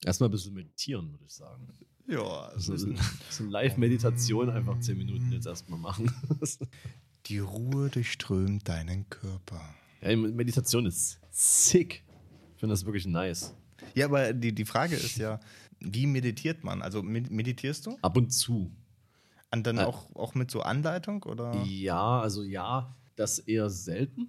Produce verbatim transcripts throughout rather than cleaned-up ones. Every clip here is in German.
Erstmal ein bisschen meditieren, würde ich sagen. Ja. So, so eine Live-Meditation einfach zehn Minuten jetzt erstmal machen. Die Ruhe durchströmt deinen Körper. Ja, Meditation ist sick. Ich finde das wirklich nice. Ja, aber die, die Frage ist ja, wie meditiert man? Also med- meditierst du? Ab und zu. Und dann Äh, auch, auch mit so Anleitung? Oder? Ja, also ja, das eher selten.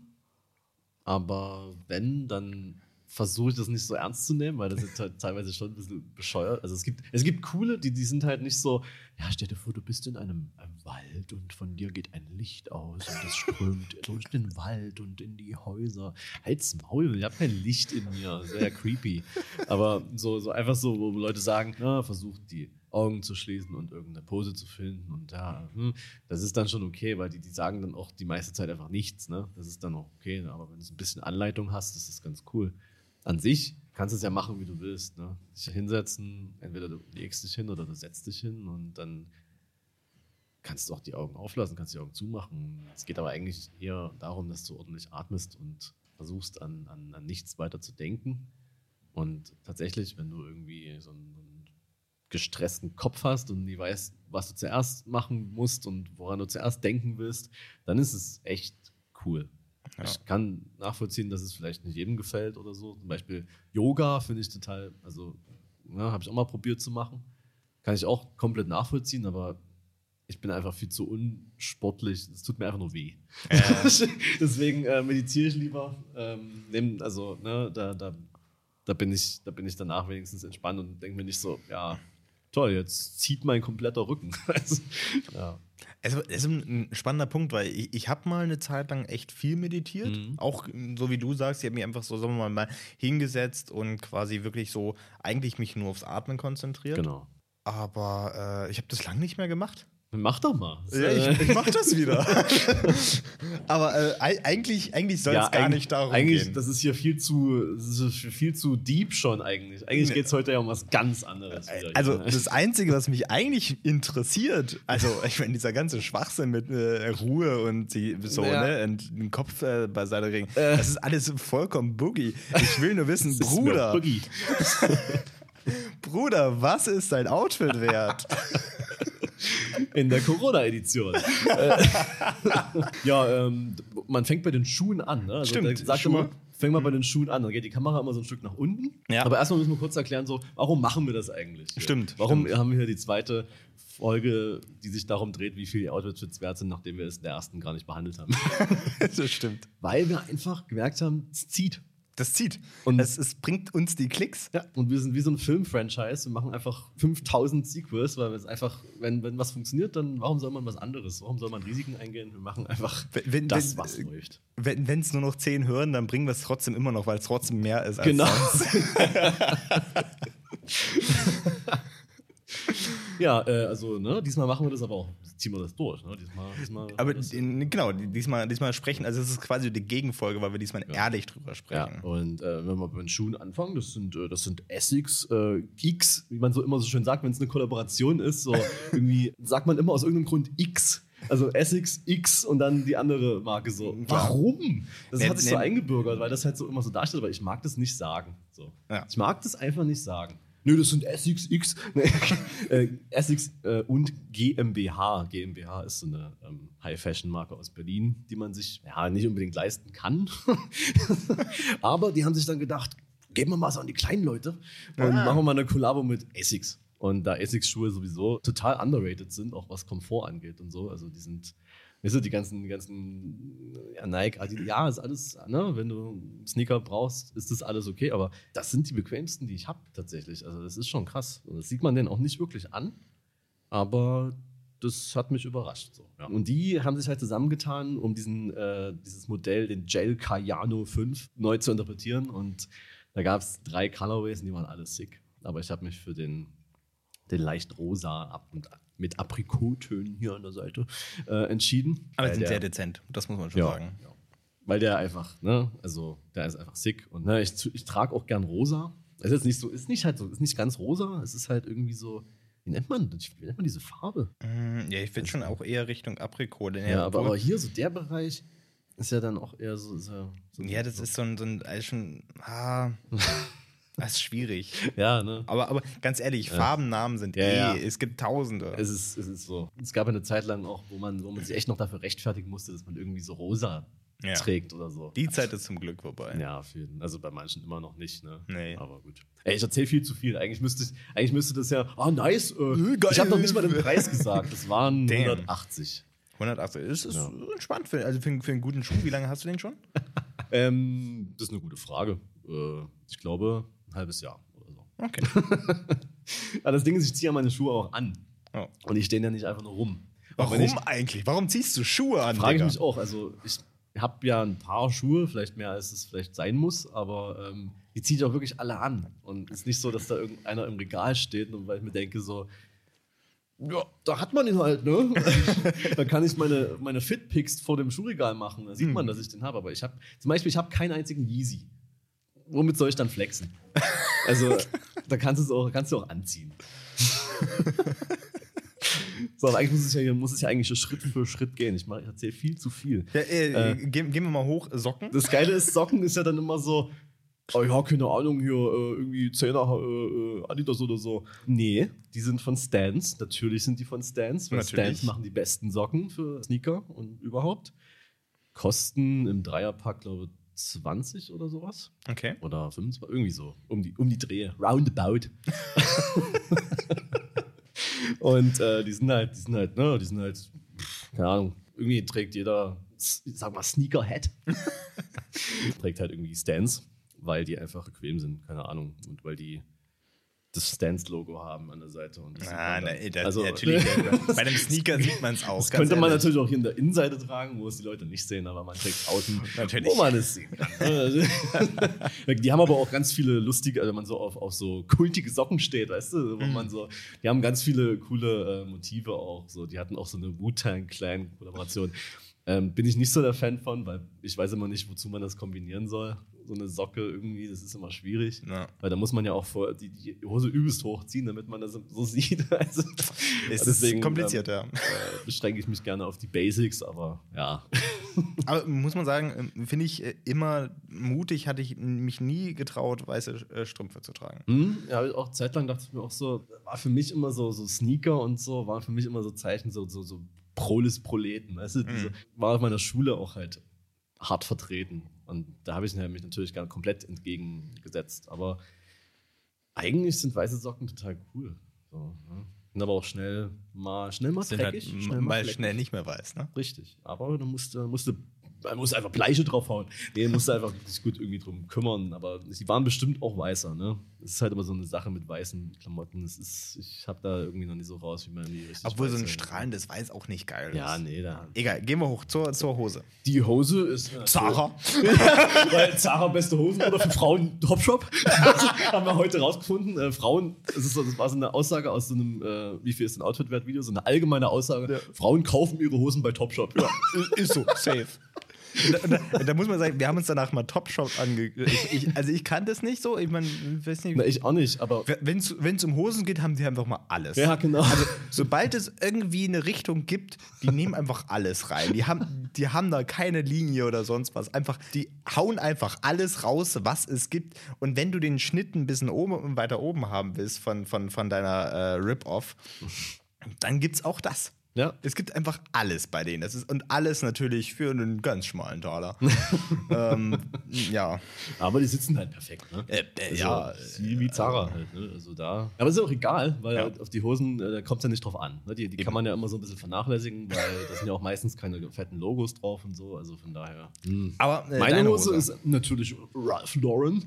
Aber wenn, dann versuche ich das nicht so ernst zu nehmen, weil das ist halt teilweise schon ein bisschen bescheuert. Also es gibt, es gibt coole, die, die sind halt nicht so, ja, stell dir vor, du bist in einem, einem Wald und von dir geht ein Licht aus und das strömt durch den Wald und in die Häuser. Halt's Maul, ich habe kein Licht in mir, sehr creepy. Aber so, so einfach so, wo Leute sagen, na, versucht die Augen zu schließen und irgendeine Pose zu finden und ja, hm, das ist dann schon okay, weil die, die sagen dann auch die meiste Zeit einfach nichts, ne? Das ist dann auch okay, aber wenn du ein bisschen Anleitung hast, ist das ganz cool. An sich kannst du es ja machen, wie du willst, ne? Dich hinsetzen, entweder du legst dich hin oder du setzt dich hin und dann kannst du auch die Augen auflassen, kannst die Augen zumachen. Es geht aber eigentlich eher darum, dass du ordentlich atmest und versuchst an, an, an nichts weiter zu denken. Und tatsächlich, wenn du irgendwie so einen, so einen gestressten Kopf hast und nie weißt, was du zuerst machen musst und woran du zuerst denken willst, dann ist es echt cool. Ja. Ich kann nachvollziehen, dass es vielleicht nicht jedem gefällt oder so. Zum Beispiel Yoga finde ich total, also ja, habe ich auch mal probiert zu machen. Kann ich auch komplett nachvollziehen, aber ich bin einfach viel zu unsportlich. Es tut mir einfach nur weh. Äh. Deswegen äh, meditiere ich lieber. Ähm, nehm, also ne, da, da, da, bin ich, da bin ich danach wenigstens entspannt und denke mir nicht so, ja, toll, jetzt zieht mein kompletter Rücken. also, ja. Also, das ist ein spannender Punkt, weil ich, ich habe mal eine Zeit lang echt viel meditiert. Mhm. Auch so wie du sagst, ich habe mich einfach so, sagen wir mal, mal hingesetzt und quasi wirklich so eigentlich mich nur aufs Atmen konzentriert. Genau. Aber äh, ich habe das lange nicht mehr gemacht. Mach doch mal. Ja, ich, ich mach das wieder. Aber äh, eigentlich, eigentlich soll es ja, gar nicht darum eigentlich, gehen. Das ist hier viel zu, das ist viel zu deep schon eigentlich. Eigentlich geht es heute ja um was ganz anderes. Wieder also hier. Das Einzige, was mich eigentlich interessiert, also ich meine, dieser ganze Schwachsinn mit äh, Ruhe und die, so, ja. ne, und den Kopf äh, beiseite regen, äh. das ist alles vollkommen Boogie. Ich will nur wissen, Bruder, Boogie. Bruder, was ist dein Outfit wert? In der Corona-Edition. ja, ähm, man fängt bei den Schuhen an. Ne? Also Stimmt, sagt Schuhe. Immer, fängt mal bei den Schuhen an. Dann geht die Kamera immer so ein Stück nach unten. Ja. Aber erstmal müssen wir kurz erklären, so, warum machen wir das eigentlich? Hier? Stimmt. Warum stimmt. haben wir hier die zweite Folge, die sich darum dreht, wie viel die Outfits wert sind, nachdem wir es in der ersten gar nicht behandelt haben? Das stimmt. Weil wir einfach gemerkt haben, es zieht. Das zieht. Und es, es bringt uns die Klicks. Ja, und wir sind wie so ein Film-Franchise. Wir machen einfach fünftausend Sequels, weil es einfach, wenn, wenn was funktioniert, dann warum soll man was anderes? Warum soll man Risiken eingehen? Wir machen einfach wenn, das, wenn, was läuft. Wenn es nur noch zehn hören, dann bringen wir es trotzdem immer noch, weil es trotzdem mehr ist als genau. sonst. Ja, äh, also ne, diesmal machen wir das aber auch, ziehen wir das durch. Ne? Diesmal, diesmal aber das, in, genau, diesmal, diesmal sprechen, also es ist quasi die Gegenfolge, weil wir diesmal ja. ehrlich drüber sprechen. Ja, und äh, wenn wir bei den Schuhen anfangen, das sind, äh, das sind Essex äh, X, wie man so immer so schön sagt, wenn es eine Kollaboration ist, so irgendwie sagt man immer aus irgendeinem Grund X. Also Essex X und dann die andere Marke so. Klar. Warum? Das Nee, hat sich nee. so eingebürgert, weil das halt so immer so darstellt, aber ich mag das nicht sagen. So. Ja. Ich mag das einfach nicht sagen. Nö, das sind Essex X. Nee. äh, Essex äh, und GmbH. GmbH ist so eine ähm, High-Fashion-Marke aus Berlin, die man sich ja nicht unbedingt leisten kann. Aber die haben sich dann gedacht, geben wir mal so an die kleinen Leute und Ah. machen wir mal eine Kollabo mit Essex. Und da Essex-Schuhe sowieso total underrated sind, auch was Komfort angeht und so, also die sind, weißt du, die ganzen, die ganzen ja, Nike, Adidas, ja, ist alles, ne, wenn du Sneaker brauchst, ist das alles okay, aber das sind die bequemsten, die ich habe tatsächlich, also das ist schon krass. Und das sieht man denen auch nicht wirklich an, aber das hat mich überrascht. So. Ja. Und die haben sich halt zusammengetan, um diesen, äh, dieses Modell, den Gel Cayano fünf, neu zu interpretieren und da gab es drei Colorways und die waren alle sick, aber ich habe mich für den den leicht rosa ab und mit Aprikottönen hier an der Seite äh, entschieden. Aber die sind der, sehr dezent, das muss man schon ja, sagen. Ja. Weil der einfach, ne, also der ist einfach sick und ne, ich, ich trage auch gern rosa. Es ist jetzt nicht so, ist nicht halt so, ist nicht ganz rosa, es ist halt irgendwie so, wie nennt man, wie nennt man diese Farbe? Ja, ich finde schon auch eher Richtung Aprikot. Ja, aber, aber hier so der Bereich ist ja dann auch eher so. so, so ja, das so. ist so ein, so ein also schon. Ah. Das ist schwierig. Ja, ne? Aber, aber ganz ehrlich, ja. Farbennamen sind ja, eh, ja. es gibt Tausende. Es ist, es ist so. Es gab eine Zeit lang auch, wo man, wo man sich echt noch dafür rechtfertigen musste, dass man irgendwie so rosa ja. trägt oder so. Die Zeit ist zum Glück vorbei. Ja, für, also bei manchen immer noch nicht, ne? Nee. Aber gut. Ey, ich erzähle viel zu viel. Eigentlich müsste, eigentlich müsste das ja, ah, oh, nice. Äh, ich habe noch nicht mal den Preis gesagt. Das waren Damn. hundertachtzig. hundertachtzig. Das ist ja. entspannt für, also für, für einen guten Schuh. Wie lange hast du den schon? ähm, das ist eine gute Frage. Äh, ich glaube, ein halbes Jahr oder so. Okay. Aber das Ding ist, ich ziehe ja meine Schuhe auch an. Oh. Und ich stehe ja nicht einfach nur rum. Warum ich, eigentlich? Warum ziehst du Schuhe an? Frage ich mich auch. Also ich habe ja ein paar Schuhe, vielleicht mehr als es vielleicht sein muss, aber ähm, die ziehe ich auch wirklich alle an. Und es ist nicht so, dass da irgendeiner im Regal steht und weil ich mir denke so, ja, da hat man ihn halt, ne? Da kann ich meine, meine Fitpics vor dem Schuhregal machen. Da sieht man, dass ich den habe. Aber ich habe, zum Beispiel, ich habe keinen einzigen Yeezy. Womit soll ich dann flexen? Also, da kannst, auch, kannst du auch anziehen. So, aber eigentlich muss es ja, muss es ja eigentlich Schritt für Schritt gehen. Ich, ich erzähle viel zu viel. Ja, äh, äh, gehen, gehen wir mal hoch, Socken. Das Geile ist, Socken ist ja dann immer so, oh ja, keine Ahnung, hier äh, irgendwie Zehner äh, Adidas oder so. Nee, die sind von Stans. Natürlich sind die von Stans, weil Natürlich. Stans machen die besten Socken für Sneaker und überhaupt. Kosten im Dreierpack, glaube ich, zwanzig oder sowas. Okay. Oder fünfundzwanzig, irgendwie so. Um die, um die Drehe. Roundabout. Und äh, die sind halt, die sind halt, ne, die sind halt, pff, keine Ahnung, irgendwie trägt jeder, sag mal, Sneakerhead. Trägt halt irgendwie Stans, weil die einfach bequem sind, keine Ahnung. Und weil die das Stans-Logo haben an der Seite. Und das ah, nein, das, also, natürlich. Bei einem Sneaker sieht man es auch. Das könnte man ehrlich. natürlich auch hier in der Innenseite tragen, wo es die Leute nicht sehen, aber man trägt außen, natürlich. wo man es sehen kann. Die haben aber auch ganz viele lustige, also wenn man so auf, auf so kultige Socken steht, weißt du, wo mm. man so, die haben ganz viele coole äh, Motive auch. So, die hatten auch so eine Wu-Tang-Clan-Kollaboration. Ähm, bin ich nicht so der Fan von, weil ich weiß immer nicht, wozu man das kombinieren soll. So eine Socke irgendwie, das ist immer schwierig. Ja. Weil da muss man ja auch vor die, die Hose übelst hochziehen, damit man das so sieht. Also, es deswegen, ist kompliziert, ähm, ja. Äh, beschränke ich mich gerne auf die Basics, aber ja. Aber muss man sagen, finde ich immer mutig, hatte ich mich nie getraut, weiße Strümpfe zu tragen. Hm, ja, auch zeitlang dachte ich mir auch so, war für mich immer so, so Sneaker und so, waren für mich immer so Zeichen, so, so, so Proles Proleten, weißt du, mhm. diese, war auf meiner Schule auch halt hart vertreten. Und da habe ich mich natürlich gar komplett entgegengesetzt. Aber eigentlich sind weiße Socken total cool. So, ne? Sind aber auch schnell mal, schnell mal sind dreckig. Halt schnell mal schnell nicht mehr weiß, ne? Richtig. Aber dann musste, musste man muss einfach Bleiche draufhauen. Nee, musste einfach sich gut irgendwie drum kümmern. Aber sie waren bestimmt auch weißer, ne? Es ist halt immer so eine Sache mit weißen Klamotten. Es ist, ich habe da irgendwie noch nicht so raus, wie man die richtig Obwohl so ein strahlendes Weiß auch nicht geil ist. Ja, nee, da. Egal, gehen wir hoch zur, zur Hose. Die Hose ist. Zara. Weil Zara beste Hosen oder für Frauen Topshop. Haben wir heute rausgefunden. Äh, Frauen, das, ist so, das war so eine Aussage aus so einem, äh, wie viel ist ein Outfit-Wert-Video? So eine allgemeine Aussage. Ja. Frauen kaufen ihre Hosen bei Topshop. Ja, ist so, safe. Da, da, da muss man sagen, wir haben uns danach mal Topshop ange... Ich, ich, also ich kannte es nicht so, ich meine, weiß nicht... Na, ich auch nicht, aber... Wenn es um Hosen geht, haben die einfach mal alles. Ja, genau. Also sobald es irgendwie eine Richtung gibt, die nehmen einfach alles rein. Die haben, die haben da keine Linie oder sonst was. Einfach, die hauen einfach alles raus, was es gibt. Und wenn du den Schnitt ein bisschen oben und weiter oben haben willst von, von, von deiner äh, Rip-Off, dann gibt's auch das. Ja. Es gibt einfach alles bei denen. Das ist, und alles natürlich für einen ganz schmalen Taler. ähm, ja. Aber die sitzen halt perfekt, ne? Äh, äh, also, ja. Wie, wie Zara äh, halt, ne? Also da. Aber ist auch egal, weil ja. halt auf die Hosen, äh, da kommt es ja nicht drauf an. Ne? Die, die kann man ja immer so ein bisschen vernachlässigen, weil da sind ja auch meistens keine fetten Logos drauf und so. Also von daher. Mh. Aber äh, meine Hose, Hose ist natürlich Ralph Lauren.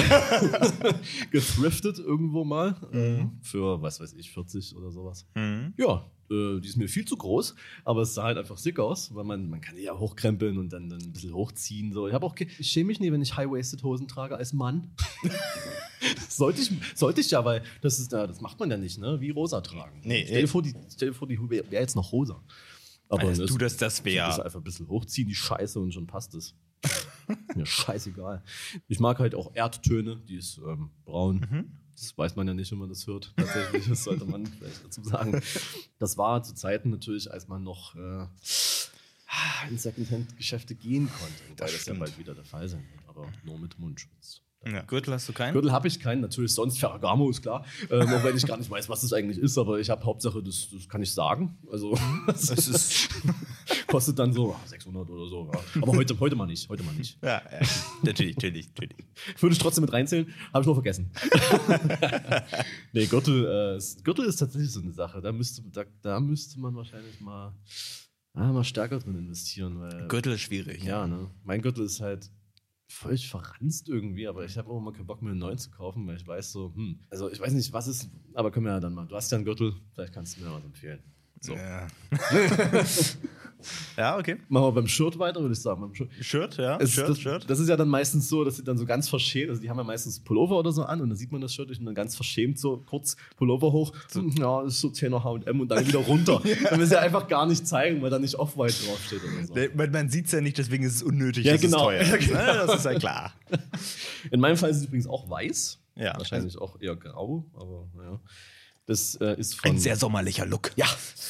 Gethriftet irgendwo mal. Mhm. Äh, für, was weiß ich, vierzig oder sowas. Mhm. Ja. Die ist mir viel zu groß, aber es sah halt einfach sick aus, weil man, man kann die ja hochkrempeln und dann, dann ein bisschen hochziehen. So. Ich, auch, ich schäme mich nie, wenn ich High-Waisted-Hosen trage als Mann. sollte, ich, sollte ich ja, weil das, ist, das macht man ja nicht, ne? Wie rosa tragen. Nee, stell, dir vor, die, stell dir vor, die wäre jetzt noch rosa. Aber also das, du, dass das wäre. Das einfach ein bisschen hochziehen, die Scheiße, und schon passt es. Mir scheißegal. Ich mag halt auch Erdtöne, die ist ähm, braun. Mhm. Das weiß man ja nicht, wenn man das hört. Tatsächlich, das sollte man vielleicht dazu sagen. Das war zu Zeiten natürlich, als man noch äh, in Secondhand-Geschäfte gehen konnte. Wobei das, das ja bald wieder der Fall sein wird, aber nur mit Mundschutz. Ja. Gürtel hast du keinen? Gürtel habe ich keinen, natürlich sonst Ferragamo ist klar. Ähm, auch wenn ich gar nicht weiß, was das eigentlich ist, aber ich habe Hauptsache, das, das kann ich sagen. Also das ist kostet dann so sechshundert oder so. Ja. Aber heute, heute mal nicht, heute mal nicht. Ja, ja. natürlich, natürlich, natürlich. Würde ich trotzdem mit reinzählen, habe ich nur vergessen. nee, Gürtel, äh, Gürtel ist tatsächlich so eine Sache. Da müsste, da, da müsste man wahrscheinlich mal, ah, mal stärker drin investieren. Weil, Gürtel ist schwierig. Ja, ne? Mein Gürtel ist halt völlig verranzt irgendwie, aber ich habe auch mal keinen Bock, mir einen neuen zu kaufen, weil ich weiß so, hm, also ich weiß nicht, was ist, aber können wir ja dann mal, du hast ja einen Gürtel, vielleicht kannst du mir was empfehlen. So. Ja. Ja, okay. Machen wir beim Shirt weiter, würde ich sagen. Beim Shirt, Shirt ja. Es, Shirt, das, Shirt. das ist ja dann meistens so, dass sie dann so ganz verschämt, also die haben ja meistens Pullover oder so an und dann sieht man das Shirt und dann ganz verschämt so kurz Pullover hoch, so, ja, das ist so zehner H und M und dann wieder runter. Dann will sie ja einfach gar nicht zeigen, weil da nicht Off-White draufsteht oder so. Nee, man man sieht es ja nicht, deswegen ist es unnötig, ja, dass genau. es teuer ja, ist. genau. Das ist ja klar. In meinem Fall ist es übrigens auch weiß. Ja. Wahrscheinlich auch eher grau, aber naja. Das äh, ist von. Ein sehr sommerlicher Look. Ja.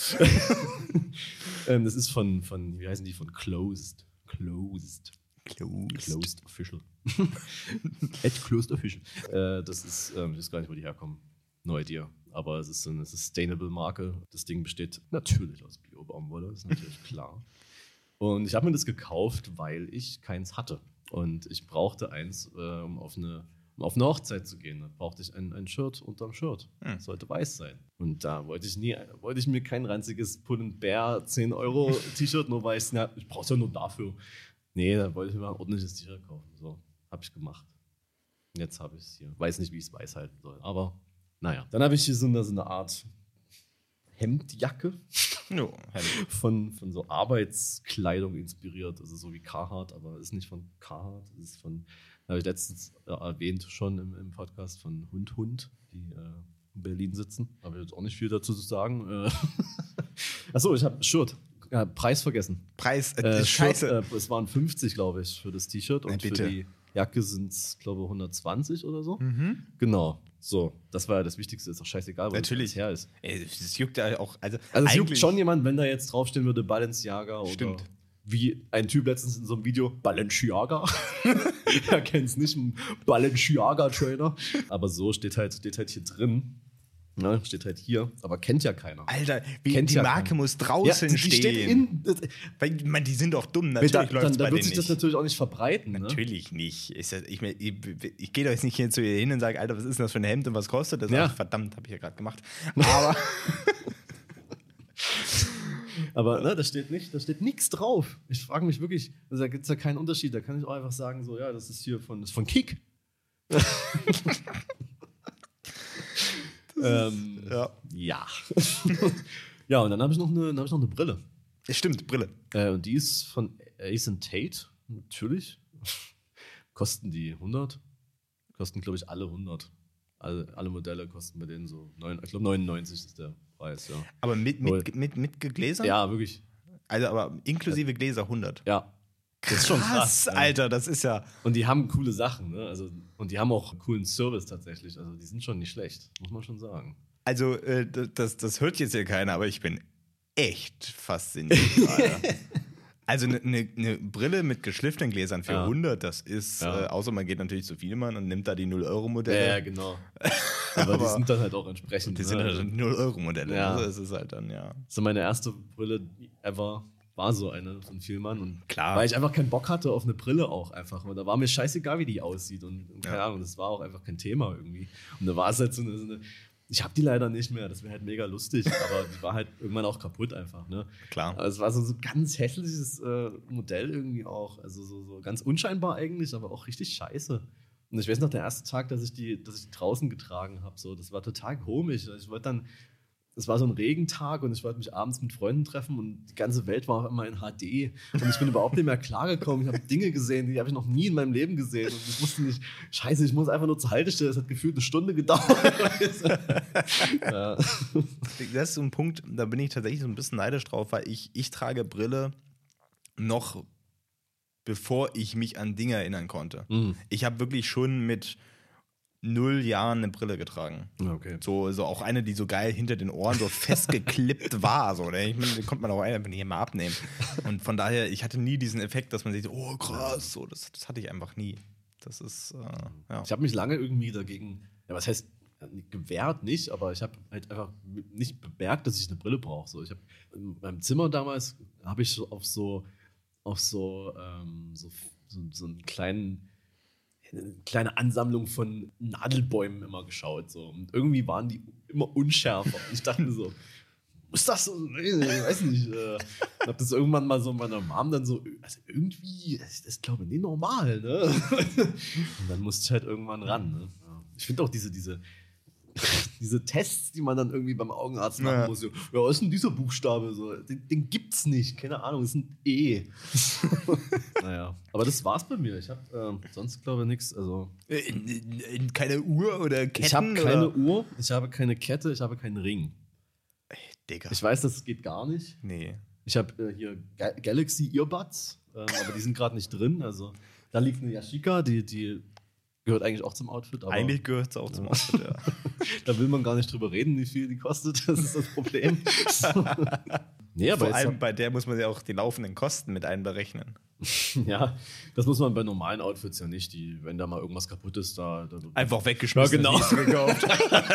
ähm, das ist von, von, wie heißen die? Von Closed. Closed. Closed. Closed Official. At Closed Official. Äh, das ist, ähm, ich weiß gar nicht, wo die herkommen. No idea. Aber es ist so eine Sustainable Marke. Das Ding besteht natürlich aus Bio-Baumwolle, ist natürlich klar. Und ich habe mir das gekauft, weil ich keins hatte. Und ich brauchte eins, äh, um auf eine Um auf eine Hochzeit zu gehen, da brauchte ich ein, ein Shirt unterm Shirt. Hm. Das sollte weiß sein. Und da wollte ich nie, wollte ich mir kein ranziges Pull and Bear zehn Euro T-Shirt nur weiß. Na, ich brauche es ja nur dafür. Nee, da wollte ich mir ein ordentliches T-Shirt kaufen. So, habe ich gemacht. Und jetzt habe ich es hier. Weiß nicht, wie ich es weiß halten soll. Aber naja. Dann habe ich hier so eine, so eine Art Hemdjacke. No, Hemd. Von, von so Arbeitskleidung inspiriert. Also so wie Carhartt, aber ist nicht von Carhartt. Das ist von habe ich letztens äh, erwähnt schon im, im Podcast von Hund Hund, die äh, in Berlin sitzen. Habe ich jetzt auch nicht viel dazu zu sagen. Äh Achso, ich habe Shirt. Ja, Preis vergessen. Preis, äh, äh, scheiße. Shirt, äh, es waren fünfzig, glaube ich, für das T-Shirt. Und ja, für die Jacke sind es, glaube ich, hundertzwanzig oder so. Mhm. Genau. So, das war ja das Wichtigste. Ist doch scheißegal, wo Natürlich. das her ist. Ey, das juckt ja auch. Also, also es juckt schon jemand, wenn da jetzt draufstehen würde, Balenciaga oder. Stimmt. Wie ein Typ letztens in so einem Video, Balenciaga. Er kennt es nicht, ein Balenciaga-Trainer. Aber so steht halt, steht halt hier drin. Ne, steht halt hier, aber kennt ja keiner. Alter, wie, kennt die ja Marke keiner. muss draußen ja, die stehen. Steht in, Weil, man, die sind doch dumm, natürlich da, läuft dann, es da bei wird denen sich das nicht. natürlich auch nicht verbreiten. Ne? Natürlich nicht. Ich, ich, ich, ich gehe doch jetzt nicht hier zu ihr hin und sage, Alter, was ist denn das für ein Hemd und was kostet das? Ja. Ach, verdammt, habe ich ja gerade gemacht. Aber Aber ne, da steht nicht, da steht nichts drauf. Ich frage mich wirklich, also da gibt es ja keinen Unterschied. Da kann ich auch einfach sagen, so, ja, das ist hier von, das ist von Kick. ähm, ja. Ja. Ja, und dann habe ich, noch eine, dann hab ich noch eine Brille. Stimmt, Brille. Äh, und die ist von Ace and Tate, natürlich. Kosten die hundert? Kosten, glaube ich, alle hundert. Alle, alle Modelle kosten bei denen so, neun, ich glaube neunundneunzig ist der Preis, ja. Aber mit, mit, mit, mit Gläsern? Ja, wirklich. Also, aber inklusive Gläser hundert. Ja. Das ist schon krass. krass Alter, das ist ja. Und die haben coole Sachen, ne? Also, und die haben auch einen coolen Service tatsächlich. Also, die sind schon nicht schlecht, muss man schon sagen. Also, äh, das, das hört jetzt ja keiner, aber ich bin echt fasziniert gerade. Also eine ne, ne Brille mit geschliffenen Gläsern für ja. hundert, das ist, ja. äh, außer man geht natürlich zu Vielmann und nimmt da die null Euro Modelle. Ja, ja genau. Aber, aber die sind dann halt auch entsprechend. Die sind halt null Euro Modelle. Ja. Also es ist halt dann, ja. So meine erste Brille ever war so eine von Vielmann. Und klar. Weil ich einfach keinen Bock hatte auf eine Brille auch einfach. Und da war mir scheißegal, wie die aussieht. Und, und keine ja. Ahnung, das war auch einfach kein Thema irgendwie. Und da war es halt so eine, so eine ich habe die leider nicht mehr, das wäre halt mega lustig, aber die war halt irgendwann auch kaputt einfach, ne? Klar. Also es war so ein so ganz hässliches äh, Modell irgendwie auch, also so, so ganz unscheinbar eigentlich, aber auch richtig scheiße. Und ich weiß noch, der erste Tag, dass ich die, dass ich die draußen getragen habe, so, das war total komisch. Ich wollte dann, es war so ein Regentag und ich wollte mich abends mit Freunden treffen und die ganze Welt war auf einmal in H D und ich bin überhaupt nicht mehr klargekommen. Ich habe Dinge gesehen, die habe ich noch nie in meinem Leben gesehen und ich wusste nicht, scheiße, ich muss einfach nur zur Haltestelle. Es hat gefühlt eine Stunde gedauert. Ja. Das ist so ein Punkt, da bin ich tatsächlich so ein bisschen neidisch drauf, weil ich, ich trage Brille noch bevor ich mich an Dinge erinnern konnte. Mhm. Ich habe wirklich schon mit null Jahren eine Brille getragen. Okay. So, so auch eine, die so geil hinter den Ohren so festgeklippt war. So, ne? Ich meine, die konnte man auch einfach nicht immer abnehmen. Und von daher, ich hatte nie diesen Effekt, dass man sich so, oh krass, so, das, das hatte ich einfach nie. Das ist, äh, ja. Ich habe mich lange irgendwie dagegen, ja, was heißt, gewehrt nicht, aber ich habe halt einfach nicht bemerkt, dass ich eine Brille brauche. So, ich habe in meinem Zimmer damals, habe ich so auf so, auf so, ähm, so, so, so einen kleinen, eine kleine Ansammlung von Nadelbäumen immer geschaut. So. Und irgendwie waren die immer unschärfer. Ich dachte mir so, ist das so? Ich weiß nicht. Äh, ich habe das irgendwann mal so meiner Mom dann so, also irgendwie, das ist glaube ich nicht normal, ne? Und dann musste ich halt irgendwann ran. Ne? Ja. Ich finde auch diese, diese, diese Tests, die man dann irgendwie beim Augenarzt machen Ja. muss. So, ja, was ist denn dieser Buchstabe? So, den, den gibt's nicht, keine Ahnung, das ist ein E. Naja, aber das war's bei mir. Ich habe ähm, sonst glaube ich nichts. Also In, in, in keine Uhr oder Ketten? ich habe keine oder? Uhr, ich habe keine Kette, ich habe keinen Ring. Ey, Digga. Ich weiß, das geht gar nicht. nee. Ich habe äh, hier Ga Galaxy Earbuds, ähm, aber die sind gerade nicht drin. Also da liegt eine Yashica, die, die gehört eigentlich auch zum Outfit. Aber Eigentlich gehört es auch zum Outfit, ja. da will man gar nicht drüber reden, wie viel die kostet. Das ist das Problem. Nee, aber Vor jetzt allem hab, bei der muss man ja auch die laufenden Kosten mit einberechnen. ja, das muss man bei normalen Outfits ja nicht. Die, wenn da mal irgendwas kaputt ist, da. da Einfach weggeschmissen. Ja, genau. das nächste gekauft.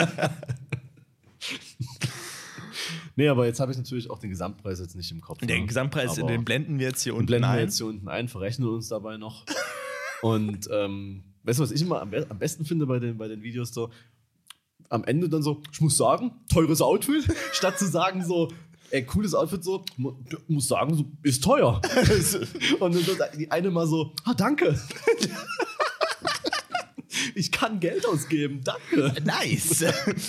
Nee, aber jetzt habe ich natürlich auch den Gesamtpreis jetzt nicht im Kopf. Den ne? Gesamtpreis, Aber den blenden wir jetzt hier den unten blenden wir ein. jetzt hier unten ein, verrechnen uns dabei noch. Und ähm, weißt du, was ich immer am, be am besten finde bei den, bei den Videos so? Am Ende dann so, ich muss sagen, teures Outfit, statt zu sagen so, ey, cooles Outfit so, mu muss sagen, so, ist teuer. Und dann so die eine mal so, ah, danke. Ich kann Geld ausgeben, danke. Nice.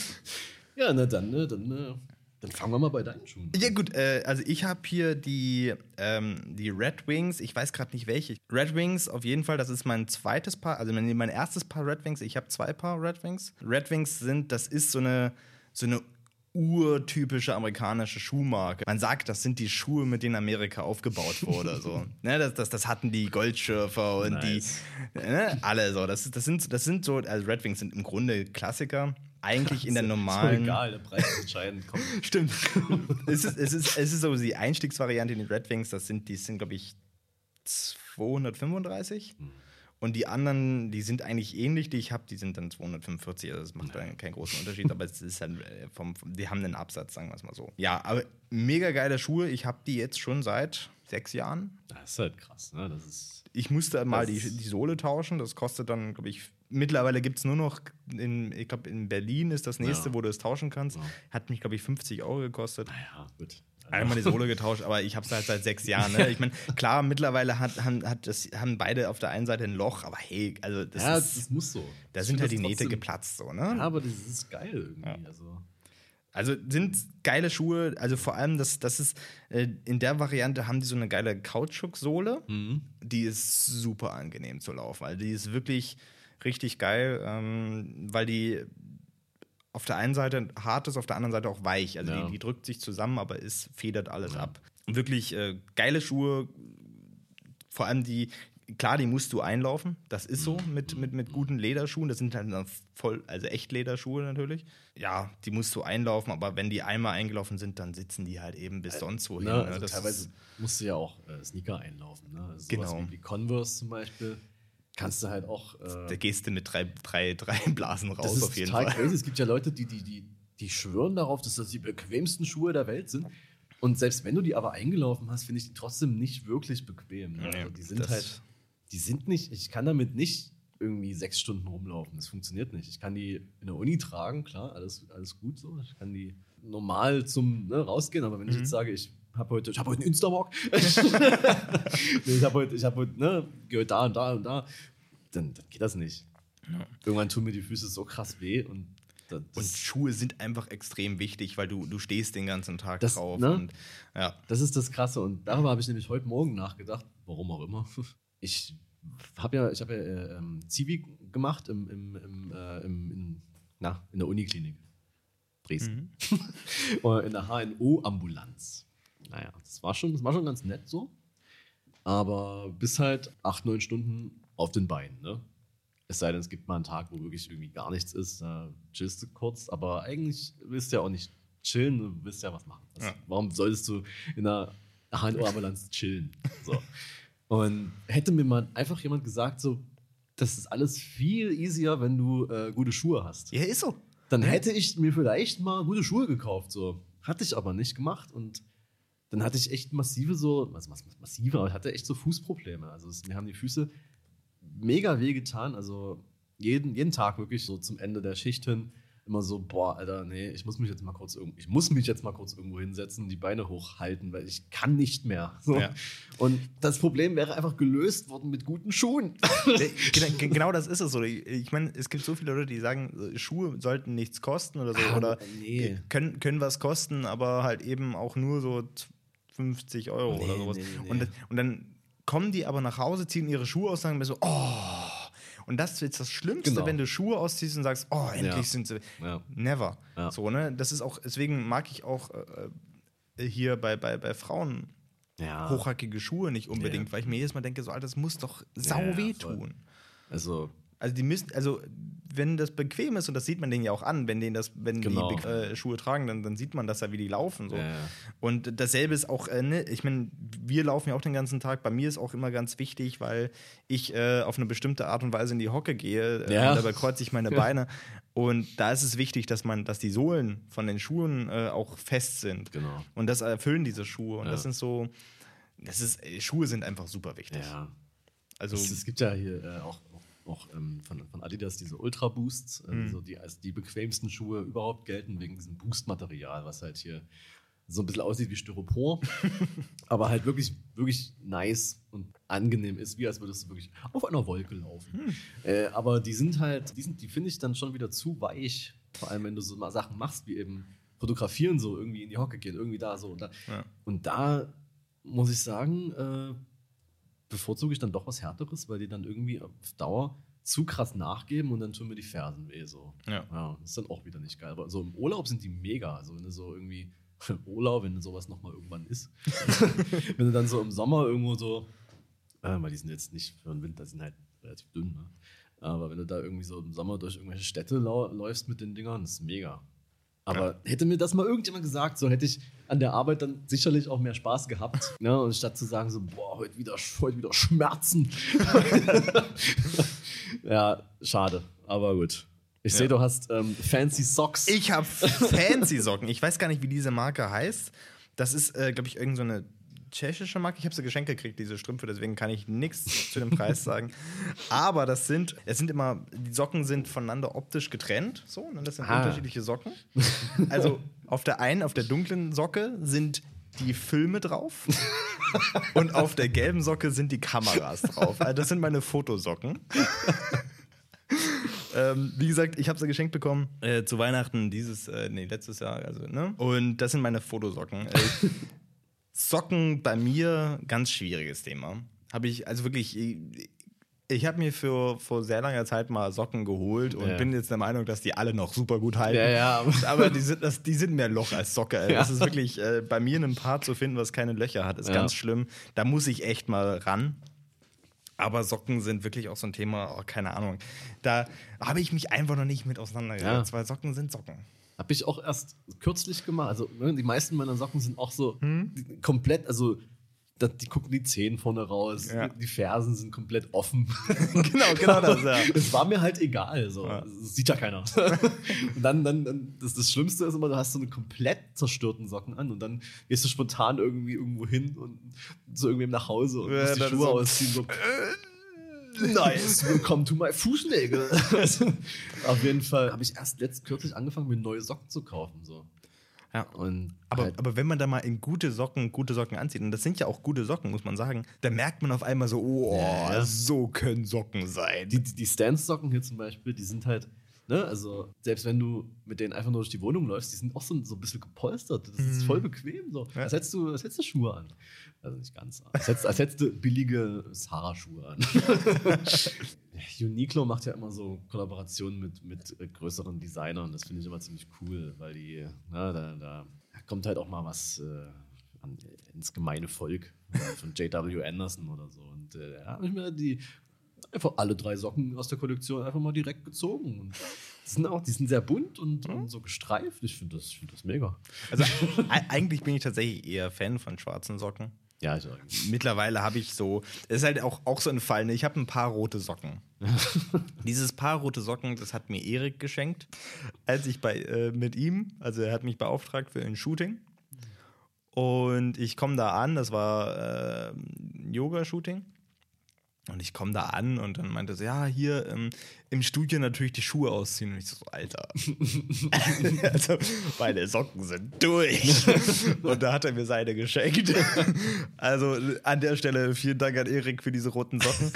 Ja, na dann, ne, dann, ne, dann fangen wir mal bei deinen Schuhen an. Ja gut, äh, also ich habe hier die, ähm, die Red Wings, ich weiß gerade nicht welche. Red Wings auf jeden Fall, das ist mein zweites Paar, also mein, mein erstes Paar Red Wings, ich habe zwei Paar Red Wings. Red Wings sind, das ist so eine, so eine urtypische amerikanische Schuhmarke. Man sagt, das sind die Schuhe, mit denen Amerika aufgebaut wurde. So. Ne, das, das, das hatten die Goldschürfer und Nice. die, ne, alle so. Das, das, sind, das sind so, also Red Wings sind im Grunde Klassiker. Eigentlich in der normalen. Ist doch egal, der Preis ist entscheidend. Komm. Stimmt. es, ist, es, ist, es ist so die Einstiegsvariante in den Red Wings, das sind, die sind, glaube ich, zweihundertfünfunddreißig. Mhm. Und die anderen, die sind eigentlich ähnlich, die ich habe, die sind dann zweihundertfünfundvierzig. Also das macht dann keinen großen Unterschied, aber es ist halt vom, vom, die haben einen Absatz, sagen wir es mal so. Ja, aber mega geile Schuhe. Ich habe die jetzt schon seit sechs Jahren. Das ist halt krass, ne? Das ist. Ich musste mal die, ist die Sohle tauschen. Das kostet dann, glaube ich, mittlerweile gibt es nur noch, in, ich glaube, in Berlin ist das nächste, Ja. wo du es tauschen kannst. Ja. Hat mich, glaube ich, fünfzig Euro gekostet. Naja, gut. Einmal die Sohle getauscht, aber ich habe es halt seit sechs Jahren. Ne? Ich meine, klar, mittlerweile hat, haben, hat das, haben beide auf der einen Seite ein Loch, aber hey, also das, Ja, ist, das muss so. da Ich sind find halt die das Nähte trotzdem- geplatzt. So, ne? Ja, aber das ist geil irgendwie. Ja. Also. Also sind geile Schuhe, also vor allem, das, das ist, äh, in der Variante haben die so eine geile Kautschuksohle, Mhm. die ist super angenehm zu laufen. Also die ist wirklich richtig geil, ähm, weil die auf der einen Seite hart ist, auf der anderen Seite auch weich. Also Ja. die, die drückt sich zusammen, aber es federt alles Ja. ab. Wirklich äh, geile Schuhe, vor allem die, klar, die musst du einlaufen, das ist so mit, mit, mit guten Lederschuhen, das sind halt dann voll, also echt Lederschuhe natürlich. Ja, die musst du einlaufen, aber wenn die einmal eingelaufen sind, dann sitzen die halt eben bis sonst wohin. Ne, ne? also Das teilweise ist- musst du ja auch äh, Sneaker einlaufen. Ne? Also sowas Genau. wie, wie Converse zum Beispiel. Kannst du halt auch. Äh, Da gehst du mit drei, drei, drei Blasen das raus ist auf jeden total Fall. crazy. Es gibt ja Leute, die, die, die, die schwören darauf, dass das die bequemsten Schuhe der Welt sind. Und selbst wenn du die aber eingelaufen hast, finde ich die trotzdem nicht wirklich bequem. Ne? Nee, Also die sind das- halt, die sind nicht, ich kann damit nicht irgendwie sechs Stunden rumlaufen. Das funktioniert nicht. Ich kann die in der Uni tragen, klar, alles, alles gut so. Ich kann die normal zum ne, rausgehen, aber wenn ich Mhm. jetzt sage, ich habe heute, ich habe heute einen Instamark, nee, ich habe heute, ich habe heute, ne, gehe heute da und da und da, dann, dann geht das nicht. Irgendwann tun mir die Füße so krass weh und das, Und Schuhe sind einfach extrem wichtig, weil du, du stehst den ganzen Tag Das, drauf. ne? Und, ja. Das ist das Krasse und darüber habe ich nämlich heute Morgen nachgedacht, warum auch immer. Ich habe ja, ich habe ja ähm, Zivi gemacht im, im, im, äh, im, in, na, in der Uniklinik Dresden. Oder in der H N O-Ambulanz. Naja, das war, schon, das war schon ganz nett so. Aber bis halt acht, neun Stunden auf den Beinen. Ne? Es sei denn, es gibt mal einen Tag, wo wirklich irgendwie gar nichts ist. Da chillst du kurz. Aber eigentlich willst du ja auch nicht chillen, du willst ja was machen. Also, Ja. Warum solltest du in einer H N O-Ambulanz chillen? So. Und hätte mir mal einfach jemand gesagt, so, das ist alles viel easier, wenn du äh, gute Schuhe hast. Ja, ist so. Dann hätte ich mir vielleicht mal gute Schuhe gekauft. So. Hatte ich aber nicht gemacht. Und dann hatte ich echt massive so, also massive, aber ich hatte echt so Fußprobleme. Also es, mir haben die Füße mega weh getan. Also jeden, jeden Tag wirklich so zum Ende der Schicht hin immer so, boah, Alter, nee, ich muss mich jetzt mal kurz irgendwo, ich muss mich jetzt mal kurz irgendwo hinsetzen, die Beine hochhalten, weil ich kann nicht mehr. So. Ja. Und das Problem wäre einfach gelöst worden mit guten Schuhen. Genau das ist es so. Ich meine, es gibt so viele Leute, die sagen, Schuhe sollten nichts kosten oder so. Ah, oder nee. können, können was kosten, aber halt eben auch nur so fünfzig Euro nee, oder sowas. Nee, nee. Und, und dann kommen die aber nach Hause, ziehen ihre Schuhe aus und sagen mir so, oh. Und das ist jetzt das Schlimmste, genau. wenn du Schuhe ausziehst und sagst, oh, endlich ja. sind sie. Ja. Never. Ja. So, ne? Das ist auch, deswegen mag ich auch äh, hier bei, bei, bei Frauen ja. hochhackige Schuhe nicht unbedingt, ja. weil ich mir jedes Mal denke, so, Alter, das muss doch sau ja, wehtun. Also. Also die müssen, also wenn das bequem ist, und das sieht man denen ja auch an, wenn denen das, wenn genau. die äh, Schuhe tragen, dann, dann sieht man das ja, wie die laufen. So. Ja. Und dasselbe ist auch, äh, ne, ich meine, wir laufen ja auch den ganzen Tag. Bei mir ist auch immer ganz wichtig, weil ich äh, auf eine bestimmte Art und Weise in die Hocke gehe. Äh, ja. Und dabei kreuze ich meine Beine. Und da ist es wichtig, dass man, dass die Sohlen von den Schuhen äh, auch fest sind. Genau. Und das erfüllen diese Schuhe. Und ja. das sind so, das ist, Schuhe sind einfach super wichtig. Ja. Also es, es gibt ja hier äh, auch auch ähm, von, von Adidas diese Ultra Boosts, äh, mhm. so die als die bequemsten Schuhe überhaupt gelten, wegen diesem Boost-Material, was halt hier so ein bisschen aussieht wie Styropor, aber halt wirklich, wirklich nice und angenehm ist, wie als würdest du wirklich auf einer Wolke laufen. Mhm. Äh, aber die sind halt, die, sind, die finde ich dann schon wieder zu weich, vor allem wenn du so mal Sachen machst, wie eben fotografieren, so irgendwie in die Hocke gehen, irgendwie da so und da. Ja. Und da muss ich sagen, äh, bevorzuge ich dann doch was Härteres, weil die dann irgendwie auf Dauer zu krass nachgeben und dann tun mir die Fersen weh. So. Ja. Ja, das ist dann auch wieder nicht geil. Aber so im Urlaub sind die mega. Also wenn du so irgendwie, Urlaub, wenn sowas nochmal irgendwann ist, wenn du dann so im Sommer irgendwo so, äh, weil die sind jetzt nicht für den Winter, die sind halt relativ dünn, ne? Aber wenn du da irgendwie so im Sommer durch irgendwelche Städte lau- läufst mit den Dingern, das ist mega. Aber ja. hätte mir das mal irgendjemand gesagt, so hätte ich an der Arbeit dann sicherlich auch mehr Spaß gehabt. Ne? Und statt zu sagen so, boah, heute wieder, heute wieder Schmerzen. Ja, schade, aber gut. Ich ja. sehe, du hast ähm, Fancy Socks. Ich habe Fancy Socken. Ich weiß gar nicht, wie diese Marke heißt. Das ist, äh, glaube ich, irgend so eine tschechische Marke. Ich habe sie geschenkt gekriegt, diese Strümpfe, deswegen kann ich nichts zu dem Preis sagen. Aber das sind, es sind immer, die Socken sind voneinander optisch getrennt. So, ne? Das sind ah. unterschiedliche Socken. Also auf der einen, auf der dunklen Socke sind die Filme drauf und auf der gelben Socke sind die Kameras drauf. Also das sind meine Fotosocken. ähm, wie gesagt, ich habe sie geschenkt bekommen äh, zu Weihnachten dieses, äh, nee, letztes Jahr. Also, ne? Und das sind meine Fotosocken. Äh, Socken bei mir, ganz schwieriges Thema. Habe ich, also wirklich, ich, ich habe mir für vor sehr langer Zeit mal Socken geholt und ja. bin jetzt der Meinung, dass die alle noch super gut halten. Ja, ja. Aber die sind, das, die sind mehr Loch als Socke. Ja. Das ist wirklich, äh, bei mir ein Paar zu finden, was keine Löcher hat, ist ja. ganz schlimm. Da muss ich echt mal ran. Aber Socken sind wirklich auch so ein Thema, oh, keine Ahnung. Da habe ich mich einfach noch nicht mit auseinandergesetzt, ja. weil Socken sind Socken. Habe ich auch erst kürzlich gemacht. Also die meisten meiner Socken sind auch so hm? komplett, also das, die gucken die Zehen vorne raus, ja. die Fersen sind komplett offen. Genau, genau das, ja. Es war mir halt egal, so. Ja. Das sieht ja keiner. Und dann, dann, dann das, das Schlimmste ist immer, du hast so eine komplett zerstörten Socken an und dann gehst du spontan irgendwie irgendwo hin und zu irgendwem nach Hause und ja, musst die Schuhe so ausziehen. So. Nice, willkommen to my Fußnägel. Also, auf jeden Fall habe ich erst letzt kürzlich angefangen, mir neue Socken zu kaufen. So. Ja. Und aber, halt aber wenn man da mal in gute Socken, gute Socken anzieht, und das sind ja auch gute Socken, muss man sagen, da merkt man auf einmal so, oh, ja, ja. so können Socken sein. Die, die Stance-Socken hier zum Beispiel, die sind halt, ne, also selbst wenn du mit denen einfach nur durch die Wohnung läufst, die sind auch so, so ein bisschen gepolstert. Das ist voll bequem. So. Ja. Als, hättest du, als hättest du Schuhe an. Also nicht ganz. Als hättest, als hättest du billige Zara-Schuhe an. Uniqlo macht ja immer so Kollaborationen mit, mit äh, größeren Designern. Das finde ich immer ziemlich cool, weil die, na, da, da kommt halt auch mal was äh, an, ins gemeine Volk äh, von J W Anderson oder so. Und äh, da habe ich mir die einfach alle drei Socken aus der Kollektion einfach mal direkt gezogen. Und die sind auch, die sind sehr bunt und, mhm. und so gestreift. Ich finde das, find das mega. Also eigentlich bin ich tatsächlich eher Fan von schwarzen Socken. Ja, ich auch. Mittlerweile habe ich so, es ist halt auch, auch so ein Fall, ne? Ich habe ein paar rote Socken. Dieses Paar rote Socken, das hat mir Erik geschenkt, als ich bei, äh, mit ihm, also er hat mich beauftragt für ein Shooting. Und ich komme da an, das war äh, ein Yoga-Shooting. Und ich komme da an und dann meinte sie, ja, hier ähm, im Studio natürlich die Schuhe ausziehen. Und ich so, Alter. Also, meine Socken sind durch. Und da hat er mir seine geschenkt. Also, an der Stelle vielen Dank an Erik für diese roten Socken.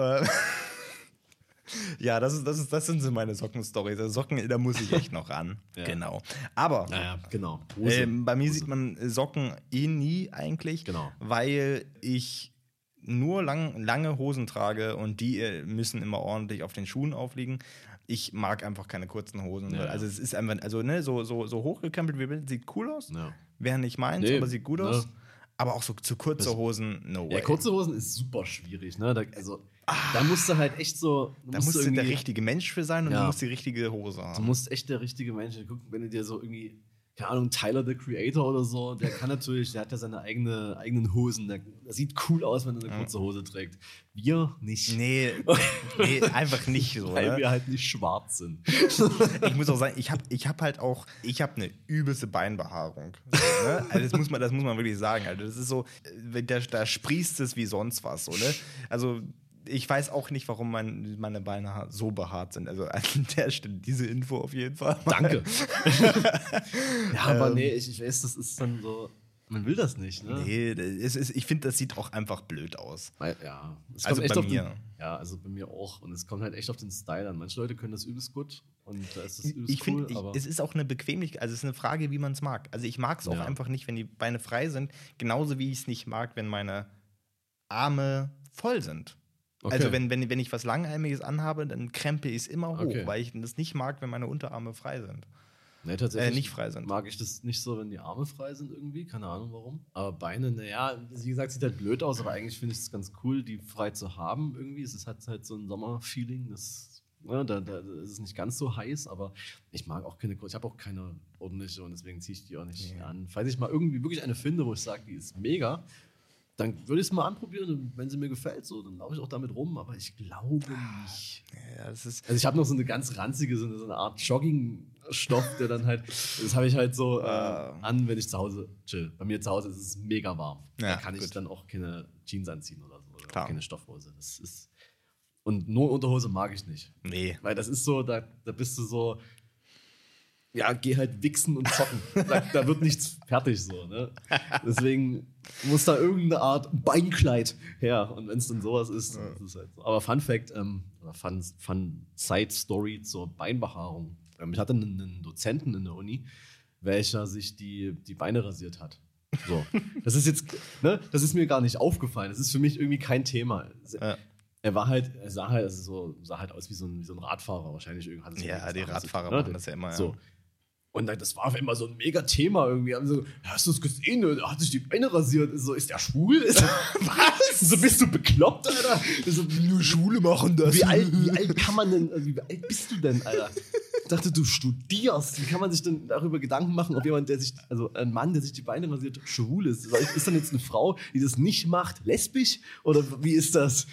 Ja, das, ist, das, ist, das sind so meine Socken-Storys. Also Socken, da muss ich echt noch ran. Ja. Genau. Aber naja, genau. Ähm, bei mir Hose. Sieht man Socken eh nie eigentlich, genau. Weil ich nur lang, lange Hosen trage und die müssen immer ordentlich auf den Schuhen aufliegen. Ich mag einfach keine kurzen Hosen. Ja, also es ist einfach, also ne, so, so, so hochgekrempelt wie Bild, sieht cool aus. Ja. Wäre nicht meins, nee, aber sieht gut ne. aus. Aber auch so zu kurze Hosen, no way. Ja, kurze Hosen ist super schwierig, ne? Da, also, ah, da musst du halt echt so. Da musst du der richtige Mensch für sein und ja. du musst die richtige Hose haben. Du musst echt der richtige Mensch. Guck, wenn du dir so irgendwie, keine Ahnung, Tyler the Creator oder so, der kann natürlich, der hat ja seine eigene, eigenen Hosen. Der, der sieht cool aus, wenn er eine kurze Hose trägt. Wir nicht. Nee, nee einfach nicht so. Weil ne? wir halt nicht schwarz sind. Ich muss auch sagen, ich habe ich hab halt auch, ich habe eine übelste Beinbehaarung. So, ne? Also das muss man, das muss man wirklich sagen. Also das ist so, da, da sprießt es wie sonst was. So, ne? Also ich weiß auch nicht, warum mein, meine Beine so behaart sind. Also an der Stelle diese Info auf jeden Fall. Danke. Ja, aber ähm, nee, ich, ich weiß, das ist dann so, man will das nicht, ne? Nee, es ist, ich finde, das sieht auch einfach blöd aus. Ja, es also kommt bei echt mir. Auf den, ja, also bei mir auch. Und es kommt halt echt auf den Style an. Manche Leute können das übelst gut und da ist das übelst ich find, cool. Ich, aber es ist auch eine Bequemlichkeit, also es ist eine Frage, wie man es mag. Also ich mag es auch ja. einfach nicht, wenn die Beine frei sind. Genauso wie ich es nicht mag, wenn meine Arme voll sind. Okay. Also wenn, wenn, wenn ich was Langärmiges anhabe, dann krempe ich es immer hoch, okay. weil ich das nicht mag, wenn meine Unterarme frei sind. Nee, tatsächlich äh, nicht frei sind. Mag ich das nicht so, wenn die Arme frei sind irgendwie, keine Ahnung warum. Aber Beine, naja, wie gesagt, sieht halt blöd aus, aber eigentlich finde ich es ganz cool, die frei zu haben irgendwie. Es hat halt so ein Sommerfeeling, das, ja, da, da ist es nicht ganz so heiß, aber ich mag auch keine, ich habe auch keine ordentliche und deswegen ziehe ich die auch nicht ja. an. Falls ich mal irgendwie wirklich eine finde, wo ich sage, die ist mega, dann würde ich es mal anprobieren und wenn sie mir gefällt, so, dann laufe ich auch damit rum, aber ich glaube nicht. Ja, das ist also ich habe noch so eine ganz ranzige, so eine, so eine Art Joggingstoff, der dann halt, das habe ich halt so äh, an, wenn ich zu Hause chill. Bei mir zu Hause ist es mega warm. Ja, da kann gut. ich dann auch keine Jeans anziehen oder so, oder auch keine Stoffhose. Das ist, und nur Unterhose mag ich nicht. Nee. Weil das ist so, da, da bist du so, ja, geh halt wichsen und zocken. Da, da wird nichts fertig so, ne? Deswegen muss da irgendeine Art Beinkleid her. Und wenn es dann sowas ist, dann ist es halt so. Aber Fun Fact, ähm, oder Fun, Fun Side Story zur Beinbehaarung. Ähm, ich hatte einen, einen Dozenten in der Uni, welcher sich die, die Beine rasiert hat. So. Das ist jetzt, ne, das ist mir gar nicht aufgefallen. Das ist für mich irgendwie kein Thema. Ja. Er war halt, er sah halt, also so, sah halt aus wie so ein, wie so ein Radfahrer wahrscheinlich. Hat ja, die Radfahrer ne? machen das ja immer. Ja. So. Und das war auf einmal so ein mega Thema irgendwie. Haben so, hast du es gesehen? Er hat sich die Beine rasiert. So, ist der schwul? Ist der, was? So, bist du bekloppt, Alter? So, nur Schwule machen das. Wie alt, wie alt kann man denn, wie alt bist du denn, Alter? Ich dachte, du studierst. Wie kann man sich denn darüber Gedanken machen, ob jemand, der sich, also ein Mann, der sich die Beine rasiert, schwul ist? Ist dann jetzt eine Frau, die das nicht macht, lesbisch? Oder wie ist das?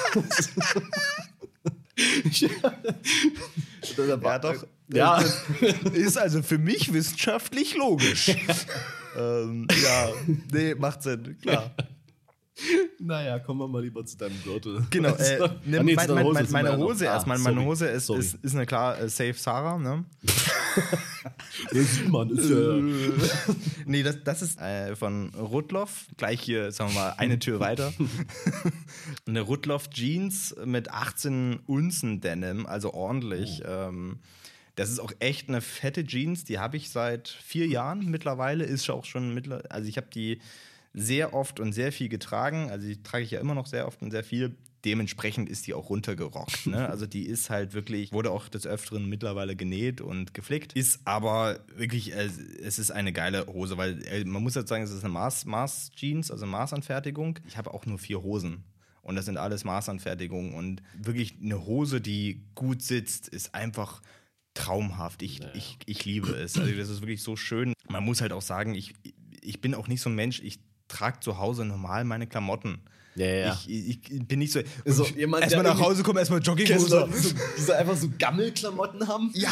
Ja, doch. Ja. Ist also für mich wissenschaftlich logisch. ähm, ja, nee, macht Sinn, klar. Naja, kommen wir mal lieber zu deinem Gürtel. Genau, äh, ne, nee, mein, mein, Hose mein, meine Hose erstmal. Ah, meine Hose ist, ist, ist eine klar äh, Safe Sarah, ne? Ja, sieht man, ist ja. Nee, das, das ist äh, von Rudloff. Gleich hier, sagen wir mal, eine Tür weiter. Eine Rudloff Jeans mit achtzehn Unzen Denim, also ordentlich. Oh. Ähm, das ist auch echt eine fette Jeans. Die habe ich seit vier Jahren mittlerweile. Ist auch schon mittlerweile. Also ich habe die sehr oft und sehr viel getragen. Also die trage ich ja immer noch sehr oft und sehr viel. Dementsprechend ist die auch runtergerockt. Ne? Also die ist halt wirklich, wurde auch des Öfteren mittlerweile genäht und geflickt. Ist aber wirklich, äh, es ist eine geile Hose, weil äh, man muss jetzt sagen, es ist eine Maß, Maß-Jeans, also Maßanfertigung. Ich habe auch nur vier Hosen. Und das sind alles Maßanfertigungen. Und wirklich eine Hose, die gut sitzt, ist einfach traumhaft. Ich, naja. ich, ich liebe es. Also das ist wirklich so schön. Man muss halt auch sagen, ich, ich bin auch nicht so ein Mensch, ich trage zu Hause normal meine Klamotten. Ja, ja. Ich, ich bin nicht so. So, erstmal nach Hause kommen, erstmal Jogginghose. So, die so einfach so Gammelklamotten haben. Ja!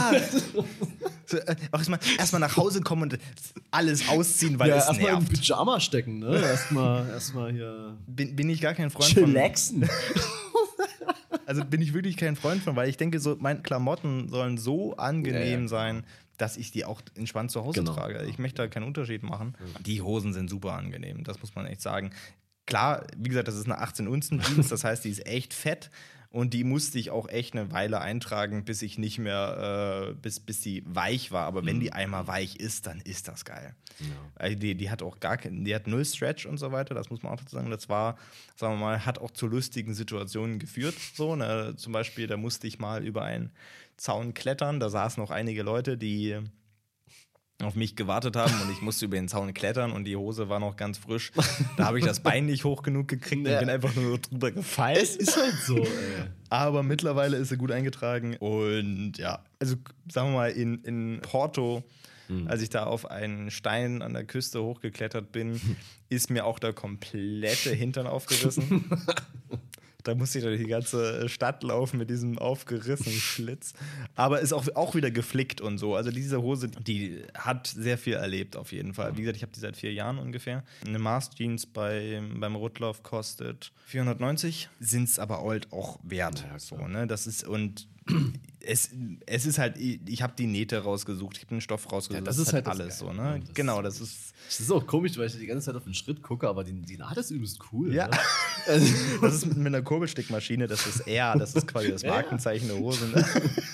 so, äh, auch erstmal erst nach Hause kommen und alles ausziehen, weil ja, es erstmal nervt. im Pyjama stecken, ne? Erstmal erst hier. Bin, bin ich gar kein Freund Chillaxen. von. Also bin ich wirklich kein Freund von, weil ich denke, so meine Klamotten sollen so angenehm ja, ja. sein, dass ich die auch entspannt zu Hause genau. trage. Ich möchte da keinen Unterschied machen. Mhm. Die Hosen sind super angenehm, das muss man echt sagen. Klar, wie gesagt, das ist eine achtzehn Unzen Jeans, das heißt, die ist echt fett und die musste ich auch echt eine Weile eintragen, bis ich nicht mehr, äh, bis, bis die weich war. Aber mhm. wenn die einmal weich ist, dann ist das geil. Ja. Also die, die hat auch gar kein, die hat null Stretch und so weiter, das muss man auch dazu sagen. Das war, sagen wir mal, hat auch zu lustigen Situationen geführt. So, ne? Zum Beispiel, da musste ich mal über einen Zaun klettern, da saßen noch einige Leute, die auf mich gewartet haben und ich musste über den Zaun klettern und die Hose war noch ganz frisch. Da habe ich das Bein nicht hoch genug gekriegt ja. und bin einfach nur drüber gefallen. Es ist halt so, ey. Aber mittlerweile ist sie gut eingetragen und ja, also sagen wir mal in, in Porto, mhm. als ich da auf einen Stein an der Küste hochgeklettert bin, ist mir auch der komplette Hintern aufgerissen. Da musste ich durch die ganze Stadt laufen mit diesem aufgerissenen Schlitz. Aber ist auch, auch wieder geflickt und so. Also diese Hose, die hat sehr viel erlebt auf jeden Fall. Wie gesagt, ich habe die seit vier Jahren ungefähr. Eine Mars Jeans bei, beim Rotlauf kostet vierhundertneunzig, sind es aber halt auch wert. Ja, so, ne? Das ist, und es, es ist halt, ich habe die Nähte rausgesucht, ich habe den Stoff rausgesucht. Ja, das, das ist halt alles so, ne? Das genau, das ist. Das ist auch komisch, weil ich die ganze Zeit auf den Schritt gucke, aber die, die Naht ist übelst cool. Ja. Ne? Das ist mit, mit einer Kurbelstickmaschine, das ist R, das ist quasi das Markenzeichen der Hose. Ne?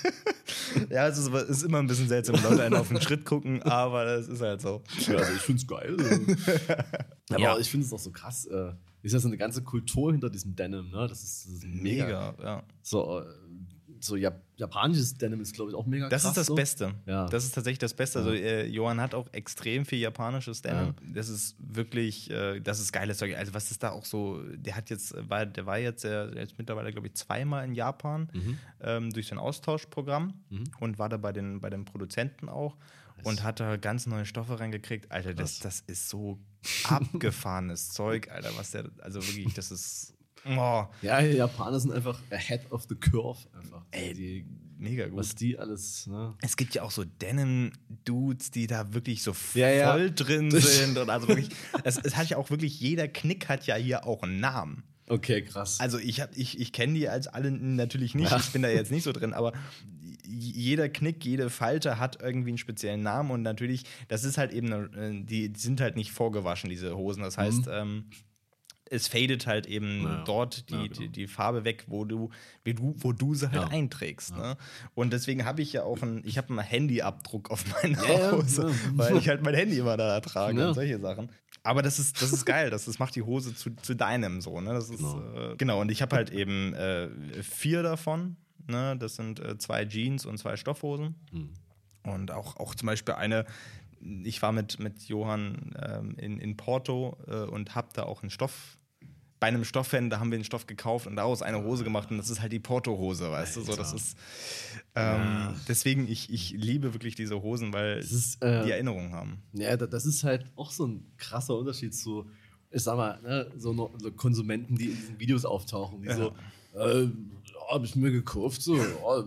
Ja, es ist, ist immer ein bisschen seltsam, wenn Leute einen auf den Schritt gucken, aber das ist halt so. Ja, also ich finde es geil. Aber ja. ich finde es auch so krass. Äh, ist ja so eine ganze Kultur hinter diesem Denim, ne? Das ist, das ist mega. mega ja. So, so Jap- japanisches Denim ist, glaube ich, auch mega das krass. Das ist das so. Beste. Ja. Das ist tatsächlich das Beste. Also äh, Johann hat auch extrem viel japanisches Denim. Ja. Das ist wirklich, äh, das ist geiles Zeug. Also was ist da auch so, der hat jetzt, war, der war jetzt, der ist mittlerweile, glaube ich, zweimal in Japan mhm. ähm, durch sein Austauschprogramm mhm. und war da bei den, bei den Produzenten auch und hat da ganz neue Stoffe reingekriegt. Alter, das, das ist so abgefahrenes Zeug, Alter, was der, also wirklich, das ist oh. Ja, die Japaner sind einfach ahead of the curve. Einfach. Ey, die, mega gut. Was die alles, ne? Es gibt ja auch so Denim-Dudes, die da wirklich so ja, ja. voll drin sind. Und also wirklich, es, es hat ja auch wirklich, jeder Knick hat ja hier auch einen Namen. Okay, krass. Also ich, ich, ich kenne die als alle natürlich nicht, ja. Ich bin da jetzt nicht so drin, aber jeder Knick, jede Falte hat irgendwie einen speziellen Namen und natürlich, das ist halt eben, die, die sind halt nicht vorgewaschen, diese Hosen. Das heißt, mhm. ähm, es fadet halt eben ja, dort die, ja, genau. die, die Farbe weg, wo du, wie du, wo du sie halt ja. einträgst. Ja. Ne? Und deswegen habe ich ja auch ein, ich habe einen Handyabdruck auf meiner ja, Hose, ja. weil ich halt mein Handy immer da trage ja. und solche Sachen. Aber das ist, das ist geil, das, das macht die Hose zu, zu deinem so. Ne? Das ist, genau. Äh, genau, und ich habe halt eben äh, vier davon. Ne? Das sind äh, zwei Jeans und zwei Stoffhosen. Mhm. Und auch, auch zum Beispiel eine. Ich war mit, mit Johann ähm, in, in Porto äh, und hab da auch einen Stoff, bei einem Stoffhändler haben wir den Stoff gekauft und daraus eine Hose gemacht und das ist halt die Porto-Hose, weißt Alter. Du, so das ist ähm, ja. deswegen, ich, ich liebe wirklich diese Hosen, weil ist, äh, die Erinnerungen haben. Ja, das ist halt auch so ein krasser Unterschied zu, ich sag mal, ne, so, no, so Konsumenten, die in diesen Videos auftauchen, die ja. so, äh, ja, hab ich mir gekauft, so, ja,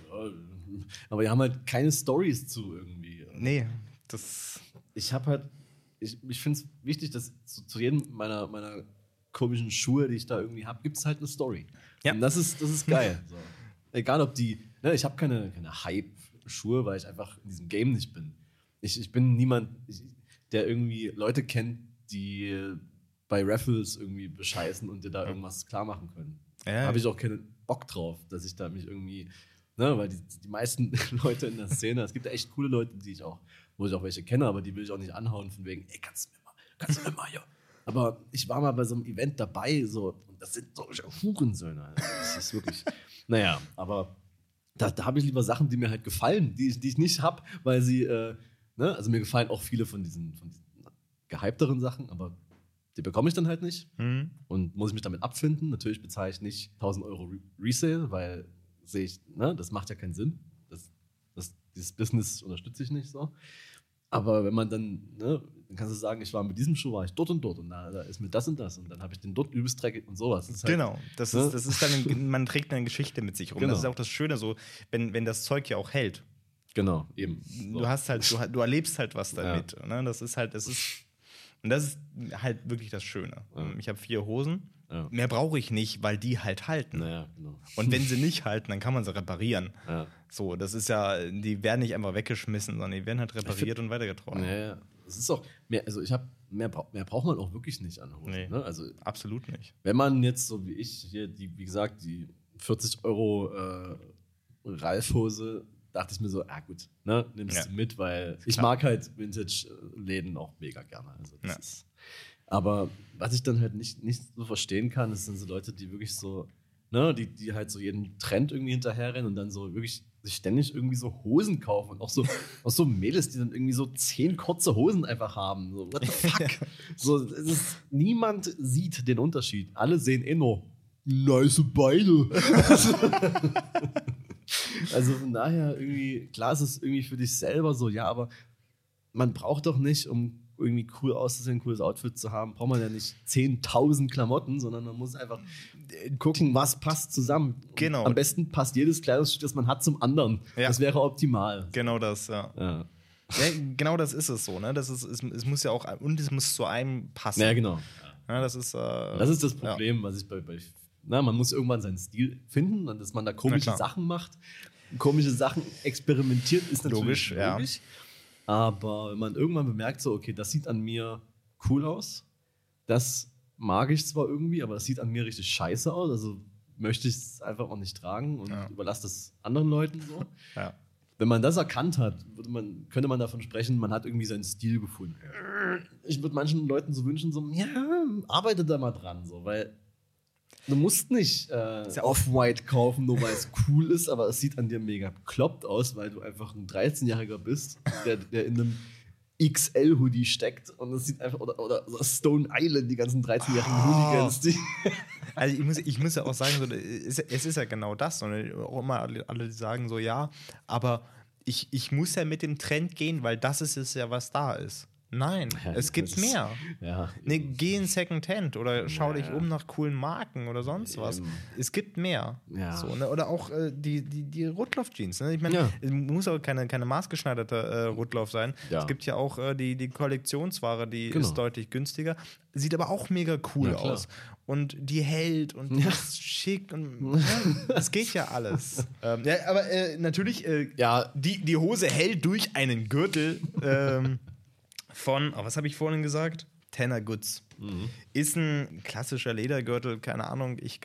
aber die haben halt keine Storys zu irgendwie. Nee. Das ich habe halt, ich, ich finde es wichtig, dass zu, zu jedem meiner, meiner komischen Schuhe, die ich da irgendwie habe, gibt es halt eine Story. Ja. Und das ist, das ist geil. So. Egal ob die, ne, ich habe keine, keine Hype-Schuhe, weil ich einfach in diesem Game nicht bin. Ich, ich bin niemand, ich, der irgendwie Leute kennt, die bei Raffles irgendwie bescheißen und dir da irgendwas klar machen können. Ja. Da habe ich auch keinen Bock drauf, dass ich da mich irgendwie, ne, weil die, die meisten Leute in der Szene, es gibt ja echt coole Leute, die ich auch wo ich auch welche kenne, aber die will ich auch nicht anhauen, von wegen, ey, kannst du mir mal, kannst du mir mal, ja. Aber ich war mal bei so einem Event dabei, so, und das sind solche Hurensöhne. Das ist wirklich, naja, aber da, da habe ich lieber Sachen, die mir halt gefallen, die ich, die ich nicht habe, weil sie, äh, ne, also mir gefallen auch viele von diesen, von diesen gehypteren Sachen, aber die bekomme ich dann halt nicht mhm. und muss ich mich damit abfinden. Natürlich bezahle ich nicht tausend Euro Re- Resale, weil sehe ich, ne, das macht ja keinen Sinn. Das, das, dieses Business unterstütze ich nicht so. Aber wenn man dann, ne, dann kannst du sagen, ich war mit diesem Schuh, war ich dort und dort und da, da ist mir das und das und dann habe ich den dort übelst dreckig und sowas. Das ist halt, genau, das ne? ist, das ist dann, ein, man trägt eine Geschichte mit sich rum. Genau. Das ist auch das Schöne, so, wenn, wenn das Zeug ja auch hält. Genau, eben. Du hast halt, du, du erlebst halt was damit. Ja. Ne? Das ist halt, das ist, und das ist halt wirklich das Schöne. Ja. Ich habe vier Hosen. Ja. Mehr brauche ich nicht, weil die halt halten. Naja, genau. Und wenn sie nicht halten, dann kann man sie reparieren. Ja. So, das ist ja, die werden nicht einfach weggeschmissen, sondern die werden halt repariert find, und weitergetragen. Naja, es ist auch mehr, also ich habe mehr, mehr braucht man auch wirklich nicht an Hosen. Nee, ne? Also absolut nicht. Wenn man jetzt so wie ich hier die, wie gesagt, die vierzig Euro äh, Ralf-Hose, dachte ich mir so, ah gut, ne, nimmst ja. du mit, weil ich mag halt Vintage-Läden auch mega gerne. Also das ja. ist, aber was ich dann halt nicht, nicht so verstehen kann, das sind so Leute, die wirklich so, ne, die, die halt so jeden Trend irgendwie hinterherrennen und dann so wirklich sich ständig irgendwie so Hosen kaufen und auch so, auch so Mädels, die dann irgendwie so zehn kurze Hosen einfach haben. So, what the fuck? So, es ist, niemand sieht den Unterschied. Alle sehen eh nur nice Beine. Also von daher irgendwie, klar ist es irgendwie für dich selber so, ja, aber man braucht doch nicht, um irgendwie cool auszusehen, ein cooles Outfit zu haben, braucht man ja nicht zehntausend Klamotten, sondern man muss einfach gucken, was passt zusammen. Genau. Und am besten passt jedes Kleidungsstück, das man hat, zum anderen. Ja. Das wäre optimal. Genau das, ja. ja. ja genau das ist es so, ne? Das ist, es, es muss ja auch, und es muss zu einem passen. Ja, genau. Ja. Ja, das ist, äh, das ist das Problem, ja. was ich bei, bei na, man muss irgendwann seinen Stil finden und dass man da komische Sachen macht, komische Sachen experimentiert, ist natürlich logisch. logisch. Ja. Aber wenn man irgendwann bemerkt, so, okay, das sieht an mir cool aus, das mag ich zwar irgendwie, aber das sieht an mir richtig scheiße aus, also möchte ich es einfach auch nicht tragen und ja. überlasse das anderen Leuten so. Ja. Wenn man das erkannt hat, würde man, könnte man davon sprechen, man hat irgendwie seinen Stil gefunden. Ich würde manchen Leuten so wünschen, so, ja, arbeite da mal dran, so, weil du musst nicht äh, ja Off-White kaufen, nur weil es cool ist, aber es sieht an dir mega bekloppt aus, weil du einfach ein dreizehnjähriger bist, der, der in einem X L-Hoodie steckt und es sieht einfach, oder, oder Stone Island, die ganzen dreizehnjährigen oh. Hooligans. Die also ich muss, ich muss ja auch sagen, so, es, es ist ja genau das. Und auch immer alle, alle sagen so, ja, aber ich, ich muss ja mit dem Trend gehen, weil das ist es ja, was da ist. Nein, ja, es gibt mehr. Ja, nee, geh in Secondhand oder schau ja, dich um nach coolen Marken oder sonst was. Eben. Es gibt mehr. Ja. So, ne? Oder auch äh, die, die, die Rotlauf-Jeans. Ne? Ich meine, ja. es muss auch keine, keine maßgeschneiderte äh, Rotlauf sein. Ja. Es gibt ja auch äh, die, die Kollektionsware, die genau. ist deutlich günstiger. Sieht aber auch mega cool ja, aus. Und die hält und die ja. ist schick. Und es geht ja alles. ähm, ja, aber äh, natürlich, äh, ja, die, die Hose hält durch einen Gürtel. Ähm, Von, oh, was habe ich vorhin gesagt? Tanner Goods. Mhm. Ist ein klassischer Ledergürtel, keine Ahnung, ich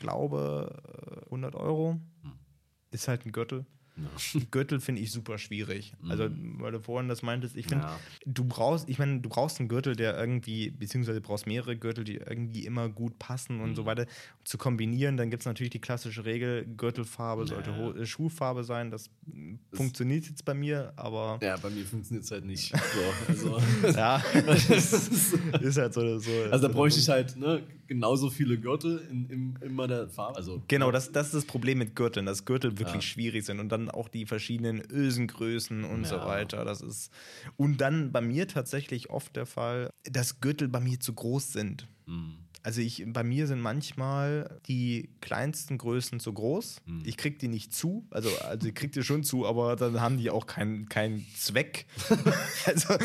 glaube hundert Euro. Mhm. Ist halt ein Gürtel. Ja. Gürtel finde ich super schwierig. Mhm. Also, weil du vorhin das meintest, ich finde, ja. du brauchst, ich meine, du brauchst einen Gürtel, der irgendwie, beziehungsweise du brauchst mehrere Gürtel, die irgendwie immer gut passen und mhm. so weiter. Zu kombinieren, dann gibt es natürlich die klassische Regel, Gürtelfarbe sollte ja. Ho- Schuhfarbe sein. Das, das funktioniert jetzt bei mir, aber. Ja, bei mir funktioniert es halt nicht. So, also. ja, ist, ist halt so. so also, da bräuchte ich halt ne, genauso viele Gürtel in, in immer der Farbe. Also, genau, das, das ist das Problem mit Gürteln, dass Gürtel wirklich ja. schwierig sind und dann auch die verschiedenen Ösengrößen und ja. so weiter. Das ist und dann bei mir tatsächlich oft der Fall, dass Gürtel bei mir zu groß sind. Mhm. Also ich, bei mir sind manchmal die kleinsten Größen zu groß. Mhm. Ich krieg die nicht zu, also, also ich krieg die schon zu, aber dann haben die auch keinen keinen Zweck. also,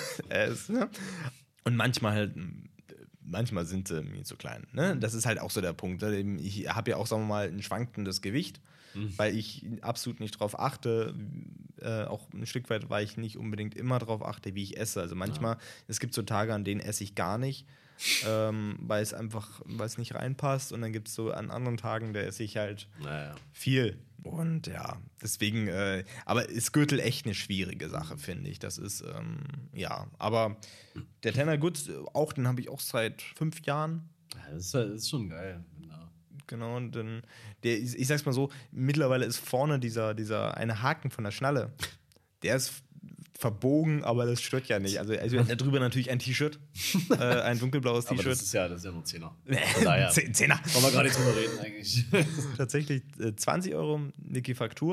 es, ne? Und manchmal halt manchmal sind sie mir zu klein. Ne? Das ist halt auch so der Punkt. Ich habe ja auch, sagen wir mal, ein schwankendes Gewicht, mhm. weil ich absolut nicht drauf achte. Äh, auch ein Stück weit, weil ich nicht unbedingt immer drauf achte, wie ich esse. Also manchmal, ja. es gibt so Tage, an denen esse ich gar nicht, ähm, weil es einfach, weil es nicht reinpasst. Und dann gibt es so an anderen Tagen, da esse ich halt naja. viel. Und ja, deswegen, äh, aber ist Gürtel echt eine schwierige Sache, finde ich. Das ist, ähm, ja, aber der Tanner Goods, auch, den habe ich auch seit fünf Jahren. Ja, das ist, das ist schon geil. Genau, genau und dann, der, ich, ich sag's mal so, mittlerweile ist vorne dieser, dieser eine Haken von der Schnalle, der ist verbogen, aber das stört ja nicht. Also, also darüber natürlich ein T-Shirt, äh, ein dunkelblaues T-Shirt. Aber das ist ja, das ist ja nur Zehner. Zehner. Wollen wir gar nicht drüber reden eigentlich. Tatsächlich äh, zwanzig Euro Niki Faktur.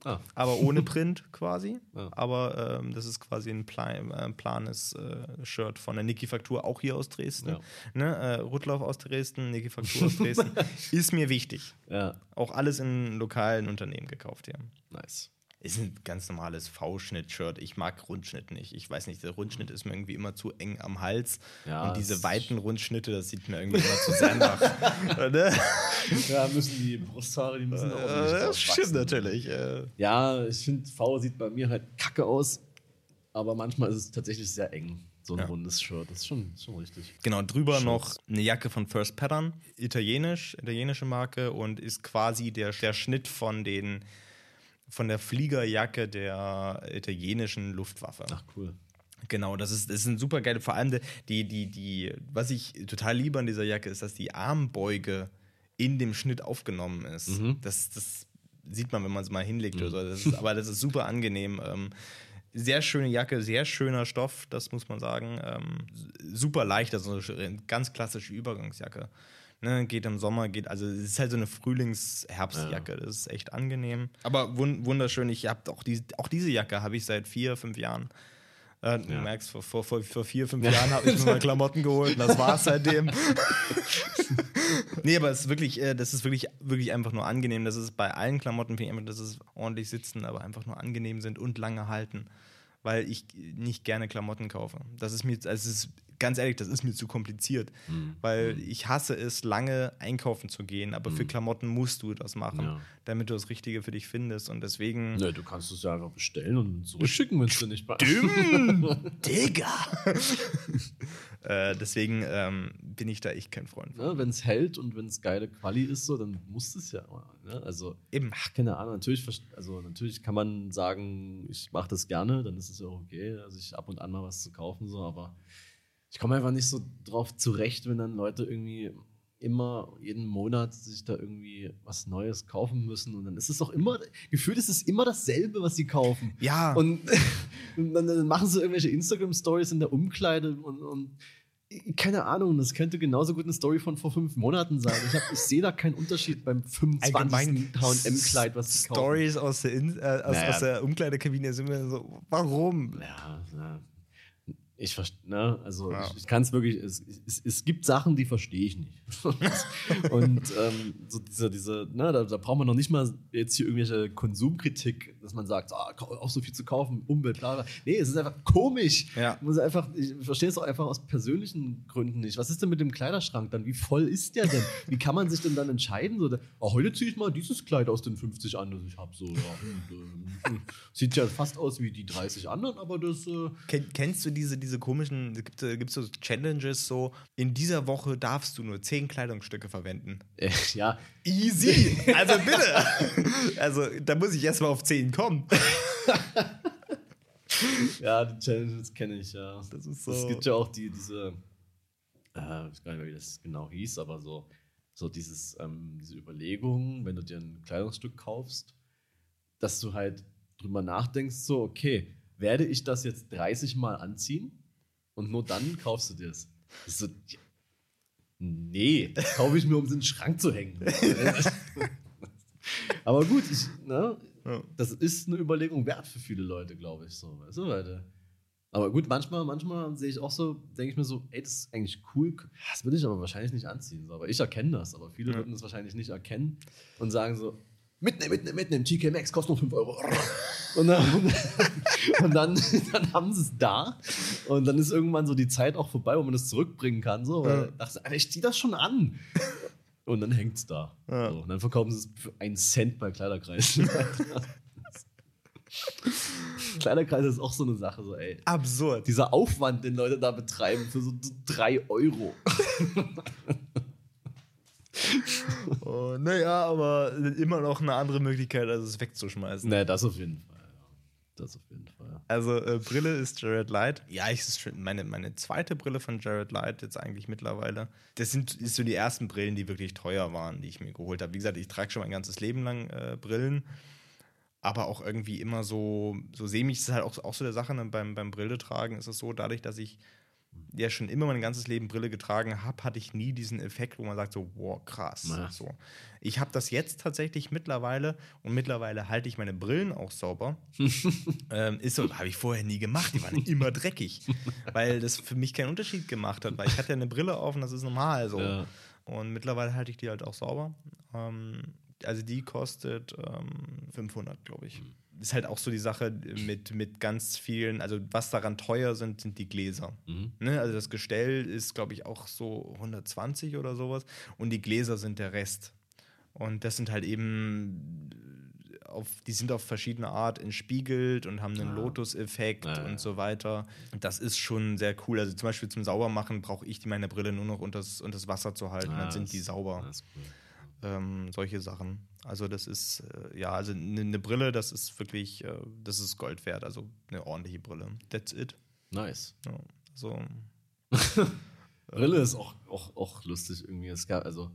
ah. aber ohne Print quasi. Ja. Aber ähm, das ist quasi ein plan, äh, planes äh, Shirt von der Niki Faktur, auch hier aus Dresden. Ja. Ne? Äh, Rudloff aus Dresden, Niki Faktur aus Dresden. Ist mir wichtig. Ja. Auch alles in lokalen Unternehmen gekauft hier. Nice. Ist ein ganz normales V-Schnitt-Shirt. Ich mag Rundschnitt nicht. Ich weiß nicht, der Rundschnitt ist mir irgendwie immer zu eng am Hals. Ja, und diese weiten Rundschnitte, das sieht mir irgendwie immer zu sehr nach. Ne? Ja, müssen die Brusthaare, die müssen auch nicht äh, Das stimmt natürlich. Äh. Ja, ich finde, V sieht bei mir halt kacke aus. Aber manchmal ist es tatsächlich sehr eng. So ein ja. rundes Shirt. Das ist schon, schon richtig. Genau, drüber Schutz. noch eine Jacke von First Pattern. Italienisch, italienische Marke. Und ist quasi der, der Schnitt von den von der Fliegerjacke der italienischen Luftwaffe. Ach, cool. Genau, das ist, das ist ein super geile, vor allem die, die, die, was ich total liebe an dieser Jacke, ist, dass die Armbeuge in dem Schnitt aufgenommen ist. Mhm. Das, das sieht man, wenn man es mal hinlegt Mhm. oder so. Das ist, aber das ist super angenehm. Ähm, sehr schöne Jacke, sehr schöner Stoff, das muss man sagen. Ähm, super leicht, also eine ganz klassische Übergangsjacke. Ne, geht im Sommer, geht, also es ist halt so eine Frühlings-Herbstjacke, ja. Das ist echt angenehm. Aber wund- wunderschön, ich habe auch, die, auch diese Jacke habe ich seit vier, fünf Jahren. Äh, du ja. merkst, vor, vor, vor, vor vier, fünf ja. Jahren habe ich mir mal Klamotten geholt und das war's seitdem. Nee, aber es ist wirklich, äh, das ist wirklich, wirklich einfach nur angenehm. Das ist bei allen Klamotten, finde ich einfach, dass es ordentlich sitzen, aber einfach nur angenehm sind und lange halten. Weil ich nicht gerne Klamotten kaufe. Das ist mir, also es ist, ganz ehrlich, das ist mir zu kompliziert. Mhm. Weil ich hasse es, lange einkaufen zu gehen, aber mhm. für Klamotten musst du das machen, ja. damit du das Richtige für dich findest. Und deswegen. Ne, du kannst es ja einfach bestellen und zurückschicken, wenn es dir nicht passt. Digga! äh, deswegen ähm, bin ich da echt kein Freund von. Ja, wenn es hält und wenn es geile Quali ist, so, dann muss es ja. Ne? Also, eben. Ach, keine Ahnung. Natürlich, also, natürlich kann man sagen, ich mache das gerne, dann ist es ja auch okay, also ich ab und an mal was zu kaufen, so, aber ich komme einfach nicht so drauf zurecht, wenn dann Leute irgendwie immer jeden Monat sich da irgendwie was Neues kaufen müssen und dann ist es doch immer, gefühlt ist es immer dasselbe, was sie kaufen. Ja. Und, und dann, dann machen sie irgendwelche Instagram-Stories in der Umkleide und, und keine Ahnung, das könnte genauso gut eine Story von vor fünf Monaten sein. Ich, hab, ich sehe da keinen Unterschied beim fünfundzwanzigsten H und M-Kleid, was sie kaufen. Stories aus der, In- äh, aus, naja. aus der Umkleidekabine sind wir so, warum? Ja, ja. Ich verstehe, ne, also ja. ich, ich kann es wirklich, es, es, es gibt Sachen, die verstehe ich nicht. Und ähm, so diese, diese, ne, da, da braucht man noch nicht mal jetzt hier irgendwelche Konsumkritik, dass man sagt, ah, auch so viel zu kaufen, Umwelt, bla, bla. Nee, es ist einfach komisch. Ja. Man muss einfach, ich verstehe es auch einfach aus persönlichen Gründen nicht. Was ist denn mit dem Kleiderschrank dann? Wie voll ist der denn? Wie kann man sich denn dann entscheiden? So, oh, heute ziehe ich mal dieses Kleid aus den fünfzig an, das ich habe. So, ja, und, äh, sieht ja fast aus wie die dreißig anderen, aber das. Äh Ken, kennst du diese, diese komischen, gibt es so Challenges, so in dieser Woche darfst du nur zehn Kleidungsstücke verwenden? Äh, ja. Easy! Also bitte! Also da muss ich erstmal auf zehn kommen. Ja, die Challenges kenne ich, ja. Das ist so. Es gibt ja auch die, diese, äh, ich weiß gar nicht mehr, wie das genau hieß, aber so, so dieses, ähm, diese Überlegung, wenn du dir ein Kleidungsstück kaufst, dass du halt drüber nachdenkst, so, okay, werde ich das jetzt dreißig Mal anziehen und nur dann kaufst du dir es. So, nee, das kaufe ich mir, um es in den Schrank zu hängen. Aber gut, ich, ne, ja. das ist eine Überlegung wert für viele Leute, glaube ich. So, weißt du, Leute. Aber gut, manchmal, manchmal sehe ich auch so, denke ich mir so, ey, das ist eigentlich cool, das würde ich aber wahrscheinlich nicht anziehen. So. Aber ich erkenne das, aber viele ja. würden das wahrscheinlich nicht erkennen und sagen so, mitnehmen, mitnehmen, mitnehmen, T K Maxx kostet nur fünf Euro. Und dann, und dann, dann haben sie es da und dann ist irgendwann so die Zeit auch vorbei, wo man das zurückbringen kann. So, weil ja. ich dachte, Alter, ich zieh das schon an. Und dann hängt es da. Ja. So, und dann verkaufen sie es für einen Cent bei Kleiderkreis. Kleiderkreis ist auch so eine Sache. So, ey. Absurd. Dieser Aufwand, den Leute da betreiben für so drei Euro. Oh, naja, aber immer noch eine andere Möglichkeit, als es wegzuschmeißen. Ne, das auf jeden Fall. Ja. Das auf jeden Fall. Also äh, Brille ist Jared Light. Ja, ich ist schon meine, meine zweite Brille von Jared Light jetzt eigentlich mittlerweile. Das sind ist so die ersten Brillen, die wirklich teuer waren, die ich mir geholt habe. Wie gesagt, ich trage schon mein ganzes Leben lang äh, Brillen, aber auch irgendwie immer so, so semi. Das ist halt auch, auch so der Sache, ne? beim, beim Brille tragen ist es so, dadurch, dass ich ja schon immer mein ganzes Leben Brille getragen habe, hatte ich nie diesen Effekt, wo man sagt so, wow, krass. Ja. So. Ich habe das jetzt tatsächlich mittlerweile und mittlerweile halte ich meine Brillen auch sauber. ähm, ist so, habe ich vorher nie gemacht, die waren immer dreckig, weil das für mich keinen Unterschied gemacht hat, weil ich hatte ja eine Brille auf und das ist normal so. Ja. Und mittlerweile halte ich die halt auch sauber. Ähm, also die kostet ähm, fünfhundert, glaube ich. Ist halt auch so die Sache mit, mit ganz vielen, also was daran teuer sind, sind die Gläser. Mhm. Ne? Also das Gestell ist, glaube ich, auch so hundertzwanzig oder sowas und die Gläser sind der Rest. Und das sind halt eben, auf, die sind auf verschiedene Art entspiegelt und haben einen Ah. Lotus-Effekt Ja, ja. und so weiter. Das ist schon sehr cool. Also zum Beispiel zum Saubermachen brauche ich meine Brille nur noch unters, unters Wasser zu halten, Ah, dann sind das- die sauber. Das ist cool. Ähm, solche Sachen. Also das ist, äh, ja, also eine ne Brille, das ist wirklich, äh, das ist Gold wert. Also eine ordentliche Brille. That's it. Nice. Ja, so. Brille ist auch, auch, auch lustig irgendwie. Es gab, also,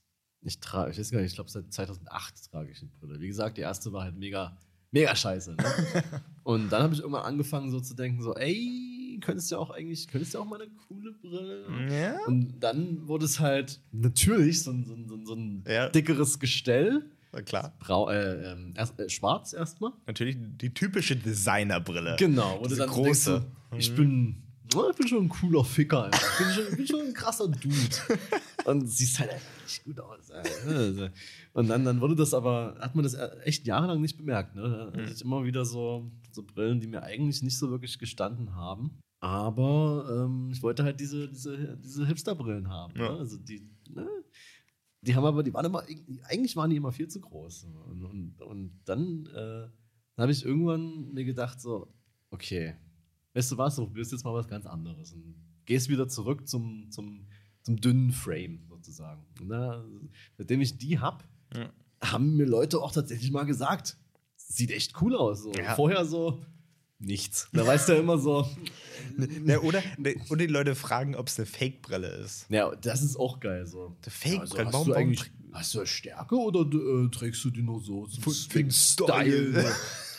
ich trage, ich weiß gar nicht, ich glaube, seit zweitausendacht trage ich eine Brille. Wie gesagt, die erste war halt mega, mega scheiße. Ne? Und dann habe ich irgendwann angefangen, so zu denken: so, ey, könntest du auch eigentlich, könntest du auch mal eine coole Brille? Ja. Und dann wurde es halt natürlich so ein, so ein, so ein, so ein Ja. dickeres Gestell. Na klar. Brau, äh, ähm, erst, äh, schwarz erstmal. Natürlich die typische Designerbrille. Genau, wo du Diese dann große. denkst, so, ich bin, ja, ich bin schon ein cooler Ficker, Alter. Ich bin schon, ich bin schon ein krasser Dude. Und siehst halt echt gut aus. Alter. Und dann, dann wurde das aber, hat man das echt jahrelang nicht bemerkt. Ne? Da hatte ich immer wieder so, so Brillen, die mir eigentlich nicht so wirklich gestanden haben. Aber ähm, ich wollte halt diese, diese, diese Hipster-Brillen haben. Ja. Ne? Also die, ne? Die haben aber, die waren immer, eigentlich waren die immer viel zu groß. Und, und, und dann äh, habe ich irgendwann mir gedacht, so, okay, weißt du was, du probierst jetzt mal was ganz anderes und gehst wieder zurück zum, zum, zum dünnen Frame sozusagen. Und da, seitdem ich die hab, Ja. haben mir Leute auch tatsächlich mal gesagt, sieht echt cool aus. So. Ja. Vorher so nichts. Da weißt du ja immer so, Ja, oder, oder die Leute fragen, ob es eine Fake-Brille ist. ja, das ist auch geil. So. Der Fake, also, warum- hast du warum eigentlich, tr- hast du Stärke oder äh, trägst du die nur so zum Für den Style? Style.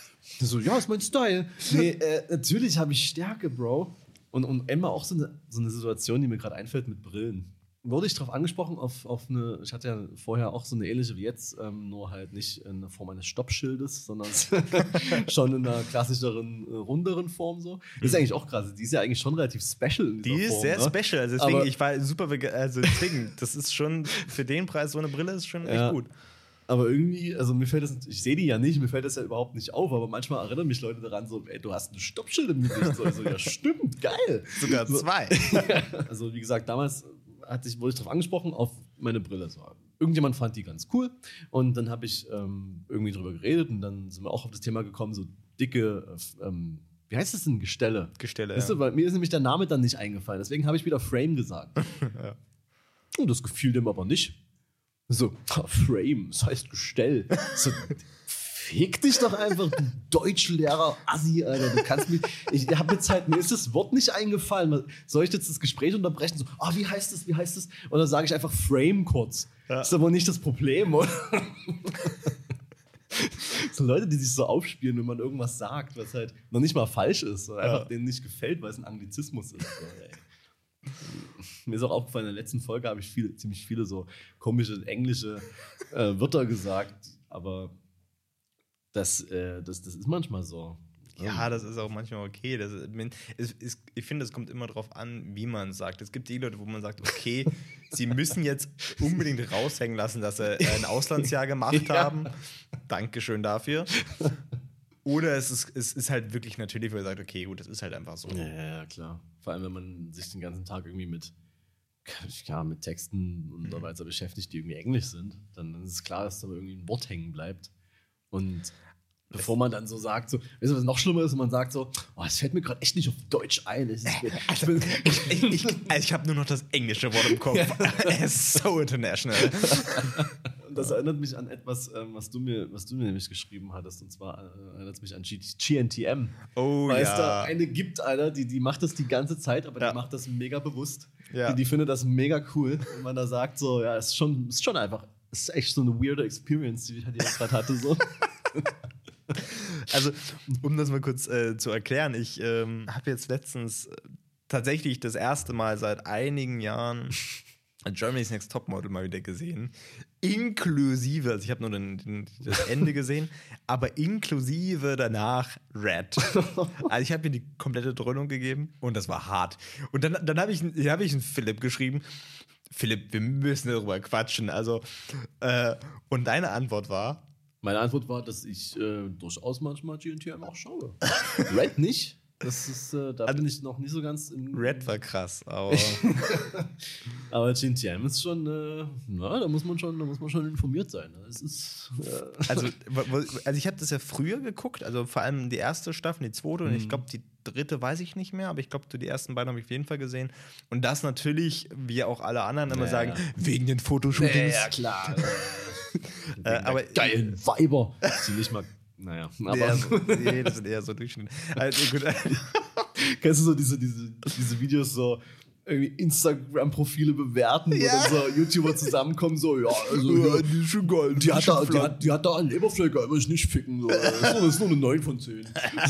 So, ja, ist mein Style. Nee, äh, natürlich habe ich Stärke, Bro. Und, und immer auch so eine, so eine Situation, die mir gerade einfällt mit Brillen. Wurde ich darauf angesprochen, auf, auf eine, ich hatte ja vorher auch so eine ähnliche wie jetzt, ähm, nur halt nicht in der Form eines Stoppschildes, sondern schon in einer klassischeren, äh, runderen Form so. Ist eigentlich auch krass. Die ist ja eigentlich schon relativ special in dieser Die ist Form, sehr ne? special. Also deswegen, Aber- ich war super, bege- also deswegen, das ist schon, für den Preis, so eine Brille ist schon Ja. echt gut. Aber irgendwie, also mir fällt das, ich sehe die ja nicht, mir fällt das ja überhaupt nicht auf, aber manchmal erinnern mich Leute daran, so, ey, du hast ein Stoppschild im Gesicht. So, ich so, ja, stimmt, geil. Sogar So. zwei. Also, wie gesagt, damals hat sich, wurde ich darauf angesprochen, auf meine Brille. So. Irgendjemand fand die ganz cool und dann habe ich ähm, irgendwie drüber geredet und dann sind wir auch auf das Thema gekommen, so dicke, äh, ähm, wie heißt das denn, Gestelle? Gestelle, Weißt ja. du, weil mir ist nämlich der Name dann nicht eingefallen, deswegen habe ich wieder Frame gesagt. Ja. Und das gefiel dem aber nicht. So, Frame, das heißt Gestell. So, fick dich doch einfach, du Deutschlehrer Assi, Alter. Du kannst mich. Ich habe jetzt halt, mir ist das Wort nicht eingefallen. Soll ich jetzt das Gespräch unterbrechen? So, ah, wie heißt das, wie heißt das? Und dann sage ich einfach Frame kurz. Ja. Ist aber nicht das Problem, oder? So Leute, die sich so aufspielen, wenn man irgendwas sagt, was halt noch nicht mal falsch ist oder einfach Ja. denen nicht gefällt, weil es ein Anglizismus ist. So, ey. Mir ist auch aufgefallen, in der letzten Folge habe ich viele, ziemlich viele so komische englische äh, Wörter gesagt, aber das, äh, das, das ist manchmal so. Ja, das ist auch manchmal okay. Das ist, es ist, ich finde, es kommt immer darauf an, wie man es sagt. Es gibt die Leute, wo man sagt, okay, sie müssen jetzt unbedingt raushängen lassen, dass sie ein Auslandsjahr gemacht Ja. haben. Dankeschön dafür. Oder es ist, es ist halt wirklich natürlich, wo man sagt, okay, gut, das ist halt einfach so. Ja, ja, klar. Vor allem, wenn man sich den ganzen Tag irgendwie mit, ja, mit Texten und so weiter beschäftigt, die irgendwie Englisch sind, dann ist es klar, dass da irgendwie ein Wort hängen bleibt. Und bevor man dann so sagt, so, weißt du, was noch schlimmer ist, wenn man sagt so, oh, es fällt mir gerade echt nicht auf Deutsch ein. Es ist, ich bin, Ich, ich, also ich habe nur noch das englische Wort im Kopf. Er ist so international. Und das erinnert mich an etwas, ähm, was, du mir, was du mir nämlich geschrieben hattest. Und zwar äh, erinnert es mich an G- G N T M. Oh Weil es ja. da eine gibt, Alter, die, die macht das die ganze Zeit, aber Ja. die macht das mega bewusst. Ja. Die, die findet das mega cool. Und man da sagt so, ja, es ist schon, ist schon einfach, es ist echt so eine weirde Experience, die ich halt jetzt gerade hatte. So. Also, um das mal kurz äh, zu erklären, ich ähm, habe jetzt letztens tatsächlich das erste Mal seit einigen Jahren Germany's Next Topmodel mal wieder gesehen. Inklusive, also ich habe nur den, den, das Ende gesehen, aber inklusive danach Red. Also ich habe mir die komplette Dröhnung gegeben und das war hart. Und dann, dann habe ich, hab ich einen Philipp geschrieben, Philipp, wir müssen darüber quatschen. Also, äh, und deine Antwort war? Meine Antwort war, dass ich äh, durchaus manchmal G N T M auch schaue. Red nicht. Das ist, äh, da bin ich noch nicht so ganz im. Red war krass, aber. aber G N T M ist schon, äh, na, da muss man schon, da muss man schon informiert sein. Es ist. Äh also, also ich habe das ja früher geguckt, also vor allem die erste Staffel, die zweite mhm. und ich glaube die dritte weiß ich nicht mehr, aber ich glaube, die ersten beiden habe ich auf jeden Fall gesehen. Und das natürlich, wie auch alle anderen immer ja, sagen, ja. wegen den Fotoshootings. Ja, ja klar. äh, aber geilen Weiber. Sie nicht mal. Naja, aber. So, nee, das sind eher so Durchschnitt. Also, gut. Kennst du so diese, diese, diese Videos, so irgendwie Instagram-Profile bewerten, ja. wo dann so YouTuber zusammenkommen, so, ja, also, ja, die ist schon geil. Die hat, da, die, hat, die hat da einen Leberfleck, aber ich nicht ficken. So. Das, ist nur, das ist nur eine neun von zehn.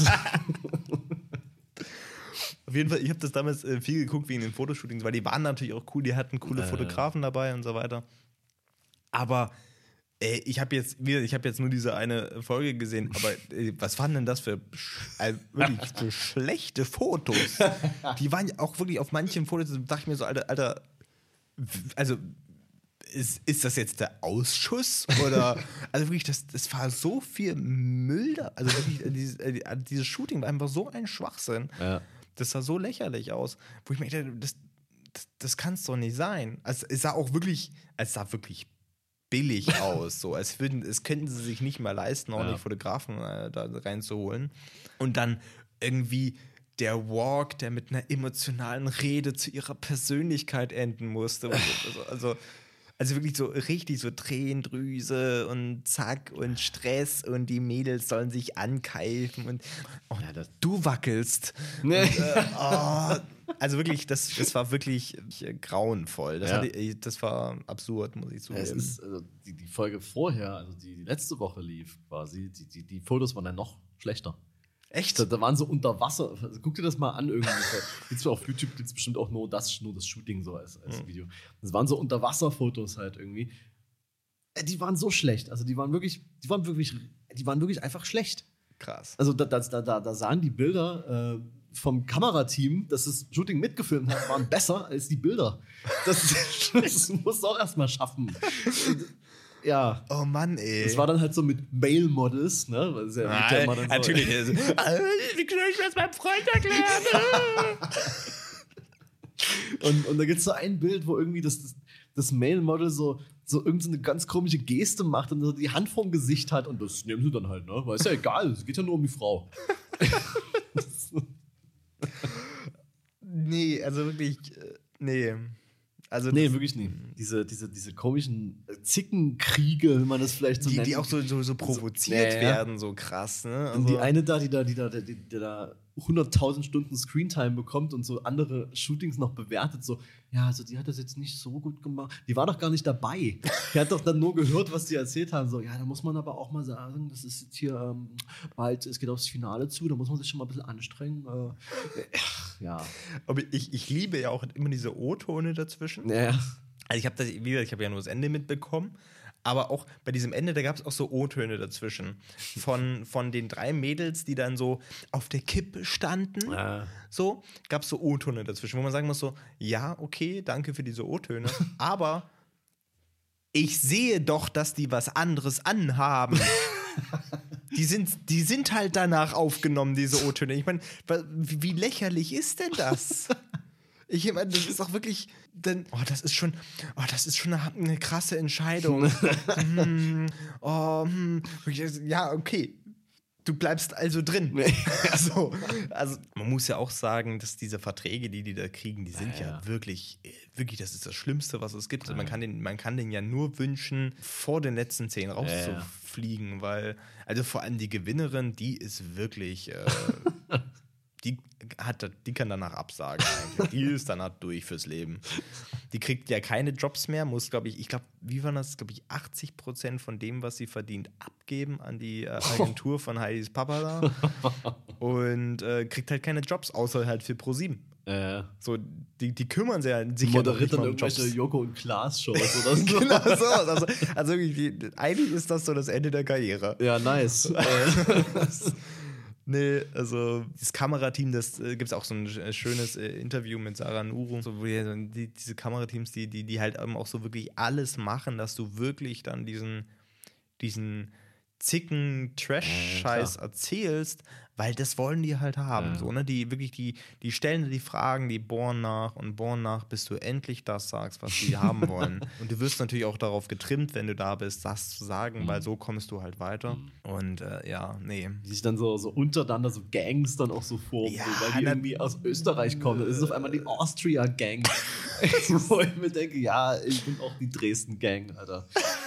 Auf jeden Fall, ich habe das damals äh, viel geguckt wegen den Fotoshootings, weil die waren natürlich auch cool, die hatten coole äh. Fotografen dabei und so weiter. Aber Ey, ich habe jetzt wieder, ich habe jetzt nur diese eine Folge gesehen, aber ey, was waren denn das für, äh, wirklich für schlechte Fotos? Die waren ja auch wirklich auf manchen Fotos, da dachte ich mir so, Alter, Alter, also ist, ist das jetzt der Ausschuss oder, also wirklich, das, das war so viel Müll da, also wirklich, äh, dieses, äh, dieses Shooting war einfach so ein Schwachsinn. Ja. Das sah so lächerlich aus, wo ich mir dachte, das, das, das kann es doch nicht sein. Also es sah auch wirklich, es sah wirklich billig aus, so als würden, es könnten sie sich nicht mehr leisten, auch ja. nicht Fotografen äh, da reinzuholen. Und dann irgendwie der Walk, der mit einer emotionalen Rede zu ihrer Persönlichkeit enden musste. Also, also, also wirklich so richtig so Tränendrüse und zack und Stress und die Mädels sollen sich ankeifen und oh, ja, das du wackelst. Nee. Und, äh, oh, also wirklich, das, das war wirklich grauenvoll. Das, ja. hatte, das war absurd, muss ich zugeben. Ja, es ist, also die, die Folge vorher, also die, die letzte Woche lief quasi, die, die, die Fotos waren dann noch schlechter. Echt? Da, da waren so unter Wasser. Also, guck dir das mal an irgendwie. Jetzt auf YouTube gibt es bestimmt auch nur das, nur das Shooting so als, als mhm. Video. Das waren so Unterwasserfotos halt irgendwie. Die waren so schlecht. Also die waren wirklich, die waren wirklich, die waren wirklich einfach schlecht. Krass. Also da, da, da, da sahen die Bilder äh, vom Kamerateam, das das Shooting mitgefilmt hat, waren besser als die Bilder. Das, das musst du auch erstmal schaffen. Ja. Oh Mann, ey. Das war dann halt so mit Male-Models, ne? Das ist ja Nein, der dann so natürlich. Also, wie kann ich das meinem Freund erklären? und, und da gibt es so ein Bild, wo irgendwie das, das, das Male-Model so, so irgendeine so ganz komische Geste macht und so die Hand vorm Gesicht hat und das nehmen sie dann halt, ne? Weil ist ja egal, es geht ja nur um die Frau. Nee, also wirklich, nee. Also nee, wirklich nie. Diese, diese, diese komischen Zickenkriege, wenn man das vielleicht so die, nennt. Die auch so, so, so provoziert so, ja, werden, so krass, ne? Also die eine da, die da, die da, die, die da hunderttausend Stunden Screentime bekommt und so andere Shootings noch bewertet, so, ja, also die hat das jetzt nicht so gut gemacht. Die war doch gar nicht dabei. Die hat doch dann nur gehört, was die erzählt haben. So, ja, da muss man aber auch mal sagen, das ist jetzt hier ähm, bald, es geht aufs Finale zu, da muss man sich schon mal ein bisschen anstrengen. Äh, ja. Aber ich, ich liebe ja auch immer diese O-Tone dazwischen. Ja. Also ich habe das, wie gesagt, ich habe ja nur das Ende mitbekommen. Aber auch bei diesem Ende, da gab es auch so O-Töne dazwischen. Von, von den drei Mädels, die dann so auf der Kippe standen. Ja. So, gab es so O-Töne dazwischen, wo man sagen muss so, ja, okay, danke für diese O-Töne. Aber ich sehe doch, dass die was anderes anhaben. Die sind, die sind halt danach aufgenommen, diese O-Töne. Ich meine, wie, wie lächerlich ist denn das? Ich meine, das ist auch wirklich, denn, oh, das ist schon, oh, das ist schon eine, eine krasse Entscheidung. hm, oh, hm, ja, okay. Du bleibst also drin. also, also, man muss ja auch sagen, dass diese Verträge, die die da kriegen, die sind ja, ja, ja wirklich, wirklich, das ist das Schlimmste, was es gibt. Ja. Man kann den, man kann den ja nur wünschen, vor den letzten zehn rauszufliegen, ja. weil, also vor allem die Gewinnerin, die ist wirklich, äh, die hat, die kann danach absagen eigentlich. Die ist danach durch fürs Leben. Die kriegt ja keine Jobs mehr, muss, glaube ich, ich glaube, wie war das, glaube ich, achtzig Prozent von dem, was sie verdient, abgeben an die äh, Agentur von Heidis Papa da. Und äh, kriegt halt keine Jobs, außer halt für ProSieben. Äh, So, die, die kümmern sich ja sich moderiert ja dann noch nicht mal um irgendwelche Jobs. Joko und Klaas-Shows oder so. Genau so. Also, also wirklich, die, eigentlich ist das so das Ende der Karriere. Ja, nice. äh, Nee, also das Kamerateam, das äh, gibt es auch so ein äh, schönes äh, Interview mit Sarah Nuru, so, wo die, so die, diese Kamerateams, die, die, die halt eben auch so wirklich alles machen, dass du wirklich dann diesen, diesen zicken Trash-Scheiß Ja, erzählst, weil das wollen die halt haben. Ja. So, ne? Die wirklich, die, die stellen dir die Fragen, die bohren nach und bohren nach, bis du endlich das sagst, was die haben wollen. Und du wirst natürlich auch darauf getrimmt, wenn du da bist, das zu sagen, weil so kommst du halt weiter. Und äh, ja, nee. Die sich dann so, so untereinander so Gangs dann auch so formen, Ja, so, weil die na- irgendwie aus Österreich kommen. Das ist auf einmal die Austria-Gang. Wo ich mir denke, ja, ich bin auch die Dresden-Gang, Alter.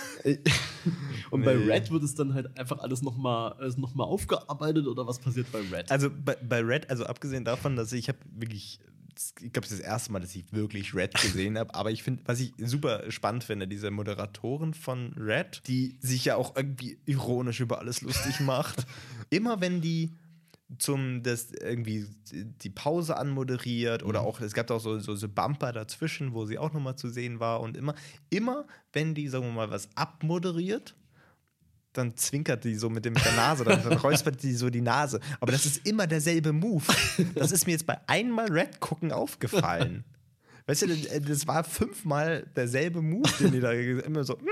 Und bei Nee. Red wird es dann halt einfach alles nochmal alles noch mal aufgearbeitet oder was passiert bei Red? Also bei, bei Red, also abgesehen davon, dass ich habe wirklich, ich glaube, das ist das erste Mal, dass ich wirklich Red gesehen habe, aber ich finde, was ich super spannend finde, diese Moderatorin von Red, die sich ja auch irgendwie ironisch über alles lustig macht. Immer wenn die zum das irgendwie die Pause anmoderiert oder auch, es gab auch so, so, so Bumper dazwischen, wo sie auch nochmal zu sehen war und immer, immer wenn die, sagen wir mal, was abmoderiert, dann zwinkert die so mit, dem, mit der Nase, dann, dann räuspert die so die Nase. Aber das ist immer derselbe Move. Das ist mir jetzt bei einmal Red gucken aufgefallen. Weißt du, das- das war fünfmal derselbe Move, den die da immer so.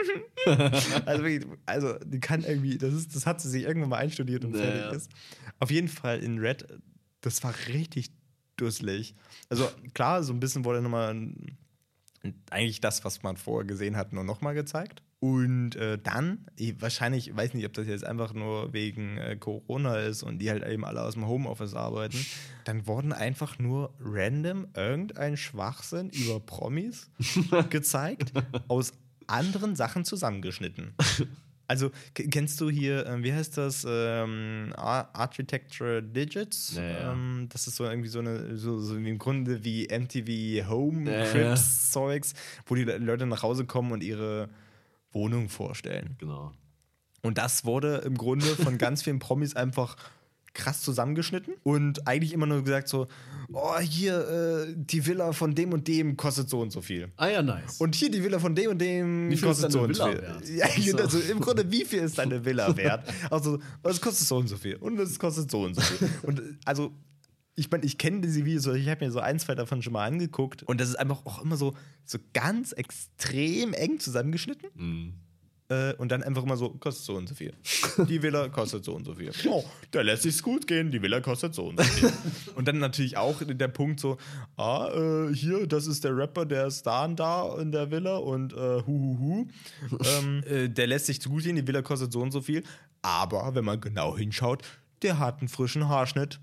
Also, wirklich, also die kann irgendwie, das, ist, das hat sie sich irgendwann mal einstudiert und Ja, fertig ja. ist. Auf jeden Fall in Red, das war richtig dusselig. Also klar, so ein bisschen wurde nochmal eigentlich das, was man vorher gesehen hat, nur nochmal gezeigt. Und äh, dann, ich, wahrscheinlich, ich weiß nicht, ob das jetzt einfach nur wegen äh, Corona ist und die halt eben alle aus dem Homeoffice arbeiten, dann wurden einfach nur random irgendein Schwachsinn über Promis gezeigt, aus anderen Sachen zusammengeschnitten. Also, k- kennst du hier, ähm, wie heißt das, ähm, Ar- Architecture Digits? Ja, ja. Ähm, das ist so irgendwie so eine, so, so im Grunde wie M T V Home Ja, ja. Crips Zeugs, wo die Le- Leute nach Hause kommen und ihre Wohnung vorstellen. Genau. Und das wurde im Grunde von ganz vielen Promis einfach krass zusammengeschnitten und eigentlich immer nur gesagt so, oh, hier, äh, die Villa von dem und dem kostet so und so viel. Ah ja, nice. Und hier die Villa von dem und dem Wie viel ist kostet so deine und so Villa viel. wert? Ja, So. genau, also im Grunde, wie viel ist deine Villa wert? Also, es kostet so und so viel. Und es kostet so und so viel. Und äh, also, ich meine, ich kenne diese Videos, ich habe mir so ein, zwei davon schon mal angeguckt. Und das ist einfach auch immer so, so ganz extrem eng zusammengeschnitten. Mhm. Äh, und dann einfach immer so, kostet so und so viel. Die Villa kostet so und so viel. Oh, da lässt sich's gut gehen, die Villa kostet so und so viel. Und dann natürlich auch der Punkt so, ah, äh, hier, das ist der Rapper, der ist da und da in der Villa und äh, hu, hu, hu. ähm, äh, der lässt sich gut gehen, die Villa kostet so und so viel. Aber wenn man genau hinschaut, der hat einen frischen Haarschnitt.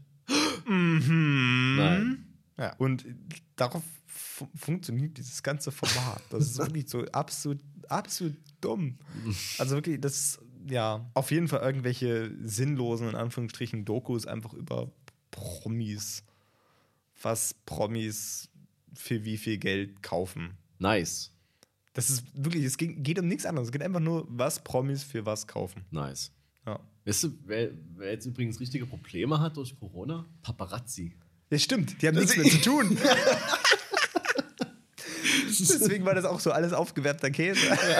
Mhm. Nein. Ja, und darauf fu- funktioniert dieses ganze Format. Das ist wirklich so absolut, absolut dumm. Also wirklich, das, ja, auf jeden Fall irgendwelche sinnlosen, in Anführungsstrichen, Dokus einfach über Promis. Was Promis für wie viel Geld kaufen. Nice. Das ist wirklich, es geht, geht um nichts anderes. Es geht einfach nur, was Promis für was kaufen. Nice. Ja. Weißt du, wer, wer jetzt übrigens richtige Probleme hat durch Corona? Paparazzi. Ja, stimmt, die haben nichts mehr zu tun. Deswegen war das auch so alles aufgewärmter Käse.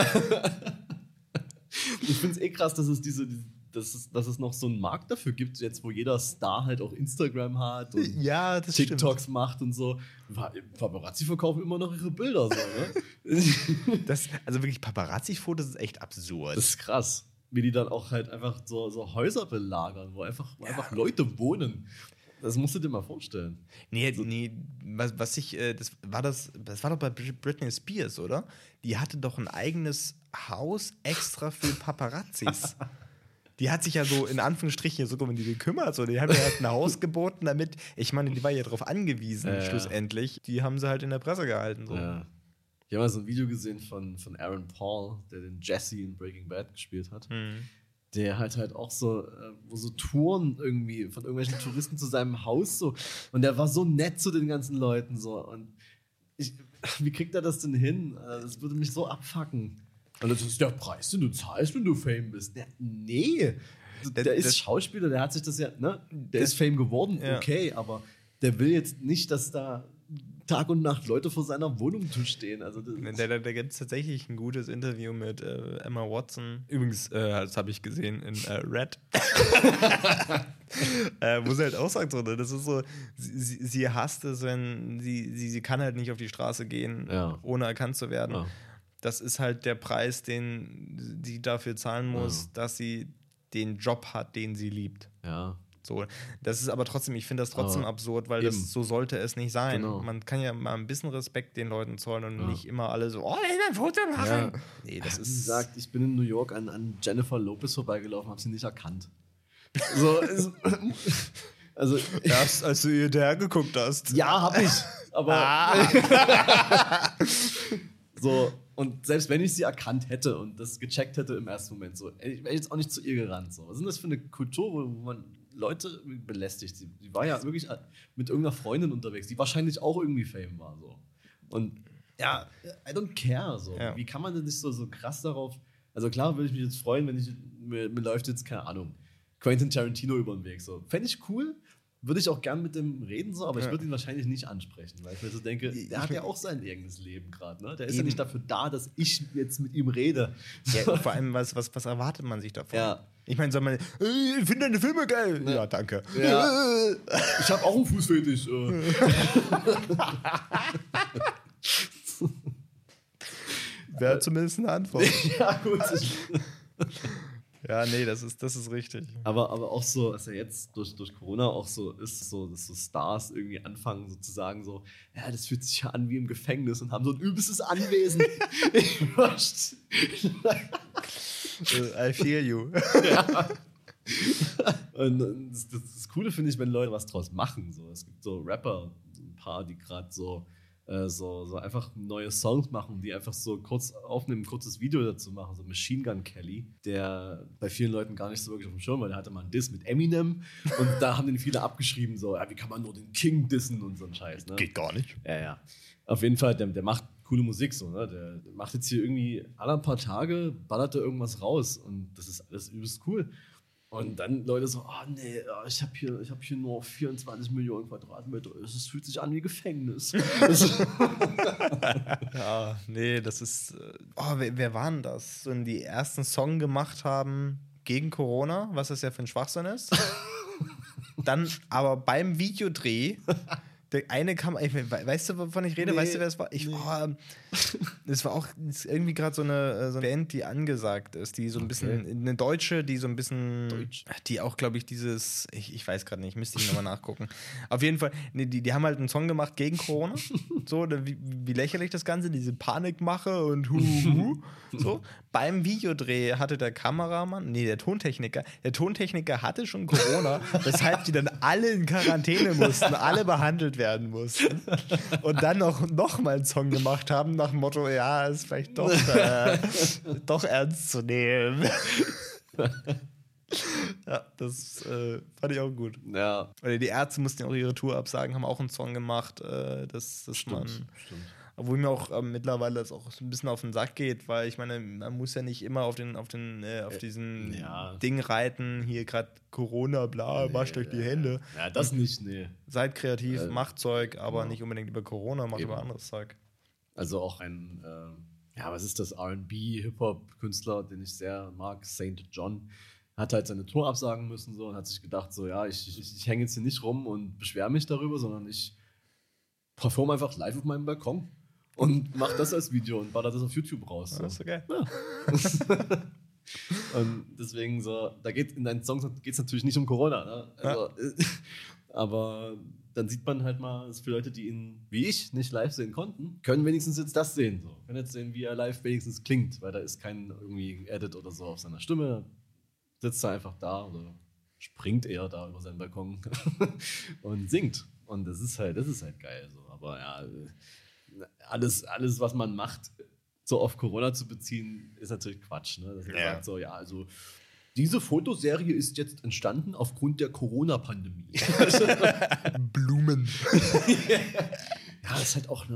Ich finde es eh krass, dass es diese, diese dass, es, dass es noch so einen Markt dafür gibt, jetzt wo jeder Star halt auch Instagram hat und Ja, das TikToks stimmt. macht und so. Paparazzi verkaufen immer noch ihre Bilder so, ne? Das, also wirklich, Paparazzi-Fotos ist echt absurd. Das ist krass. Wie die dann auch halt einfach so, so Häuser belagern, wo einfach, wo einfach Leute wohnen. Das musst du dir mal vorstellen. Nee, nee, was, was ich, äh, das war das, das war doch bei Brit- Britney Spears, oder? Die hatte doch ein eigenes Haus extra für Paparazzis. Die hat sich ja so in Anführungsstrichen so um die gekümmert. So. Die haben ja halt ein Haus geboten, damit, ich meine, die war ja darauf angewiesen, Ja, ja. schlussendlich. Die haben sie halt in der Presse gehalten. So. Ja. Ich habe mal so ein Video gesehen von, von Aaron Paul, der den Jesse in Breaking Bad gespielt hat. Mhm. Der halt halt auch so, äh, wo so Touren irgendwie von irgendwelchen Touristen zu seinem Haus so. Und der war so nett zu den ganzen Leuten so. Und ich, wie kriegt er das denn hin? Das würde mich so abfucken. Und das ist der Preis, den du zahlst, wenn du Fame bist. Der, nee, der, der ist Schauspieler, der hat sich das ja, ne? Der das, ist Fame geworden, ja. Okay, aber der will jetzt nicht, dass da Tag und Nacht Leute vor seiner Wohnung stehen. Also da da, da gibt es tatsächlich ein gutes Interview mit äh, Emma Watson. Übrigens, äh, das habe ich gesehen in äh, Red. äh, wo sie halt auch sagt, so, ne? Das ist so, sie, sie hasst es, wenn sie, sie, sie kann halt nicht auf die Straße gehen, ja. ohne erkannt zu werden. Ja. Das ist halt der Preis, den sie dafür zahlen muss, ja. dass sie den Job hat, den sie liebt. Ja. So, das ist aber trotzdem, ich finde das trotzdem aber absurd, weil eben. das so sollte es nicht sein. Genau. Man kann ja mal ein bisschen Respekt den Leuten zollen und ja. nicht immer alle so, oh, ich will ein Foto machen. Ja. Nee, das ist. Wie gesagt, ich bin in New York an, an Jennifer Lopez vorbeigelaufen, habe sie nicht erkannt. So, also erst als du ihr hinterher geguckt hast. Ja, hab ich. Aber ah. so, und selbst wenn ich sie erkannt hätte und das gecheckt hätte im ersten Moment, so, ich wäre jetzt auch nicht zu ihr gerannt. So. Was ist denn das für eine Kultur, wo man Leute belästigt? Sie, sie war ja wirklich mit irgendeiner Freundin unterwegs, die wahrscheinlich auch irgendwie Fame war. So. Und ja, I don't care. So. Ja. Wie kann man denn nicht so, so krass darauf. Also klar würde ich mich jetzt freuen, wenn ich. Mir, mir läuft jetzt, keine Ahnung, Quentin Tarantino über den Weg. So. Fände ich cool. Würde ich auch gern mit dem reden, so, aber ja. ich würde ihn wahrscheinlich nicht ansprechen, weil ich mir so denke, der ich hat ja auch sein eigenes Leben gerade. Ne? Der ist eben. ja nicht dafür da, dass ich jetzt mit ihm rede. Ja, vor allem, was, was, was erwartet man sich davon? Ja. Ich meine, soll man, ich finde deine Filme geil. Ja, ja danke. Ja. Ich habe auch einen Fußfetisch. Wäre zumindest eine Antwort. Ja, gut. Ja, nee, das ist, das ist richtig. Aber, aber auch so, dass ja jetzt durch, durch Corona auch so ist, so, dass so Stars irgendwie anfangen sozusagen so, ja, das fühlt sich ja an wie im Gefängnis und haben so ein übelstes Anwesen. I feel you. Ja. Und das, das, das Coole finde ich, wenn Leute was draus machen. So. Es gibt so Rapper, ein paar, die gerade so So, so einfach neue Songs machen, die einfach so kurz aufnehmen, ein kurzes Video dazu machen. So Machine Gun Kelly, der bei vielen Leuten gar nicht so wirklich auf dem Schirm war. Der hatte mal einen Diss mit Eminem und da haben den viele abgeschrieben, so, ja, wie kann man nur den King dissen und so ein Scheiß. Ne? Geht gar nicht. Ja, ja. Auf jeden Fall, der, der macht coole Musik so, ne? Der, der macht jetzt hier irgendwie alle ein paar Tage, ballert er irgendwas raus und das ist alles übelst cool. Und dann Leute so, oh nee, ich habe hier, hab hier nur vierundzwanzig Millionen Quadratmeter, es fühlt sich an wie Gefängnis. Ja, nee, das ist, oh, wer, wer war denn das? So, die ersten Song gemacht haben gegen Corona, was das ja für ein Schwachsinn ist. Dann aber beim Videodreh, der eine kam, weißt du, wovon ich rede? Nee, weißt du, wer es war? Ich, nee. oh, das war auch irgendwie gerade so eine, so eine Band, die angesagt ist, die so ein okay. bisschen, eine Deutsche, die so ein bisschen, Deutsch. die auch, glaube ich, dieses, ich, ich weiß gerade nicht, müsste ich nochmal nachgucken. Auf jeden Fall, nee, die, die haben halt einen Song gemacht gegen Corona, so, wie, wie lächerlich das Ganze, diese Panikmache und hu, hu, hu. So. Beim Videodreh hatte der Kameramann, nee, der Tontechniker, der Tontechniker hatte schon Corona, weshalb die dann alle in Quarantäne mussten, alle behandelt werden mussten und dann noch, noch mal einen Song gemacht haben nach dem Motto, ja, ist vielleicht doch, äh, doch ernst zu nehmen. Ja, das äh, fand ich auch gut. Ja. Weil die Ärzte mussten ja auch ihre Tour absagen, haben auch einen Song gemacht, äh, dass, dass stimmt, man stimmt. Obwohl mir auch äh, mittlerweile das auch so ein bisschen auf den Sack geht, weil ich meine, man muss ja nicht immer auf den auf den äh, auf diesen ja. Ding reiten, hier gerade Corona, bla, nee, wascht euch die Hände. Ja, das nicht, nee. Seid kreativ, äh, macht Zeug, aber genau. nicht unbedingt über Corona, macht Eben. über anderes Zeug. Also auch ein, äh, ja, was ist das, R and B, Hip-Hop-Künstler, den ich sehr mag, Saint John, hat halt seine Tour absagen müssen so, und hat sich gedacht, so, ja, ich, ich, ich hänge jetzt hier nicht rum und beschwere mich darüber, sondern ich performe einfach live auf meinem Balkon. Und mach das als Video und baller das auf YouTube raus. So. Das ist okay. Ja. Und deswegen so, da geht in deinen Songs geht es natürlich nicht um Corona. Ne? Also, ja. Aber dann sieht man halt mal, dass für Leute, die ihn, wie ich, nicht live sehen konnten, können wenigstens jetzt das sehen. So. Können jetzt sehen, wie er live wenigstens klingt, weil da ist kein irgendwie Edit oder so auf seiner Stimme. Sitzt er einfach da oder springt er da über seinen Balkon und singt. Und das ist halt, das ist halt geil. So. Aber ja, Alles, alles, was man macht, so auf Corona zu beziehen, ist natürlich Quatsch. Ne? Dass man ja. sagt so, ja, also diese Fotoserie ist jetzt entstanden aufgrund der Corona-Pandemie. Blumen. Ja, das ist halt auch, ne,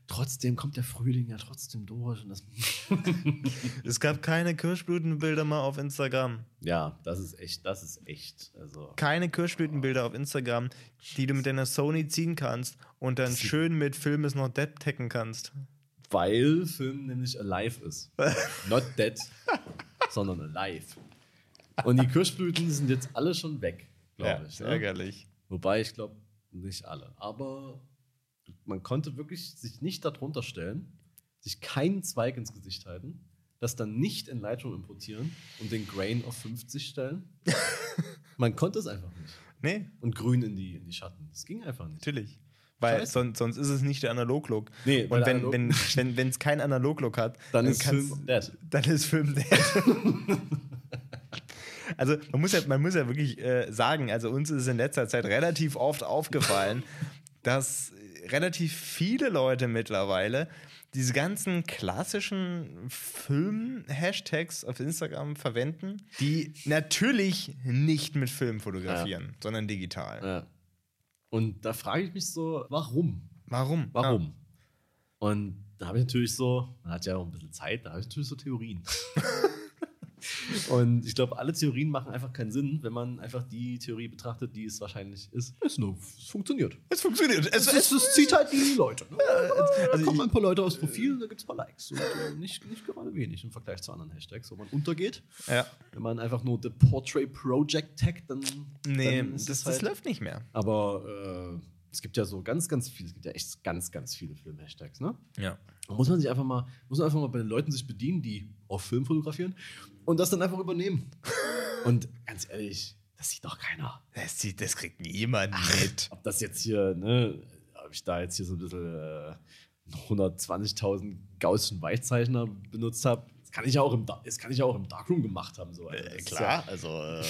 trotzdem kommt der Frühling ja trotzdem durch. Und das Es gab keine Kirschblütenbilder mal auf Instagram. ja, das ist echt, das ist echt. Also, Keine Kirschblütenbilder auf Instagram, die du mit deiner Sony ziehen kannst und dann schön mit Film is not dead taggen kannst. weil Film nämlich alive ist. Not dead, sondern alive. Und die Kirschblüten sind jetzt alle schon weg, glaube ich. Ja, Ne? ärgerlich. Wobei, ich glaube, nicht alle. Aber man konnte wirklich sich nicht darunter stellen, sich keinen Zweig ins Gesicht halten, das dann nicht in Lightroom importieren und den Grain auf fünfzig stellen. Man konnte es einfach nicht. Nee, Und grün in die, in die Schatten. Das ging einfach nicht. natürlich. Weil Scheiße. sonst, sonst ist es nicht der Analog-Look. Nee, weil und der wenn Analog- es wenn, wenn, keinen Analog-Look hat, Dann ist kann's- Film dead. Dann ist Film dead. Also man muss ja, man muss ja wirklich äh, sagen, also uns ist in letzter Zeit relativ oft aufgefallen, dass relativ viele Leute mittlerweile diese ganzen klassischen Film-Hashtags auf Instagram verwenden, die natürlich nicht mit Film fotografieren, sondern digital. Ja. Und da frage ich mich so, warum? Warum? Warum? Und da habe ich natürlich so, man hat ja auch ein bisschen Zeit, da habe ich natürlich so Theorien. Und ich glaube, alle Theorien machen einfach keinen Sinn, wenn man einfach die Theorie betrachtet, die es wahrscheinlich ist. Es, nur, es funktioniert. Es funktioniert. Es, Es, es zieht halt die Leute. Ne? Da also kommen ich- ein paar Leute aufs Profil und da gibt es ein paar Likes. Und äh, nicht, nicht gerade wenig im Vergleich zu anderen Hashtags, wo man untergeht. ja. Wenn man einfach nur The Portrait Project taggt, dann. Nee, dann ist das, es das halt, läuft nicht mehr. Aber äh, es gibt ja so ganz, ganz viele, es gibt ja echt ganz, ganz viele Film-Hashtags, ne? Ja. Da muss man sich einfach mal, muss man einfach mal bei den Leuten sich bedienen, die auf Film fotografieren und das dann einfach übernehmen. Und ganz ehrlich, das sieht doch keiner. Das, sieht, das kriegt niemand mit. Ob das jetzt hier, ne, ob ich da jetzt hier so ein bisschen äh, hundertzwanzigtausend Gaußschen Weichzeichner benutzt habe, das kann ich ja auch im, Da- das kann ich ja auch im Darkroom gemacht haben. So. Also das ist Ja, also. Äh,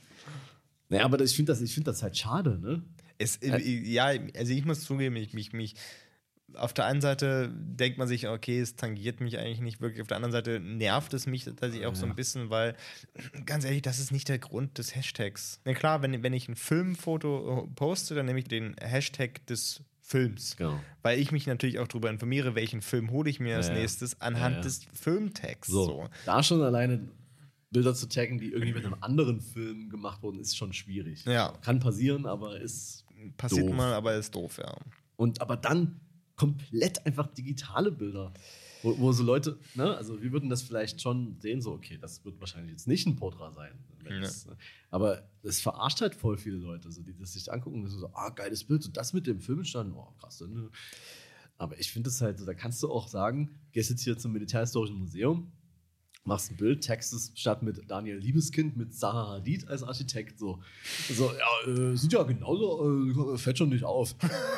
naja, aber das, ich finde das, ich find das halt schade, ne? es, äh, ja, also ich muss zugeben, ich mich, mich. Auf der einen Seite denkt man sich, okay, es tangiert mich eigentlich nicht wirklich. Auf der anderen Seite nervt es mich tatsächlich auch so ein bisschen, weil, ganz ehrlich, das ist nicht der Grund des Hashtags. Na klar, wenn, wenn ich ein Filmfoto poste, dann nehme ich den Hashtag des Films. Genau. Weil ich mich natürlich auch darüber informiere, welchen Film hole ich mir als Ja, ja. nächstes anhand Ja, ja. des Filmtags. So, So. da schon alleine Bilder zu taggen, die irgendwie mit einem anderen Film gemacht wurden, ist schon schwierig. Ja. Kann passieren, aber ist Passiert doof. mal, aber ist doof, ja. Und aber dann komplett einfach digitale Bilder, wo, wo so Leute, ne, also wir würden das vielleicht schon sehen, so, okay, das wird wahrscheinlich jetzt nicht ein Portra sein. Wenn Ja. das, ne, aber es verarscht halt voll viele Leute, so, die das sich angucken und so, ah, geiles Bild, so das mit dem Filmstand, oh, krass. Ne? Aber ich finde es halt so, da kannst du auch sagen, gehst jetzt hier zum Militärhistorischen Museum, machst ein Bild, text es statt mit Daniel Liebeskind mit Zaha Hadid als Architekt. So, so ja, äh, sieht ja genauso, äh, fällt schon nicht auf.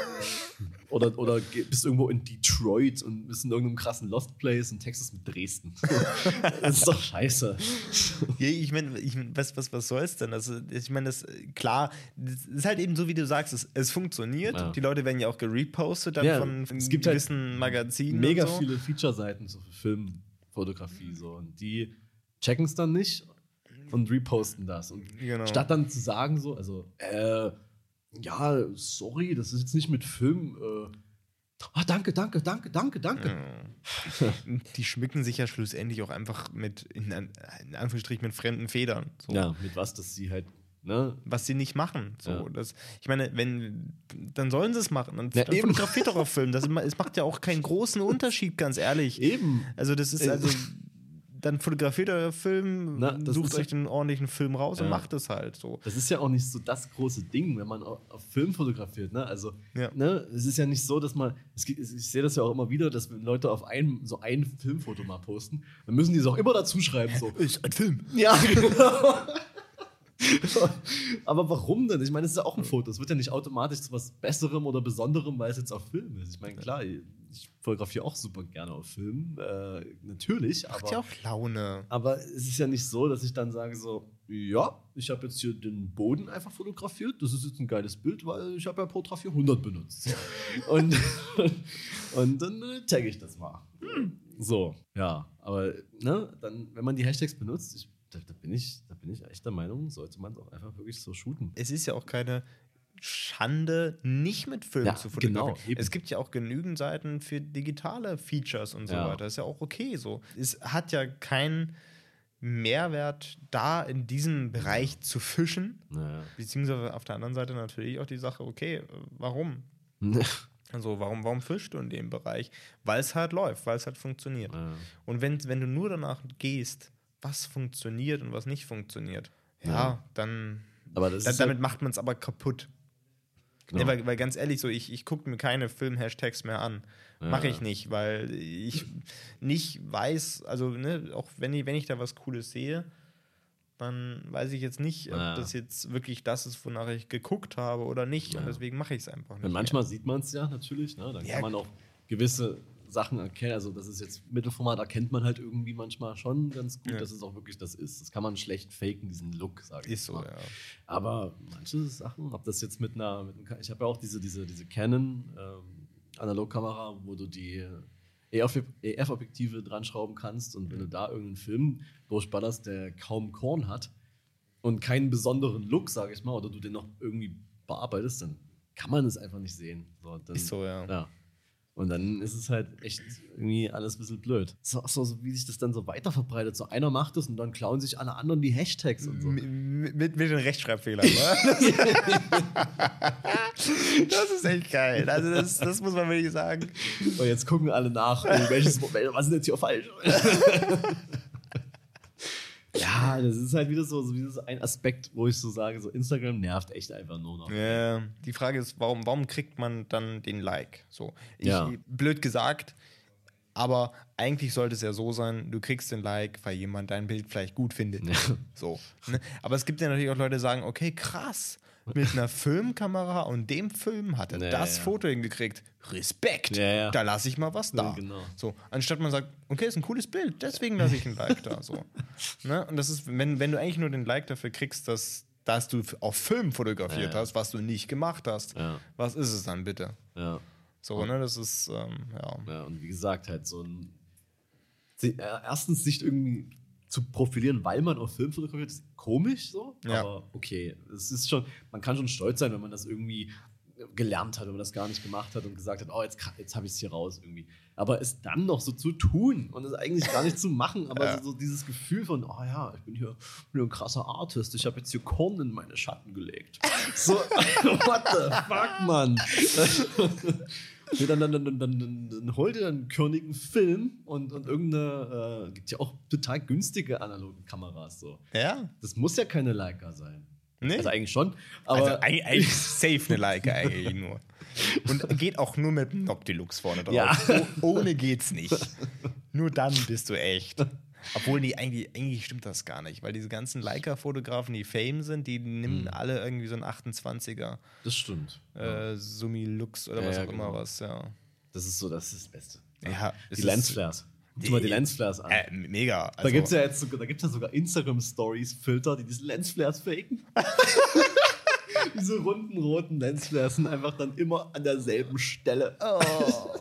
oder, oder geh- bist irgendwo in Detroit und bist in irgendeinem krassen Lost Place und textest mit Dresden. Das ist doch scheiße. Ja, ich meine, ich, mein, was, was, was soll's denn? Also, ich meine, das, klar, das ist halt eben so, wie du sagst, es, es funktioniert. Ja. Die Leute werden ja auch gerepostet dann Ja, von, von es gibt halt gewissen Magazinen. Mega und so. viele Feature-Seiten so für Filmfotografie. So, und die checken es dann nicht und reposten das. Und Genau. statt dann zu sagen, so, also, äh, ja, sorry, das ist jetzt nicht mit Film. Äh, ah, danke, danke, danke, danke, danke. Die schmücken sich ja schlussendlich auch einfach mit, in, An- in Anführungsstrichen, mit fremden Federn. So. Ja, mit was, dass sie halt, ne? Was sie nicht machen. So, Ja. das, ich meine, wenn, dann sollen sie es machen. Dann, Ja, dann eben. fotografiert doch auf Film. Das, es macht ja auch keinen großen Unterschied, ganz ehrlich. Eben. Also, das ist Äh, also. Dann fotografiert euer Film, Na, das sucht ist euch ja- den ordentlichen Film raus und Ja. macht es halt so. Das ist ja auch nicht so das große Ding, wenn man auf, auf Film fotografiert. Ne? Also, Ja. ne? Es ist ja nicht so, dass man. Es, gibt- ich sehe das ja auch immer wieder, dass wenn Leute auf ein, so ein Filmfoto mal posten, dann müssen die es auch immer dazu schreiben. So. Ist ein Film. Ja, genau. Aber warum denn? Ich meine, es ist ja auch ein Foto. Es wird ja nicht automatisch zu was Besserem oder Besonderem, weil es jetzt auf Film ist. Ich meine, klar, ich fotografiere auch super gerne auf Film. Äh, natürlich. Macht Aber, ja auch Laune. aber es ist ja nicht so, dass ich dann sage so, ja, ich habe jetzt hier den Boden einfach fotografiert. Das ist jetzt ein geiles Bild, weil ich habe ja Portra vierhundert benutzt. So. Und, und dann äh, tagge ich das mal. So, ja. Aber ne, dann, wenn man die Hashtags benutzt, ich, da, da, bin ich, da bin ich echt der Meinung, sollte man es auch einfach wirklich so shooten. Es ist ja auch keine, Schande, nicht mit Film Ja, zu fotografieren. genau, eben. Es gibt ja auch genügend Seiten für digitale Features und so Ja. weiter. Ist ja auch okay so. Es hat ja keinen Mehrwert, da in diesem Bereich zu fischen. Naja. Beziehungsweise auf der anderen Seite natürlich auch die Sache, okay, warum? Also warum, warum fischst du in dem Bereich? Weil es halt läuft, weil es halt funktioniert. Ja. Und wenn, wenn du nur danach gehst, was funktioniert und was nicht funktioniert, ja, Ja. dann Aber das da, ist damit halt, macht man es aber kaputt. genau. Nee, weil, weil ganz ehrlich, so ich, ich gucke mir keine Film-Hashtags mehr an. Ja. Mache ich nicht, weil ich nicht weiß, also ne, auch wenn ich, wenn ich da was Cooles sehe, dann weiß ich jetzt nicht, ob Ja. das jetzt wirklich das ist, wonach ich geguckt habe oder nicht. Ja. Und deswegen mache ich es einfach nicht. Und manchmal sieht man es ja natürlich, ne? Dann Ja. kann man auch gewisse Sachen erkennen. Also, das ist jetzt Mittelformat, erkennt man halt irgendwie manchmal schon ganz gut, Ja. dass es auch wirklich das ist. Das kann man schlecht faken, diesen Look, sage ich Ist so, mal. ja. Aber manche Sachen, ob das jetzt mit einer, mit einem, ich habe ja auch diese, diese, diese Canon ähm, Analogkamera, wo du die E F-Objektive dran schrauben kannst und wenn du da irgendeinen Film durchballerst, der kaum Korn hat und keinen besonderen Look, sage ich mal, oder du den noch irgendwie bearbeitest, dann kann man es einfach nicht sehen. So, dann, Ist so, ja. ja. Und dann ist es halt echt irgendwie alles ein bisschen blöd. So, so, so wie sich das dann so weiter verbreitet. So einer macht es und dann klauen sich alle anderen die Hashtags und so. M- Mit, mit den Rechtschreibfehlern, ne? Das ist echt geil. Also das, das muss man wirklich sagen. Und jetzt gucken alle nach, oh, welches, was ist jetzt hier falsch? Ja, das ist halt wieder so, so, wieder so ein Aspekt, wo ich so sage, so Instagram nervt echt einfach nur noch. Ja, die Frage ist, warum, warum kriegt man dann den Like? So, ich, Ja. blöd gesagt, aber eigentlich sollte es ja so sein, du kriegst den Like, weil jemand dein Bild vielleicht gut findet. Ja. So, ne? Aber es gibt ja natürlich auch Leute, die sagen, okay, krass, mit einer Filmkamera und dem Film hat er Ja, das ja. Foto hingekriegt. Respekt, Ja, ja. da lasse ich mal was da. Ja, genau. So, anstatt man sagt, okay, ist ein cooles Bild, deswegen lasse ich ein Like da. So. Ne? Und das ist, wenn, wenn du eigentlich nur den Like dafür kriegst, dass, dass du auf Film fotografiert Ja, ja. hast, was du nicht gemacht hast, Ja. was ist es dann bitte? Ja. So, ne, das ist, ähm, ja. Ja, und wie gesagt, halt so ein. si- äh, Erstens sich irgendwie zu profilieren, weil man auf Film fotografiert, ist komisch so. Ja. Aber okay, es ist schon, man kann schon stolz sein, wenn man das irgendwie gelernt hat, wenn man das gar nicht gemacht hat und gesagt hat, oh, jetzt, kann- jetzt habe ich es hier raus irgendwie. Aber es dann noch so zu tun und es eigentlich gar nicht zu machen, aber Ja. so, so dieses Gefühl von, oh ja, ich bin hier, bin hier ein krasser Artist, ich habe jetzt hier Korn in meine Schatten gelegt. So, what the fuck, Mann? Nee, dann, dann, dann, dann, dann, dann hol dir einen körnigen Film und, und irgendeine, äh, gibt ja auch total günstige analoge Kameras so. Ja? Das muss ja keine Leica sein. Nee. Also eigentlich schon, aber Also eigentlich, eigentlich safe eine Leica eigentlich nur. Und geht auch nur mit einem Noctilux vorne drauf. Ja. Oh, ohne geht's nicht. Nur dann bist du echt. Obwohl, nee, eigentlich, eigentlich stimmt das gar nicht, weil diese ganzen Leica-Fotografen, die Fame sind, die nehmen alle irgendwie so einen achtundzwanziger das stimmt. äh, Sumilux oder Ja, was ja, auch immer genau. was, ja. Das ist so, das ist das Beste. Ja, es Die ist- Lensflares. Guck dir mal die Lensflares an. Äh, mega. Also, Da gibt es ja jetzt sogar, da gibt's ja sogar Instagram-Stories-Filter, die diese Lensflares faken. Diese runden roten Lensflares sind einfach dann immer an derselben Stelle. Oh.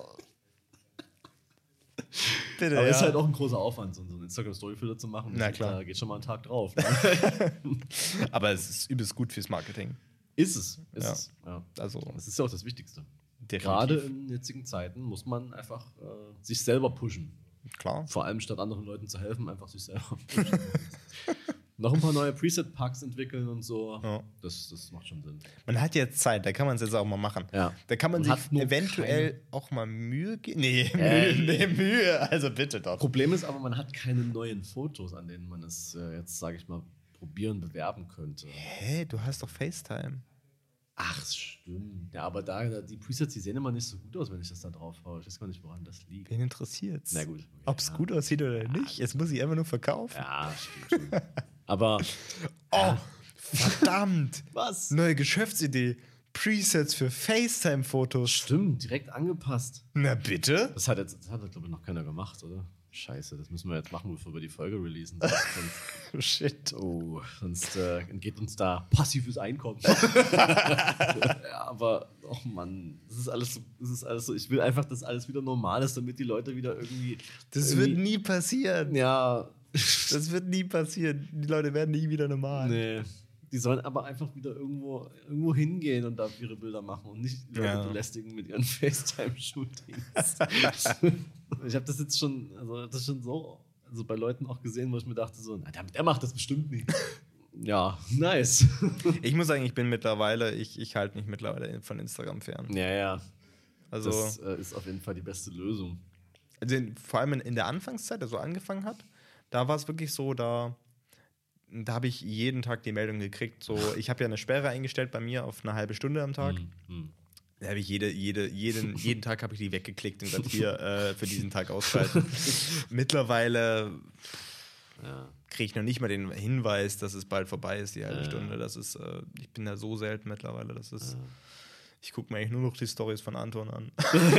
Bitte, Aber ja. ist halt auch ein großer Aufwand, so einen Instagram-Story-Filter zu machen. Na klar. Da geht schon mal ein Tag drauf. Ne? Aber es ist übelst gut fürs Marketing. Ist es. Ist Ja. es. Ja. Also, Das ist ja auch das Wichtigste. definitiv. Gerade in jetzigen Zeiten muss man einfach äh, sich selber pushen. Klar. Vor allem statt anderen Leuten zu helfen, einfach sich selber pushen. Noch ein paar neue Preset-Packs entwickeln und so. Ja. Das, das macht schon Sinn. Man hat jetzt Zeit, da kann man es jetzt auch mal machen. Ja. Da kann man Man sich hat nur eventuell auch mal Mühe geben. Nee, Äh. Mühe, nee, Mühe. Also bitte doch. Problem ist aber, man hat keine neuen Fotos, an denen man es äh, jetzt, sage ich mal, probieren, bewerben könnte. Hä, du hast doch FaceTime. Ach, stimmt. Ja, aber da, da die Presets, die sehen immer nicht so gut aus, wenn ich das da drauf haue. Ich weiß gar nicht, woran das liegt. Wen interessiert's? Na gut. Okay, Ob es ja. gut aussieht oder nicht, jetzt muss ich einfach nur verkaufen. Ja, stimmt. stimmt. Aber Oh, verdammt. was? Neue Geschäftsidee. Presets für FaceTime-Fotos. Stimmt, direkt angepasst. Na bitte? Das hat jetzt, das hat, glaube ich, noch keiner gemacht, oder? Scheiße, das müssen wir jetzt machen, bevor wir die Folge releasen. Sonst, Shit. oh, sonst äh, entgeht uns da passives Einkommen. Ja, aber, oh Mann, das ist alles so, das ist alles so, ich will einfach, dass alles wieder normal ist, damit die Leute wieder irgendwie. Das irgendwie, wird nie passieren. Ja, Das wird nie passieren. Die Leute werden nie wieder normal. nee. Die sollen aber einfach wieder irgendwo, irgendwo hingehen und da ihre Bilder machen und nicht Leute Ja. belästigen mit ihren FaceTime-Shootings. Ich habe das jetzt schon, also das schon so, also bei Leuten auch gesehen, wo ich mir dachte so, na, der, der macht das bestimmt nicht. Ja, nice. Ich muss sagen, ich bin mittlerweile, ich, ich halte mich mittlerweile von Instagram fern. Ja, ja. Also, Das äh, ist auf jeden Fall die beste Lösung. also in, vor allem in der Anfangszeit, als so angefangen hat, da war es wirklich so, da, da habe ich jeden Tag die Meldung gekriegt, so, ich habe ja eine Sperre eingestellt bei mir auf eine halbe Stunde am Tag. Hm, hm. Da habe ich jede, jede, jeden, jeden Tag habe ich die weggeklickt und gesagt, hier, äh, für diesen Tag ausschalten. Mittlerweile Ja. kriege ich noch nicht mal den Hinweis, dass es bald vorbei ist, die halbe Ja. Stunde. Das ist, äh, ich bin da so selten mittlerweile, das ist, Ja. ich gucke mir eigentlich nur noch die Storys von Anton an.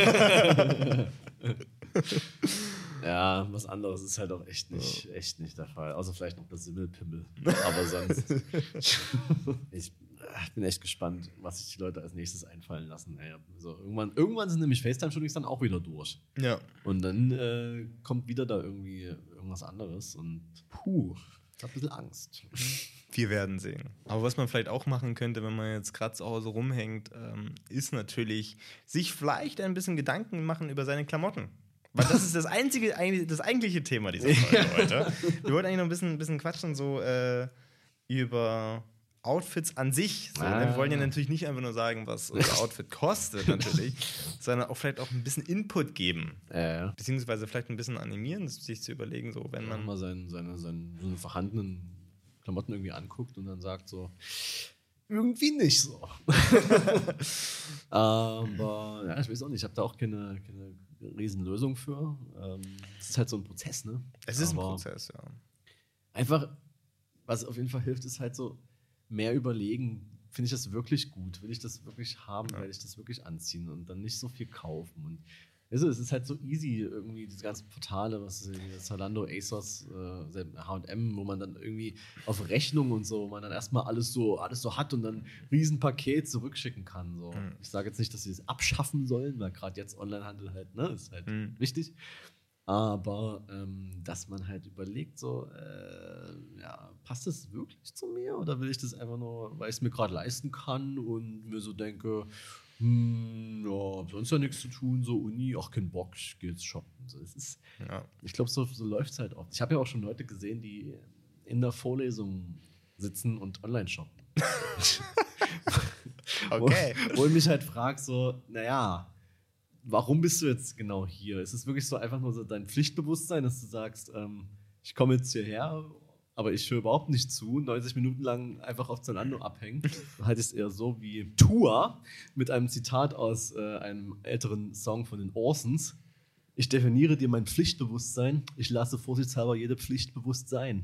Ja, was anderes ist halt auch echt nicht, echt nicht der Fall. Außer vielleicht noch das Simmelpimmel. Aber sonst. ich, ich bin echt gespannt, was sich die Leute als nächstes einfallen lassen. Ey, also irgendwann, irgendwann sind nämlich FaceTime-Shootings dann auch wieder durch. Ja. Und dann äh, kommt wieder da irgendwie irgendwas anderes. Und puh, ich hab ein bisschen Angst. Wir werden sehen. Aber was man vielleicht auch machen könnte, wenn man jetzt gerade zu Hause rumhängt, ähm, ist natürlich sich vielleicht ein bisschen Gedanken machen über seine Klamotten. Weil das ist das einzige, eigentlich- das eigentliche Thema dieser Folge heute. Wir wollten eigentlich noch ein bisschen, ein bisschen quatschen, so äh, über Outfits an sich. So, Ah. ne? Wir wollen ja natürlich nicht einfach nur sagen, was unser Outfit kostet, natürlich, sondern auch vielleicht auch ein bisschen Input geben. Äh, Beziehungsweise vielleicht ein bisschen animieren, sich zu überlegen, so wenn wenn man man. mal seinen, seine, seine, seine vorhandenen Klamotten irgendwie anguckt und dann sagt so, irgendwie nicht so. Aber ja, ich weiß auch nicht, ich habe da auch keine, keine Riesenlösung für. Ähm, Es ist halt so ein Prozess, ne? Es ist ein Aber Prozess, ja. Einfach, was auf jeden Fall hilft, ist halt so mehr überlegen, finde ich das wirklich gut? Will ich das wirklich haben? Ja. Werde ich das wirklich anziehen und dann nicht so viel kaufen? Und also, es ist halt so easy, irgendwie diese ganzen Portale, was ist hier, Zalando, ASOS, äh, H und M, wo man dann irgendwie auf Rechnung und so, wo man dann erstmal alles so, alles so hat und dann ein Riesenpaket zurückschicken kann. So. Mhm. Ich sage jetzt nicht, dass sie es abschaffen sollen, weil gerade jetzt Onlinehandel halt, ne, ist halt Mhm. wichtig. Aber ähm, dass man halt überlegt, so, äh, ja, passt das wirklich zu mir oder will ich das einfach nur, weil ich es mir gerade leisten kann und mir so denke, hm, ja, hab sonst ja nichts zu tun, so Uni, ach, kein Bock, ich geh jetzt shoppen. So, es ist, ja. ich glaube, so, so läuft es halt oft. Ich habe ja auch schon Leute gesehen, die in der Vorlesung sitzen und online shoppen. Okay. Wo, wo ich mich halt frage, so, naja, warum bist du jetzt genau hier? Ist es wirklich so einfach nur so dein Pflichtbewusstsein, dass du sagst, ähm, ich komme jetzt hierher, aber ich höre überhaupt nicht zu, neunzig Minuten lang einfach auf Zalando abhängen? Du haltest eher so wie Tua mit einem Zitat aus äh, einem älteren Song von den Orsons. Ich definiere dir mein Pflichtbewusstsein, ich lasse vorsichtshalber jede Pflicht bewusst sein.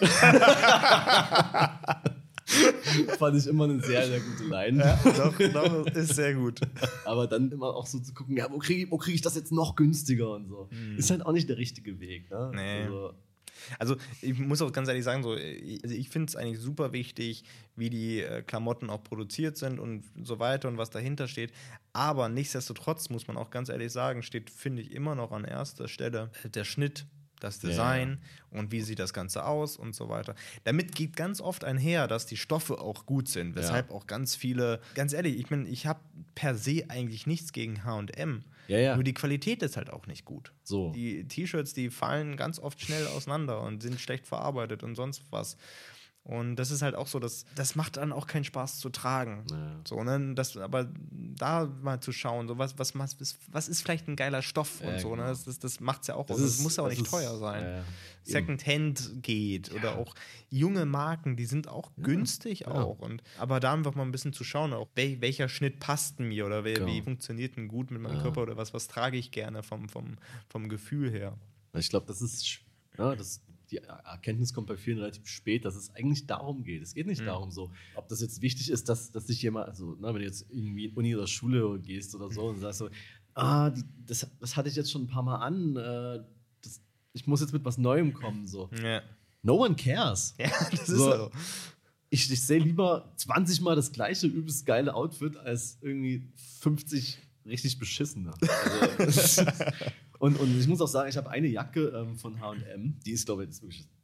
Fand ich immer eine sehr, sehr gute Line. Ja, doch, doch, ist sehr gut. Aber dann immer auch so zu gucken, ja, wo kriege ich, wo krieg ich das jetzt noch günstiger und so. Mhm. Ist halt auch nicht der richtige Weg. Ne? Nee. Also, Also ich muss auch ganz ehrlich sagen, so, ich, also ich finde es eigentlich super wichtig, wie die äh, Klamotten auch produziert sind und so weiter und was dahinter steht. Aber nichtsdestotrotz muss man auch ganz ehrlich sagen, steht, finde ich, immer noch an erster Stelle der Schnitt, das Design Ja. und wie sieht das Ganze aus und so weiter. Damit geht ganz oft einher, dass die Stoffe auch gut sind, weshalb Ja. auch ganz viele, ganz ehrlich, ich meine, ich habe per se eigentlich nichts gegen H und M. Ja, ja. Nur die Qualität ist halt auch nicht gut. So. Die T-Shirts, die fallen ganz oft schnell auseinander und sind schlecht verarbeitet und sonst was. Und das ist halt auch so, das, das macht dann auch keinen Spaß zu tragen. Ja. So, ne? Das, aber da mal zu schauen, so was, was, was, was ist vielleicht ein geiler Stoff Ja, und so. genau. Ne? Das, das, das macht es ja auch Das aus. ist- Das muss ja auch das nicht ist- teuer sein. ja, ja. Secondhand geht oder auch junge Marken, die sind auch günstig auch. Und, aber da einfach mal ein bisschen zu schauen, auch wel, welcher Schnitt passt mir oder wie, Genau. wie funktioniert denn gut mit meinem Ja. Körper oder was, was trage ich gerne vom, vom, vom Gefühl her. Ich glaube, das ist, sch- ja, das, die Erkenntnis kommt bei vielen relativ spät, dass es eigentlich darum geht. Es geht nicht Mhm. darum, so, ob das jetzt wichtig ist, dass, dass sich jemand, also, ne, wenn du jetzt irgendwie in Uni oder Schule gehst oder so und sagst so, ah, die, das, das hatte ich jetzt schon ein paar Mal an, äh, das, ich muss jetzt mit was Neuem kommen, so. Ja, No one cares. ja das ist So. so. Ich, ich sehe lieber zwanzig Mal das gleiche übelst geile Outfit als irgendwie fünfzig richtig beschissene. Also, und, und ich muss auch sagen, ich habe eine Jacke ähm, von H und M, die ist, glaube ich, das ist wirklich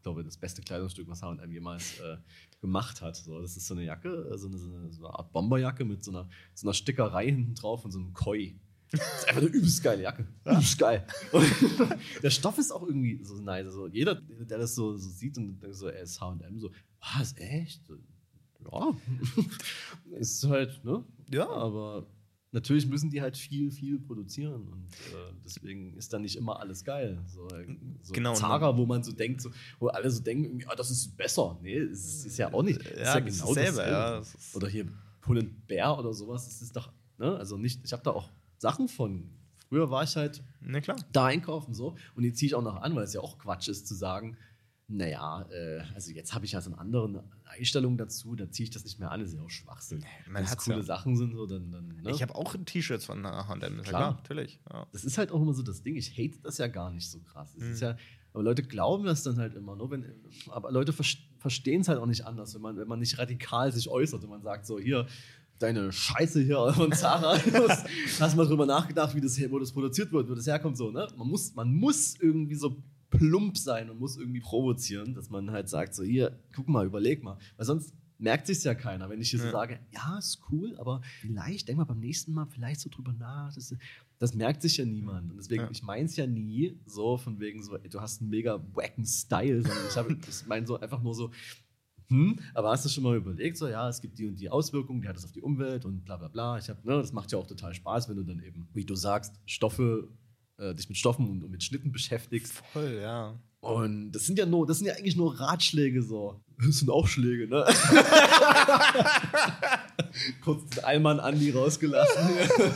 glaube ich, das beste Kleidungsstück, was H und M jemals äh, gemacht hat. So, das ist so eine Jacke, so eine, so eine, so eine Art Bomberjacke mit so einer, so einer Stickerei hinten drauf und so einem Koi. Das ist einfach eine übelst geile Jacke. Übelst geil. Und der Stoff ist auch irgendwie so nice. Also jeder, der das so, so sieht und denkt so, er ist H und M, so, was, echt? Ja. Ist halt, ne? Ja. Aber natürlich müssen die halt viel, viel produzieren und äh, deswegen ist dann nicht immer alles geil. So, so Genau, Zara, wo man so denkt, so, wo alle so denken, ja, das ist besser. Nee, es ist, ist ja auch nicht. Es Ja, ist ja das genau ist selber, dasselbe. ja, das ist Oder hier Pull&Bear oder sowas, das ist doch, ne? Also nicht, ich habe da auch Sachen von. Früher war ich halt Na klar. da einkaufen so und die ziehe ich auch noch an, weil es ja auch Quatsch ist zu sagen, naja, äh, also jetzt habe ich ja so eine andere Einstellung dazu, da ziehe ich das nicht mehr an, das ist ja auch Schwachsinn. Man Wenn es hat's coole ja. Sachen sind, so, dann, dann ne? Ich habe auch T-Shirts von H und M. Klar. Klar, natürlich. Ja. Das ist halt auch immer so das Ding, ich hate das ja gar nicht so krass. Es Mhm. ist ja, aber Leute glauben das dann halt immer nur, wenn, aber Leute verstehen es halt auch nicht anders, wenn man, wenn man nicht radikal sich äußert und man sagt so, hier, deine Scheiße hier von Zara, hast du mal drüber nachgedacht, wie das, wo das produziert wird, wo das herkommt, so, ne? Man muss, man muss irgendwie so plump sein und muss irgendwie provozieren, dass man halt sagt, so, hier, guck mal, überleg mal, weil sonst merkt sich's ja keiner, wenn ich hier so Ja. sage, ja, ist cool, aber vielleicht, denk mal beim nächsten Mal vielleicht so drüber nach, das, das merkt sich ja niemand und deswegen, Ja. ich mein's ja nie so, von wegen so, ey, du hast einen mega wacken Style, sondern ich, hab, ich meine so einfach nur so, hm, aber hast du schon mal überlegt, so, ja, es gibt die und die Auswirkungen, die hat das auf die Umwelt und bla bla bla. Ich hab, ne, das macht ja auch total Spaß, wenn du dann eben, wie du sagst, Stoffe, äh, dich mit Stoffen und, und mit Schnitten beschäftigst. Voll, ja. Und das sind ja nur, das sind ja eigentlich nur Ratschläge so. Das sind auch Schläge, ne? Kurz den Allmann Andi rausgelassen.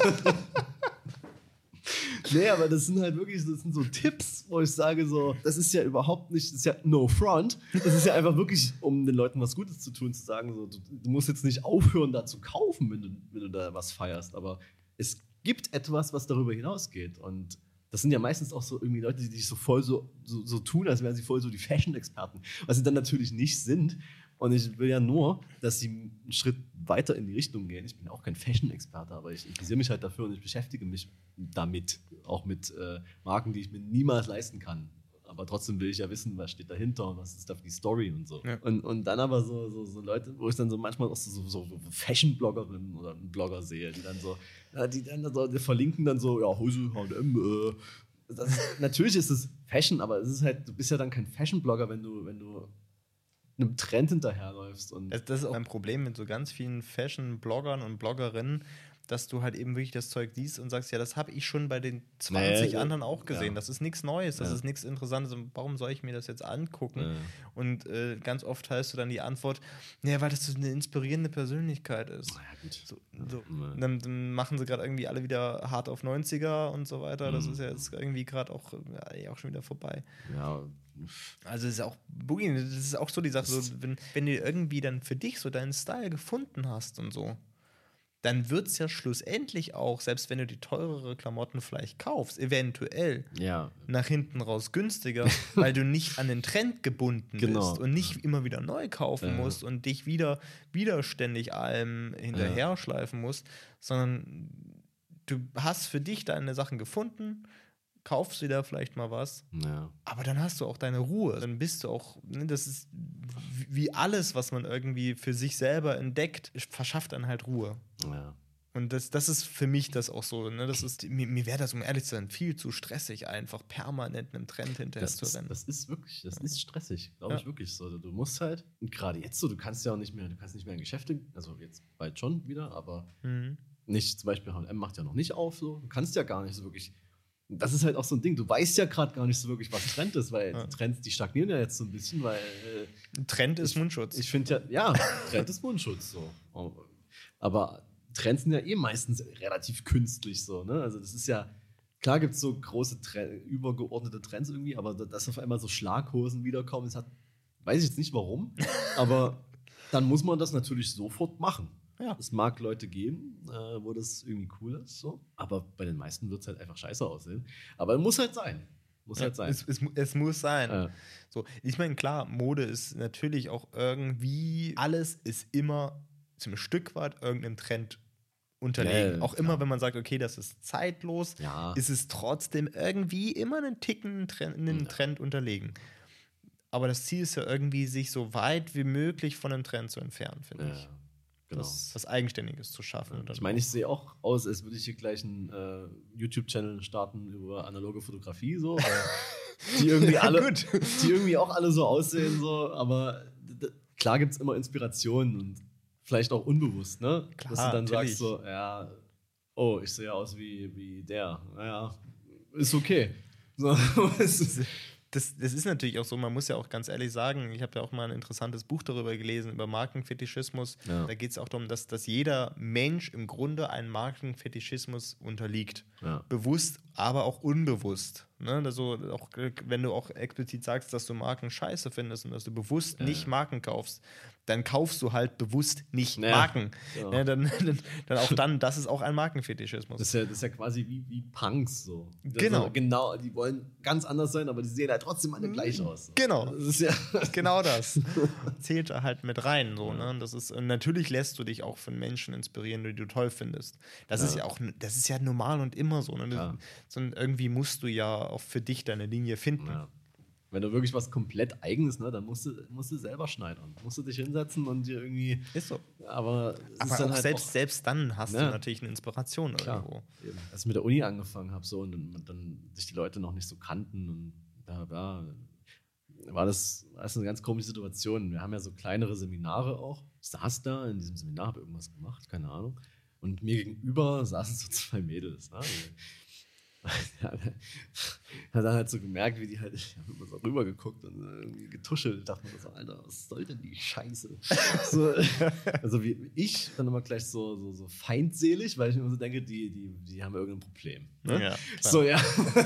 Nee, aber das sind halt wirklich, das sind so Tipps, wo ich sage so, das ist ja überhaupt nicht, das ist ja no front. Das ist ja einfach wirklich, um den Leuten was Gutes zu tun, zu sagen so, du, du musst jetzt nicht aufhören, da zu kaufen, wenn du, wenn du da was feierst. Aber es gibt etwas, was darüber hinausgeht. Und das sind ja meistens auch so irgendwie Leute, die sich so voll so, so, so tun, als wären sie voll so die Fashion-Experten. Was sie dann natürlich nicht sind. Und ich will ja nur, dass sie einen Schritt weiter in die Richtung gehen. Ich bin auch kein Fashion-Experte, aber ich interessiere mich halt dafür und ich beschäftige mich damit. Auch mit äh, Marken, die ich mir niemals leisten kann. Aber trotzdem will ich ja wissen, was steht dahinter und was ist da für die Story und so. Ja. Und, und dann aber so, so, so Leute, wo ich dann so manchmal auch so, so, so Fashion-Bloggerinnen oder einen Blogger sehe, die dann so, ja, die dann so, die verlinken dann so, ja, Hose, H und M, äh. Das ist, natürlich ist es Fashion, aber es ist halt, du bist ja dann kein Fashion-Blogger, wenn du, wenn du einem Trend hinterherläufst. Und das, das ist auch ein Problem mit so ganz vielen Fashion-Bloggern und Bloggerinnen, dass du halt eben wirklich das Zeug siehst und sagst, ja, das habe ich schon bei den zwanzig nee, anderen auch gesehen. Ja. Das ist nichts Neues, das Ja. ist nichts Interessantes. Und warum soll ich mir das jetzt angucken? Ja. Und äh, ganz oft heißt du dann die Antwort, ja, weil das so eine inspirierende Persönlichkeit ist. Na ja, gut. So, so. Ja. Dann, dann machen sie gerade irgendwie alle wieder hart auf neunziger und so weiter. Das Mhm. ist ja jetzt irgendwie gerade auch, ja, auch schon wieder vorbei. Ja. Also es ist auch Boogie, das ist auch so die Sache, so, wenn, wenn du irgendwie dann für dich so deinen Style gefunden hast und so, dann wird es ja schlussendlich auch, selbst wenn du die teurere Klamotten vielleicht kaufst, eventuell Ja. nach hinten raus günstiger, weil du nicht an den Trend gebunden Genau. bist und nicht immer wieder neu kaufen Ja. musst und dich wieder widerständig allem hinterher schleifen musst, sondern du hast für dich deine Sachen gefunden, kaufst dir da vielleicht mal was, Ja. aber dann hast du auch deine Ruhe. Dann bist du auch, ne, das ist wie alles, was man irgendwie für sich selber entdeckt, verschafft dann halt Ruhe. Ja. Und das, das ist für mich das auch so, ne? Das ist, mir, mir wäre das, um ehrlich zu sein, viel zu stressig, einfach permanent einem Trend hinterher Das zu ist, rennen. das ist wirklich, das ist stressig, glaube Ja. ich wirklich so. Du musst halt, und gerade jetzt so, du kannst ja auch nicht mehr, du kannst nicht mehr in Geschäfte, also jetzt bald schon wieder, aber Mhm. nicht, zum Beispiel H und M macht ja noch nicht auf, so. Du kannst ja gar nicht so wirklich. Das ist halt auch so ein Ding, du weißt ja gerade gar nicht so wirklich, was Trend ist, weil Ja. die Trends, die stagnieren ja jetzt so ein bisschen, weil äh, Trend ist Mundschutz. ich finde ja, ja, Trend ist Mundschutz so. Aber Trends sind ja eh meistens relativ künstlich so, ne? Also das ist ja, klar gibt es so große, Tre- übergeordnete Trends irgendwie, aber dass auf einmal so Schlaghosen wiederkommen, das hat, weiß ich jetzt nicht warum, aber dann muss man das natürlich sofort machen. Ja. Es mag Leute geben, äh, wo das irgendwie cool ist, so. Aber bei den meisten wird es halt einfach scheiße aussehen. Aber muss halt sein. Muss Ja, halt sein. es, es, es muss sein. Ja. So, ich meine, klar, Mode ist natürlich auch irgendwie, alles ist immer zum Stück weit irgendeinem Trend unterlegen. Ja, auch klar. immer, wenn man sagt, okay, das ist zeitlos, Ja. ist es trotzdem irgendwie immer einen Ticken Trend, einen Ja. Trend unterlegen. aber das Ziel ist ja irgendwie, sich so weit wie möglich von dem Trend zu entfernen, finde Ja, ich. genau. Das, was Eigenständiges zu schaffen. Ja, und dann ich meine, ich auch- sehe auch aus, als würde ich hier gleich einen äh, YouTube-Channel starten über analoge Fotografie, so. Weil die irgendwie alle, gut. die irgendwie auch alle so aussehen, so. Aber d- d- klar gibt es immer Inspirationen und vielleicht auch unbewusst, ne? Klar, Dass du dann natürlich. sagst so, ja, oh, ich sehe aus wie, wie der. Naja, ist okay. So, es ist, Das, das ist natürlich auch so, man muss ja auch ganz ehrlich sagen, ich habe ja auch mal ein interessantes Buch darüber gelesen, über Markenfetischismus. Ja. Da geht es auch darum, dass, dass jeder Mensch im Grunde einem Markenfetischismus unterliegt. Ja. Bewusst, aber auch unbewusst. Ne? Also auch, wenn du auch explizit sagst, dass du Marken scheiße findest und dass du bewusst Ja. nicht Marken kaufst, dann kaufst du halt bewusst nicht Ja, Marken. genau. Ne? Dann, dann, dann auch dann, das ist auch ein Markenfetischismus. Das ist ja, das ist ja quasi wie, wie Punks so. Genau. Also, genau, die wollen ganz anders sein, aber die sehen halt trotzdem alle gleich aus. So. Genau. Das ist ja. Genau das. Zählt da halt mit rein. So, ne? Das ist, und natürlich lässt du dich auch von Menschen inspirieren, die du toll findest. Das Ja. ist ja auch, das ist ja normal und immer so. Ne? Ja. Sondern irgendwie musst du ja auch für dich deine Linie finden. Ja. Wenn du wirklich was komplett Eigenes, ne, dann musst du, musst du selber schneidern. Musst du dich hinsetzen und dir irgendwie. Ist so. Aber, es Aber ist dann auch halt selbst, auch, selbst dann hast Ja. du natürlich eine Inspiration klar, irgendwo. eben. Als ich mit der Uni angefangen habe so, und dann, dann sich die Leute noch nicht so kannten und da ja, war das, war das eine ganz komische Situation. Wir haben ja so kleinere Seminare auch. Ich saß da in diesem Seminar, habe irgendwas gemacht, keine Ahnung. Und mir gegenüber saßen so zwei Mädels. Ne? Ja, hat dann halt so gemerkt, wie die halt, ich habe immer so rübergeguckt und irgendwie getuschelt. Ich dachte mir so, Alter, was soll denn die Scheiße? So, also wie ich dann immer gleich so, so, so feindselig, weil ich mir immer so denke, die, die, die haben irgendein Problem. Ne? Ja, klar. So, ja.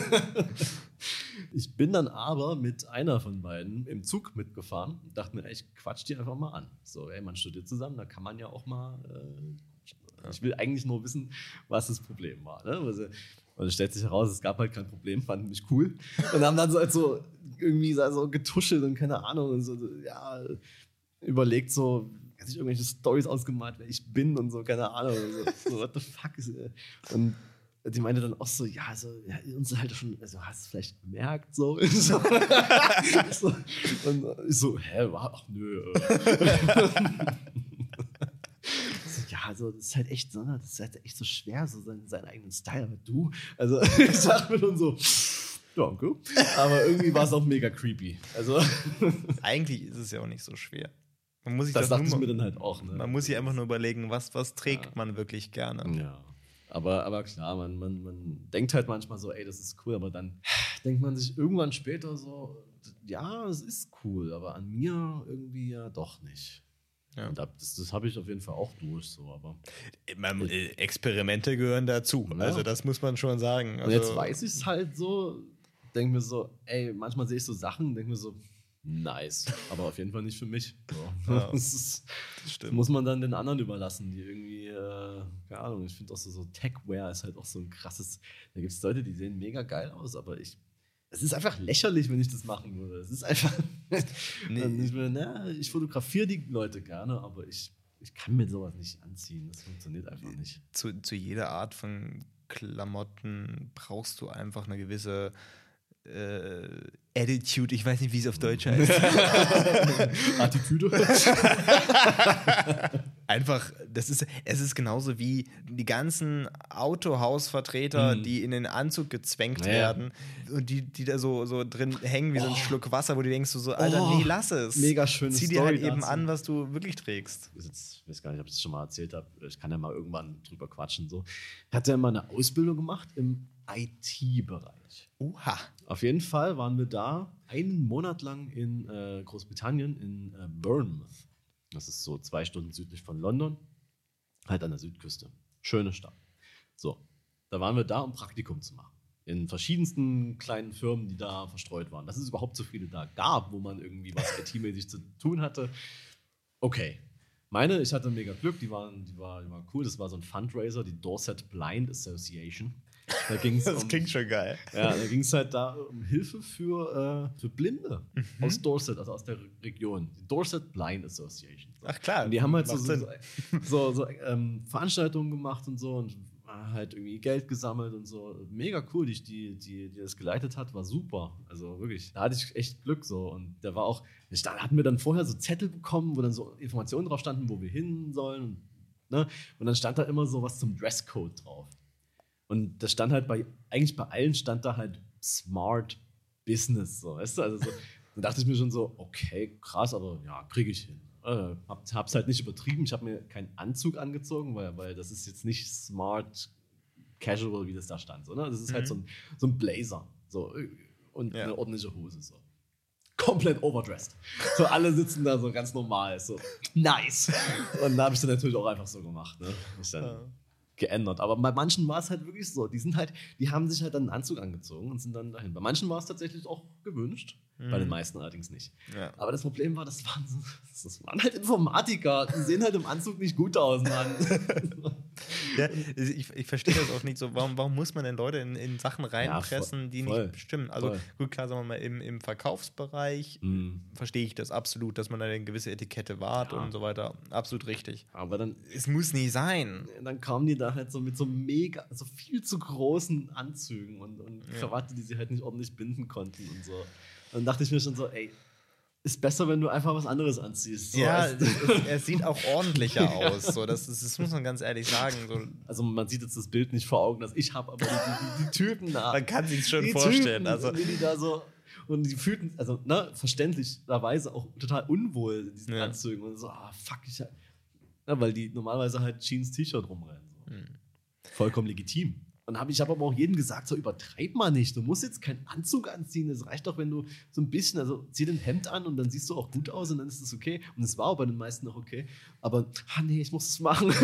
Ich bin dann aber mit einer von beiden im Zug mitgefahren und dachte mir, ey, ich quatsch die einfach mal an. So, ey, man studiert zusammen, da kann man ja auch mal. Äh, ich will eigentlich nur wissen, was das Problem war. Ne? Also, und es stellt sich heraus, es gab halt kein Problem, fanden mich cool. Und haben dann so, halt so irgendwie so getuschelt und keine Ahnung, und so, ja, überlegt so, hat sich irgendwelche Storys ausgemalt, wer ich bin und so, keine Ahnung. So, so what the fuck ist. Und die meinte dann auch so, ja, also, ja, uns halt schon, also hast du vielleicht gemerkt, so. so. so. Und ich so, hä, ach nö. Ja, also das ist halt echt so, das ist halt echt so schwer, so seinen, seinen eigenen Style. Aber du, also ich sag mir dann so, danke. Aber irgendwie war es auch mega creepy. Also Eigentlich ist es ja auch nicht so schwer. Man muss sich das das, dachte ich nur, mir dann halt auch. Ne? man muss sich einfach nur überlegen, was, was trägt Ja. man wirklich gerne. Ja. Aber, aber klar, man, man, man denkt halt manchmal so, ey, das ist cool, aber dann denkt man sich irgendwann später so, ja, es ist cool, aber an mir irgendwie ja doch nicht. Ja. Und das, das habe ich auf jeden Fall auch durch, so, aber. Man, äh, Experimente gehören dazu. Ja. Also das muss man schon sagen. Also, Und jetzt weiß ich es halt so, denke mir so, ey, manchmal sehe ich so Sachen, denke mir so, nice, aber auf jeden Fall nicht für mich. So. Ja, das, ist, das das stimmt. muss man dann den anderen überlassen, die irgendwie, äh, keine Ahnung, ich finde auch so, so Techwear ist halt auch so ein krasses, da gibt es Leute, die sehen mega geil aus, aber ich, es ist einfach lächerlich, wenn ich das machen würde. Es ist einfach, Nee. nee. ich, bin, na, ich fotografiere die Leute gerne, aber ich, ich kann mir sowas nicht anziehen, das funktioniert einfach nicht. Zu, zu jeder Art von Klamotten brauchst du einfach eine gewisse äh, Attitude. Ich weiß nicht, wie es auf Deutsch heißt. Attitüde? Einfach, das ist, es ist genauso wie die ganzen Autohausvertreter, Mhm. die in den Anzug gezwängt Ja. werden und die, die da so, so drin hängen wie so ein Oh. Schluck Wasser, wo du denkst, so, so Alter, Oh. nee, lass es. Mega schöne Zieh dir Story halt eben dazu. an, was du wirklich trägst. Jetzt, ich weiß gar nicht, ob ich das schon mal erzählt habe. Ich kann ja mal irgendwann drüber quatschen. So. Ich hatte ja mal eine Ausbildung gemacht im I T-Bereich. Oha. Auf jeden Fall waren wir da einen Monat lang in äh, Großbritannien, in äh, Bournemouth. Das ist so zwei Stunden südlich von London, halt an der Südküste. Schöne Stadt. So, da waren wir da, um Praktikum zu machen. In verschiedensten kleinen Firmen, die da verstreut waren. Dass es überhaupt so viele da gab, wo man irgendwie was I T-mäßig zu tun hatte. Okay. Meine, ich hatte mega Glück, die waren, die war, die war cool. Das war so ein Fundraiser, die Dorset Blind Association. Da ging's Das um, klingt schon geil. ja, da ging es halt da um Hilfe für, äh, für Blinde Mhm. aus Dorset, also aus der Re- Region. Die Dorset Blind Association. Ach klar. Und die haben halt so, macht so, Sinn. so, so ähm, Veranstaltungen gemacht und so und halt irgendwie Geld gesammelt und so. Mega cool, die, die, die, die das geleitet hat, war super. Also wirklich, da hatte ich echt Glück so. Und der war auch, da hatten wir dann vorher so Zettel bekommen, wo dann so Informationen drauf standen, wo wir hin sollen. Und, ne? Und dann stand da immer so was zum Dresscode drauf. Und das stand halt bei, eigentlich bei allen stand da halt Smart Business, so, weißt du? Also so, dann dachte ich mir schon so, okay, krass, aber ja, kriege ich hin. Äh, hab, hab's halt nicht übertrieben. Ich habe mir keinen Anzug angezogen, weil, weil das ist jetzt nicht smart casual, wie das da stand. So, ne? Das ist mhm. halt so ein, so ein Blazer so, und ja. eine ordentliche Hose. So. Komplett overdressed. So, alle sitzen da so ganz normal. So, nice. Und da habe ich dann natürlich auch einfach so gemacht. Ne? Ich dann ja. geändert. Aber bei manchen war es halt wirklich so. Die sind halt, die haben sich halt dann einen Anzug angezogen und sind dann dahin. Bei manchen war es tatsächlich auch gewünscht. Mhm. Bei den meisten allerdings nicht. Ja. Aber das Problem war, das waren, so, das waren halt Informatiker. Die sehen halt im Anzug nicht gut aus, Mann. Ja, ich, ich verstehe das auch nicht so. Warum, warum muss man denn Leute in, in Sachen reinpressen, ja, voll, die voll, nicht stimmen? Also voll. Gut, klar, sagen wir mal, im, im Verkaufsbereich mhm. verstehe ich das absolut, dass man da eine gewisse Etikette wahrt ja. und so weiter. Absolut richtig. Aber dann... Es muss nicht sein. Dann kamen die da halt so mit so mega, so viel zu großen Anzügen und, und ja. Krawatte, die sie halt nicht ordentlich binden konnten und so. Dann dachte ich mir schon so, ey, ist besser, wenn du einfach was anderes anziehst. So, ja, es, es sieht auch ordentlicher aus. So, das, ist, das muss man ganz ehrlich sagen. So. Also man sieht jetzt das Bild nicht vor Augen, das ich habe, aber die, die, die Typen da. Man kann sich schon vorstellen. Typen, also wie die da so und die fühlten, also ne, verständlicherweise auch total unwohl in diesen ja. Anzügen und so, ah fuck, ich, ja, weil die normalerweise halt Jeans T-Shirt rumrennen. So. Hm. Vollkommen legitim. Und hab, ich habe aber auch jedem gesagt, so übertreib mal nicht. Du musst jetzt keinen Anzug anziehen. Es reicht doch, wenn du so ein bisschen, also zieh den Hemd an und dann siehst du auch gut aus und dann ist das okay. Und es war auch bei den meisten auch okay. Aber, ah nee, ich muss es machen.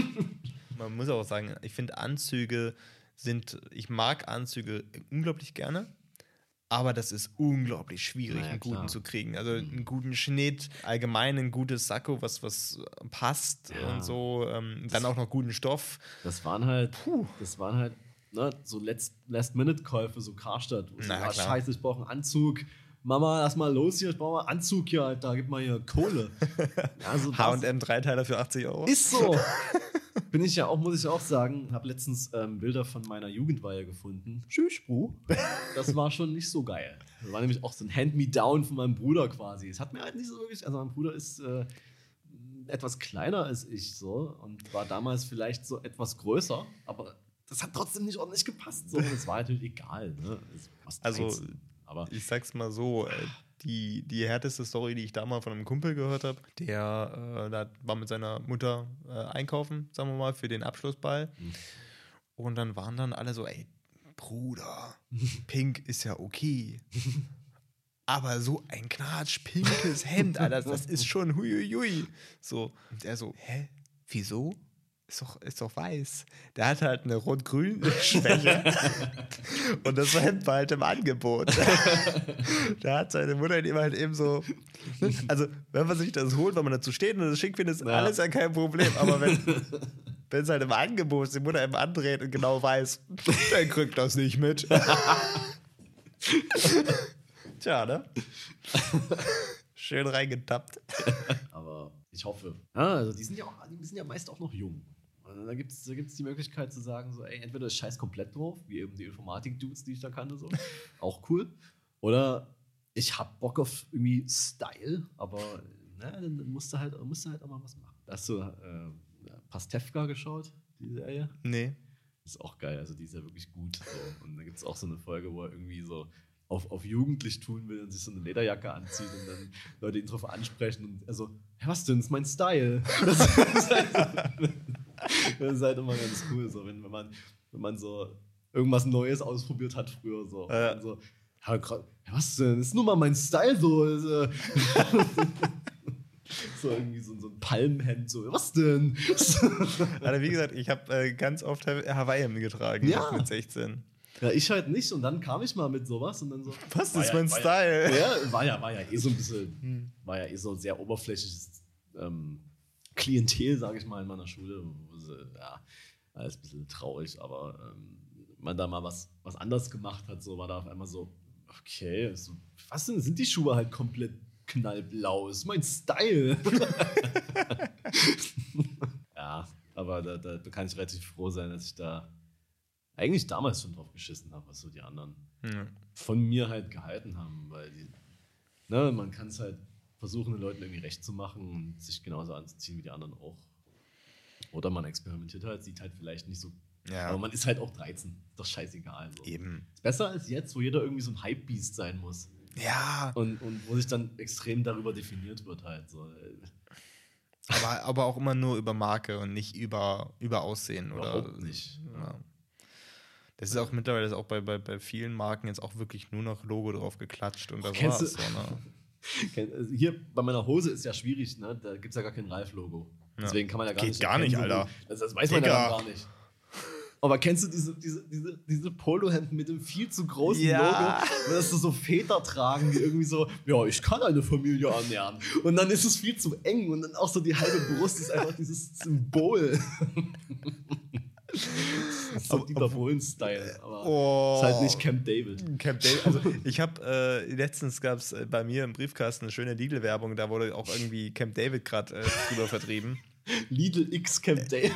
Man muss auch sagen, ich finde Anzüge sind, ich mag Anzüge unglaublich gerne. Aber das ist unglaublich schwierig, naja, einen guten klar. zu kriegen. Also einen guten Schnitt, allgemein ein gutes Sakko, was, was passt ja. und so. Ähm, dann auch noch guten Stoff. Das waren halt, Puh. das waren halt ne, so Last-Minute-Käufe, so Karstadt. Wo naja, so, ah, scheiße, ich brauche einen Anzug. Mama, lass mal los hier, ich brauche mal einen Anzug hier, Alter, gib mal hier Kohle. Ja, so H und M-Dreiteiler für achtzig Euro. Ist so. Bin ich ja auch, muss ich auch sagen, habe letztens ähm, Bilder von meiner Jugendweihe gefunden. Tschüss, Bru. Das war schon nicht so geil. Das war nämlich auch so ein Hand-me-down von meinem Bruder quasi. Es hat mir halt nicht so wirklich, also mein Bruder ist äh, etwas kleiner als ich so und war damals vielleicht so etwas größer, aber das hat trotzdem nicht ordentlich gepasst. So. Das war natürlich egal. Ne? Also, aber ich sag's mal so, Die, die härteste Story, die ich da mal von einem Kumpel gehört habe, der äh, da war mit seiner Mutter äh, einkaufen, sagen wir mal, für den Abschlussball. Mhm. Und dann waren dann alle so, ey, Bruder, pink ist ja okay. Aber so ein knatschpinkes Hemd, Alter, das ist schon huiuiui. So, und er so, hä, wieso? Ist doch, ist doch weiß. Der hat halt eine Rot-Grün-Schwäche. Und das Hemd war halt im Angebot. Da hat seine Mutter ihm halt eben so. Also, wenn man sich das holt, wenn man dazu steht und das schick findet, ist ja. alles ja kein Problem. Aber wenn wenn es halt im Angebot ist, die Mutter eben andreht und genau weiß, der kriegt das nicht mit. Tja, ne? Schön reingetappt. Aber ich hoffe. Ja, also die sind ja, auch, die sind ja meist auch noch jung. Da gibt es da gibt's die Möglichkeit zu sagen, so, ey, entweder ist scheiß komplett drauf, wie eben die Informatik-Dudes, die ich da kannte, so. Auch cool. Oder ich hab Bock auf irgendwie Style, aber na, dann musst du halt, musst du halt auch mal was machen. Hast du äh, Pastewka geschaut, die Serie? Nee. Ist auch geil, also die ist ja wirklich gut. So. Und da gibt es auch so eine Folge, wo er irgendwie so auf, auf jugendlich tun will und sich so eine Lederjacke anzieht und dann Leute ihn drauf ansprechen und er so, hey, was denn, das ist mein Style. Das ist halt, das ist halt immer ganz cool, so, wenn, wenn, man, wenn man so irgendwas Neues ausprobiert hat früher. So, äh. und so ja, was denn, das ist nur mal mein Style so. Also, so irgendwie so, so ein Palmhemd, so, was denn? Also wie gesagt, ich habe äh, ganz oft Hawaii-Hemden getragen ja. mit sechzehn. Ja, ich halt nicht und dann kam ich mal mit sowas und dann so. Was, das ist mein Style? Ja, ja, war ja, war ja eh so ein bisschen, hm. war ja eh so sehr oberflächliches ähm, Klientel, sage ich mal, in meiner Schule. Wo sie, ja, alles ein bisschen traurig, aber ähm, man da mal was, was anders gemacht hat, so war da auf einmal so, okay, so, was denn, sind die Schuhe halt komplett knallblau, das ist mein Style. Ja, aber aber da, da, da kann ich relativ froh sein, dass ich da eigentlich damals schon drauf geschissen habe, was so die anderen Mhm. von mir halt gehalten haben, weil die, ne, man kann es halt versuchen, den Leuten irgendwie recht zu machen und sich genauso anzuziehen wie die anderen auch. Oder man experimentiert halt, sieht halt vielleicht nicht so. Ja. Aber man ist halt auch dreizehn. Ist doch scheißegal. So. Eben. Ist besser als jetzt, wo jeder irgendwie so ein Hype-Beast sein muss. Ja. Und, und wo sich dann extrem darüber definiert wird halt. So. Aber, aber auch immer nur über Marke und nicht über, über Aussehen. Überhaupt oder nicht. Ja. Das ist auch mittlerweile auch bei, bei, bei vielen Marken jetzt auch wirklich nur noch Logo drauf geklatscht und das Kennst war's. du- So, ne? Also hier bei meiner Hose ist ja schwierig, ne? Da gibt es ja gar kein Ralf-Logo. Deswegen kann man ja gar Geht nicht. gar nicht, erkennen, wo- Alter. Das, das weiß man Digga. ja gar nicht. Aber kennst du diese, diese, diese, diese Polohemden mit dem viel zu großen Ja. Logo, wo das so Väter tragen, die irgendwie so, ja, ich kann eine Familie ernähren. Und dann ist es viel zu eng und dann auch so die halbe Brust ist einfach dieses Symbol. Das ist so Dieter Bohlen-Style, aber Oh. ist halt nicht Camp David. Camp David. Also ich habe äh, letztens gab es äh, bei mir im Briefkasten eine schöne Lidl-Werbung, da wurde auch irgendwie Camp David gerade äh, drüber vertrieben. Lidl X Camp David.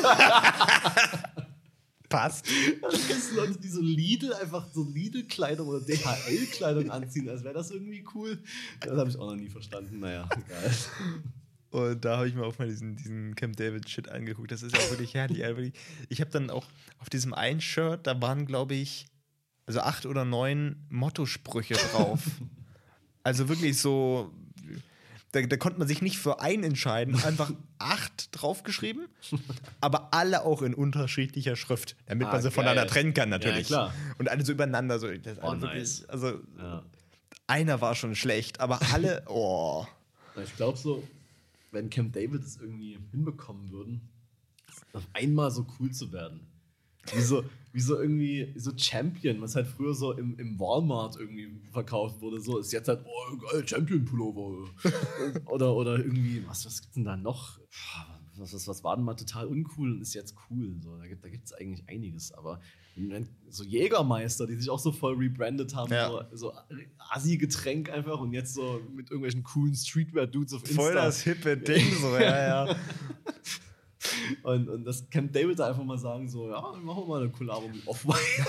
Passt. Also kennst du Leute, die so Lidl einfach so Lidl-Kleidung oder D H L-Kleidung anziehen, als wäre das irgendwie cool? Das habe ich auch noch nie verstanden. Naja, egal. Und da habe ich mir auch mal diesen, diesen Camp David-Shit angeguckt. Das ist ja auch wirklich herrlich. Ja, wirklich. Ich habe dann auch auf diesem einen Shirt, da waren, glaube ich, also acht oder neun Motto-Sprüche drauf. Also wirklich so, da, da konnte man sich nicht für einen entscheiden. Einfach acht draufgeschrieben, aber alle auch in unterschiedlicher Schrift, damit Ah, man sie geil. voneinander trennen kann natürlich. Ja, klar. Und alle so übereinander. So, das Oh, alle wirklich, nice. also Ja. einer war schon schlecht, aber alle, oh. Ich glaube so, wenn Camp David es irgendwie hinbekommen würden, auf einmal so cool zu werden. Wie so, wie so irgendwie so Champion, was halt früher so im, im Walmart irgendwie verkauft wurde, so ist jetzt halt, oh geil, Champion-Pullover. oder, oder irgendwie, was, was gibt's denn da noch? Was, was, was war denn mal total uncool und ist jetzt cool? So, da gibt es da gibt's eigentlich einiges, aber wenn, so Jägermeister, die sich auch so voll rebrandet haben, Ja. so, so Assi-Getränk einfach und jetzt so mit irgendwelchen coolen Streetwear-Dudes auf Insta. Voll das hippe Ding, so, ja, ja. Und, und das Camp David da einfach mal sagen, so, ja, dann machen wir mal eine Kollabo mit Off-White.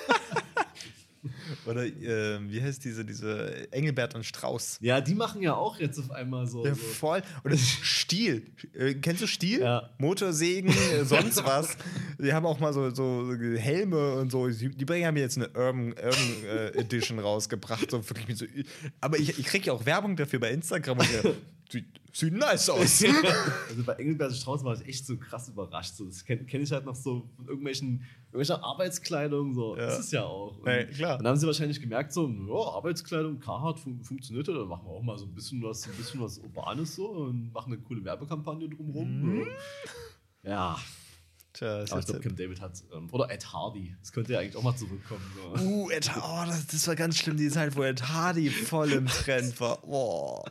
Oder äh, wie heißt diese, diese Engelbert und Strauß? Ja, die machen ja auch jetzt auf einmal so. Ja, so. voll. Oder Stiel. Äh, kennst du Stiel? Ja. Motorsägen, äh, sonst was. Die haben auch mal so, so Helme und so. Die die bringen haben jetzt eine Urban, Urban äh, Edition rausgebracht. So wirklich mit so, aber ich, ich kriege ja auch Werbung dafür bei Instagram. Und ja, sieht, sieht nice aus. Also bei Engelbert Strauß war ich echt so krass überrascht. So, das kenne kenn ich halt noch so von irgendwelchen, irgendwelcher Arbeitskleidung. So. Ja. Das ist ja auch. Und Ja, klar. dann haben sie wahrscheinlich gemerkt, so, ja, Arbeitskleidung, Carhartt fun funktioniert ja, dann machen wir auch mal so ein bisschen was, ein bisschen was Urbanes so und machen eine coole Werbekampagne drumherum. Mhm. Ja. Tja, ist Aber ich jetzt- glaube, Camp David hat. Ähm, oder Ed Hardy. Das könnte ja eigentlich auch mal zurückkommen. So. Uh, Ed, oh, das, das war ganz schlimm, die Zeit, wo Ed Hardy voll im Trend war. Oh.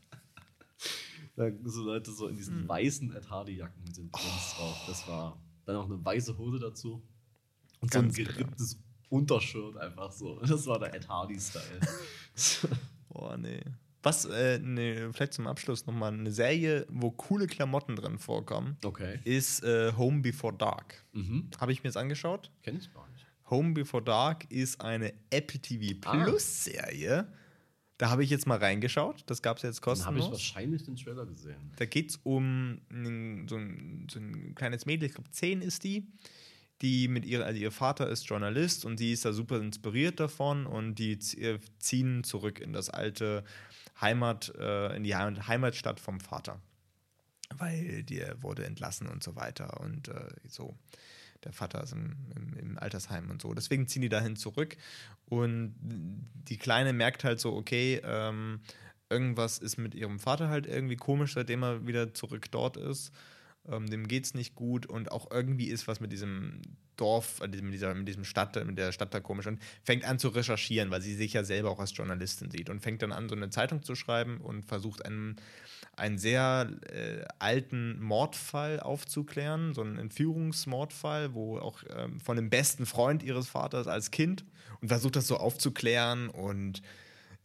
Da, so Leute so in diesen weißen Ed Hardy-Jacken mit den Prints drauf. Das war dann auch eine weiße Hose dazu. Und so ein Ganz genau. geripptes Untershirt einfach so. Das war der Ed Hardy-Style. Oh, nee. Was, äh, nee, vielleicht zum Abschluss nochmal eine Serie, wo coole Klamotten drin vorkommen, Okay. ist äh, Home Before Dark. Mhm. Habe ich mir jetzt angeschaut. Kenn ich gar nicht. Home Before Dark ist eine Apple T V Plus Serie. Da habe ich jetzt mal reingeschaut. Das gab es jetzt Dann habe ich kostenlos. wahrscheinlich den Trailer gesehen. Da geht es um ein, so, ein, so ein kleines Mädel, ich glaube zehn ist die, die mit ihrer, also ihr Vater ist Journalist und sie ist da super inspiriert davon und die z- ziehen zurück in das alte Heimat, äh, in die Heim- Heimatstadt vom Vater. Weil der wurde entlassen und so weiter und äh, so. Der Vater ist im, im, im Altersheim und so. Deswegen ziehen die dahin zurück. Und die Kleine merkt halt so, okay, ähm, irgendwas ist mit ihrem Vater halt irgendwie komisch, seitdem er wieder zurück dort ist. Ähm, dem geht's nicht gut. Und auch irgendwie ist was mit diesem Dorf, äh, mit, dieser, mit diesem Stadt, mit der Stadt da komisch. Und fängt an zu recherchieren, weil sie sich ja selber auch als Journalistin sieht. Und fängt dann an, so eine Zeitung zu schreiben und versucht einen einen sehr äh, alten Mordfall aufzuklären, so einen Entführungsmordfall, wo auch ähm, von dem besten Freund ihres Vaters als Kind und versucht das so aufzuklären und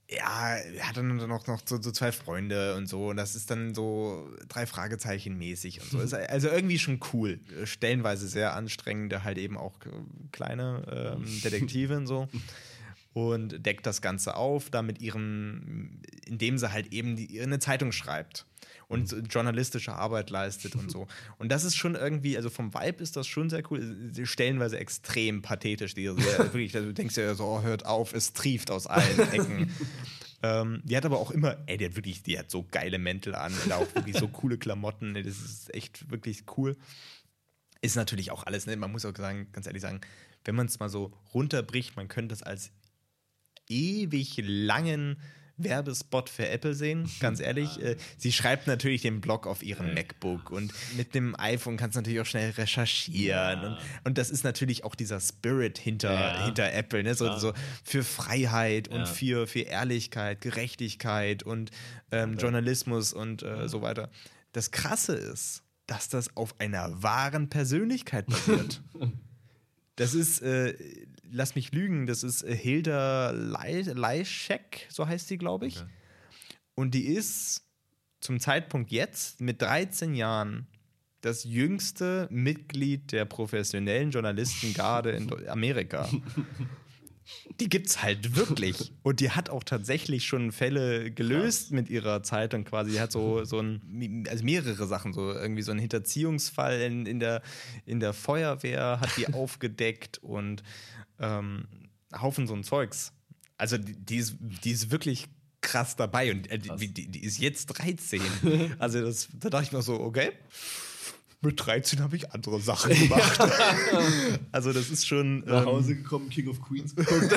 Ja, er hat dann noch, noch so, so zwei Freunde und so. Und das ist dann so drei Fragezeichen mäßig und so. Ist also irgendwie schon cool. Stellenweise sehr anstrengende, halt eben auch kleine ähm, Detektive und so. Und deckt das Ganze auf, da mit ihrem, indem sie halt eben die, eine Zeitung schreibt und journalistische Arbeit leistet und so. Und das ist schon irgendwie, also vom Vibe ist das schon sehr cool. Stellenweise extrem pathetisch. Die, wirklich, du denkst ja so, oh, hört auf, es trieft aus allen Ecken. ähm, die hat aber auch immer, ey, die hat wirklich, die hat so geile Mäntel an, und auch wirklich so coole Klamotten. Das ist echt wirklich cool. Ist natürlich auch alles, ne? Man muss auch sagen, ganz ehrlich sagen, wenn man es mal so runterbricht, man könnte das als ewig langen Werbespot für Apple sehen, ganz ehrlich. Äh, sie schreibt natürlich den Blog auf ihrem MacBook und mit dem iPhone kannst du natürlich auch schnell recherchieren. Ja. Und, und das ist natürlich auch dieser Spirit hinter, ja. hinter Apple, ne? so, ja. so für Freiheit und ja. für, für Ehrlichkeit, Gerechtigkeit und ähm, okay. Journalismus und äh, so weiter. Das Krasse ist, dass das auf einer wahren Persönlichkeit basiert. Das ist, äh, lass mich lügen, das ist äh, Hilda Leischek, so heißt sie, glaube ich. Okay. Und die ist zum Zeitpunkt jetzt mit dreizehn Jahren das jüngste Mitglied der professionellen Journalistengarde in Amerika. Die gibt's halt wirklich. Und die hat auch tatsächlich schon Fälle gelöst Krass. Mit ihrer Zeitung quasi. Die hat so, so ein, also mehrere Sachen, so irgendwie so einen Hinterziehungsfall in, in, der, in der Feuerwehr hat die aufgedeckt und ähm, Haufen so ein Zeugs. Also die, die, ist, die ist wirklich krass dabei und äh, die, die, die ist jetzt dreizehn. Also das, da dachte ich mir so, okay. Mit dreizehn habe ich andere Sachen gemacht. Also das ist schon... Nach Hause gekommen, King of Queens geguckt.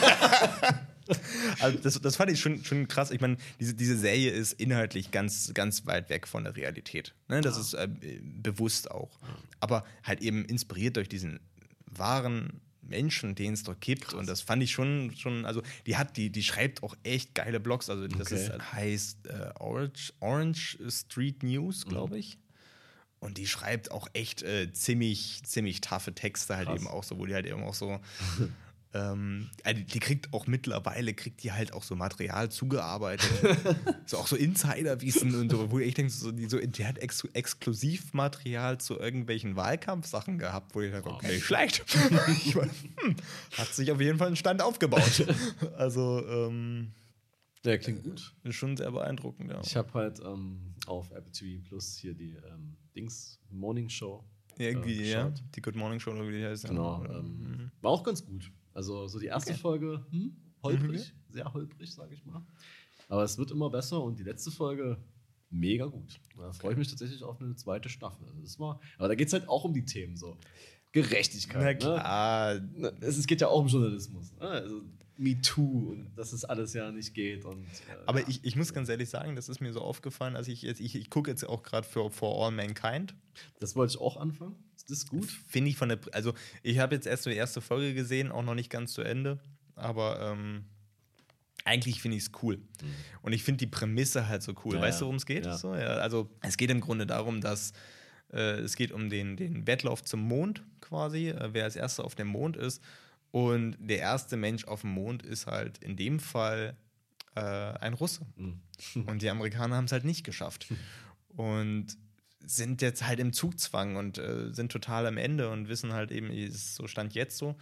Also das, das fand ich schon, schon krass. Ich meine, diese, diese Serie ist inhaltlich ganz, ganz weit weg von der Realität. Ne? Das ja. ist äh, bewusst auch. Aber halt eben inspiriert durch diesen wahren Menschen, den es dort gibt. Krass. Und das fand ich schon, schon also die hat, die, die schreibt auch echt geile Blogs. Also das okay. ist, heißt äh, Orange, Orange Street News, glaube ich. Mhm. Und die schreibt auch echt äh, ziemlich, ziemlich taffe Texte halt Krass. Eben auch so, wo die halt eben auch so ähm, also die kriegt auch mittlerweile, kriegt die halt auch so Material zugearbeitet. So auch so Insiderwissen und so, wo ich denke, so, die, so, die hat ex- Exklusivmaterial zu irgendwelchen Wahlkampfsachen gehabt, wo ich dachte, okay, nicht schlecht. Ich mein, hm, hat sich auf jeden Fall einen Stand aufgebaut. Also, ähm, ja, klingt gut. Ist schon sehr beeindruckend, ja. Ich habe halt ähm, auf Apple T V Plus hier die ähm, Dings Morning Show ja, irgendwie, äh, ja, die Good Morning Show, oder wie die heißt. Genau. Ja. Ähm, mhm. War auch ganz gut. Also so die erste okay. Folge, hm, holprig, mhm. sehr holprig, sage ich mal. Aber es wird immer besser und die letzte Folge mega gut. Da freue ich mich tatsächlich auf eine zweite Staffel. Also das war, aber da geht es halt auch um die Themen so. Gerechtigkeit. Na klar. Ne? Es, es geht ja auch um Journalismus. Ne? Also MeToo und dass es alles ja nicht geht. Und, äh, Aber ja. ich, ich muss ganz ehrlich sagen, das ist mir so aufgefallen, als ich jetzt, ich, ich gucke jetzt auch gerade für For All Mankind. Das wollte ich auch anfangen. Ist das gut? Finde ich von der, also ich habe jetzt erst so die erste Folge gesehen, auch noch nicht ganz zu Ende, aber ähm, eigentlich finde ich es cool. Mhm. Und ich finde die Prämisse halt so cool. Ja, weißt du, worum es geht? Ja. So, ja, also es geht im Grunde darum, dass äh, es geht um den, den Wettlauf zum Mond quasi, äh, wer als Erster auf dem Mond ist. Und der erste Mensch auf dem Mond ist halt in dem Fall äh, ein Russe. Mhm. Und die Amerikaner haben es halt nicht geschafft. Und sind jetzt halt im Zugzwang und äh, sind total am Ende und wissen halt eben, ist so Stand jetzt so,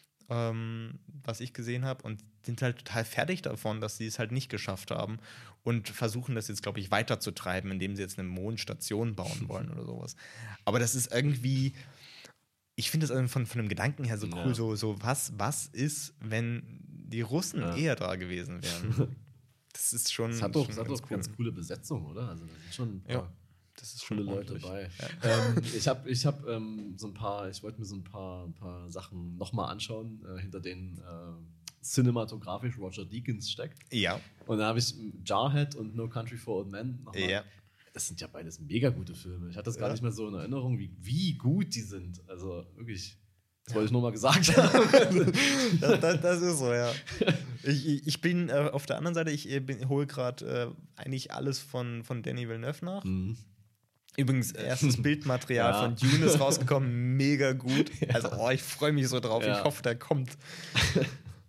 ähm, was ich gesehen habe, und sind halt total fertig davon, dass sie es halt nicht geschafft haben und versuchen das jetzt, glaube ich, weiterzutreiben, indem sie jetzt eine Mondstation bauen wollen oder sowas. Aber das ist irgendwie, ich finde das von, von dem Gedanken her so cool, ja. so, so was, was ist, wenn die Russen ja. eher da gewesen wären? Das ist schon. Das hat doch, schon das hat ganz doch cool. ganz coole Besetzung, oder? Also da sind schon ja. Das ist coole schon Leute dabei. Ja. ähm, ich habe ich hab, ähm, so ein paar, ich wollte mir so ein paar, ein paar Sachen nochmal anschauen, äh, hinter denen äh, cinematografisch Roger Deakins steckt. Ja. Und da habe ich Jarhead und No Country for Old Men nochmal. Ja. Das sind ja beides mega gute Filme. Ich hatte das gar ja. nicht mehr so in Erinnerung, wie, wie gut die sind. Also wirklich, das wollte ich nur mal gesagt haben. das, das, das ist so, ja. Ich, ich bin äh, auf der anderen Seite, ich hole gerade äh, eigentlich alles von, von Denis Villeneuve nach. Mhm. Übrigens, erstes Bildmaterial ja. von Dune ist rausgekommen, mega gut. Also, oh, ich freue mich so drauf. Ja. Ich hoffe, der kommt.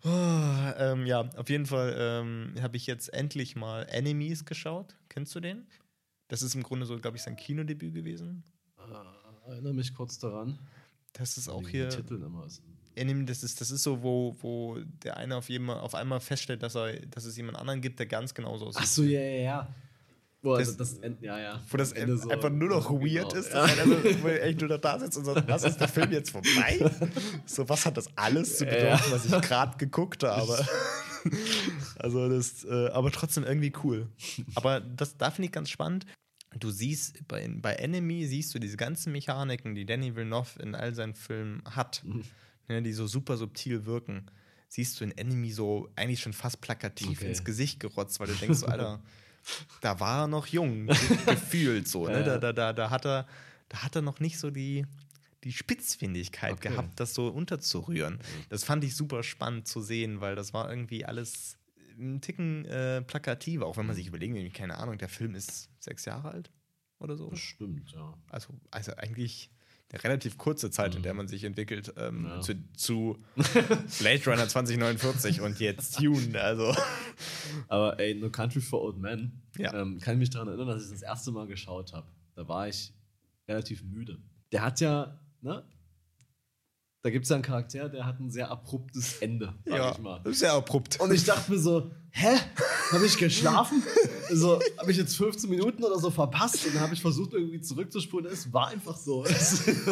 Oh, ähm, ja, auf jeden Fall ähm, habe ich jetzt endlich mal Enemies geschaut. Kennst du den? Das ist im Grunde so, glaube ich, sein Kinodebüt gewesen. Äh, erinnere mich kurz daran. Das ist auch Die hier. Titel immer ist. Anime, das ist, das ist so, wo, wo der eine auf, jeden, auf einmal feststellt, dass, er, dass es jemand anderen gibt, der ganz genauso aussieht. Ach so, ja, ja, ja. Wo das, das, das, ja, ja. Wo das Ende so einfach nur noch weird genau. ist, dass ja. man also, wo er echt nur noch da sitzt und sagt, was ist der Film jetzt vorbei? So, was hat das alles zu bedeuten, ja. was ich gerade geguckt habe? Also das, äh, aber trotzdem irgendwie cool. Aber das, da finde ich ganz spannend. Du siehst, bei, bei Enemy siehst du diese ganzen Mechaniken, die Denis Villeneuve in all seinen Filmen hat, mhm. ne, die so super subtil wirken, siehst du in Enemy so eigentlich schon fast plakativ okay. ins Gesicht gerotzt, weil du denkst so, Alter, da war er noch jung, gefühlt so. Ne? Da, da, da, da, hat er, da hat er noch nicht so die, die Spitzfindigkeit okay. gehabt, das so unterzurühren. Das fand ich super spannend zu sehen, weil das war irgendwie alles ein Ticken äh, plakativer, auch wenn man sich überlegt, keine Ahnung, der Film ist sechs Jahre alt oder so. Das stimmt, ja. Also, also eigentlich eine relativ kurze Zeit, mhm. in der man sich entwickelt, ähm, ja. zu, zu Blade Runner zwanzig neunundvierzig und jetzt Dune, also. Aber ey, No Country for Old Men, ja. ähm, kann ich mich daran erinnern, dass ich das erste Mal geschaut habe. Da war ich relativ müde. Der hat ja, ne? Da gibt es ja einen Charakter, der hat ein sehr abruptes Ende, sag ja, ich mal. Sehr abrupt. Und ich dachte mir so, hä? Habe ich geschlafen? So, habe ich jetzt fünfzehn Minuten oder so verpasst? Und dann habe ich versucht, irgendwie zurückzuspulen. Es war einfach so. Es ist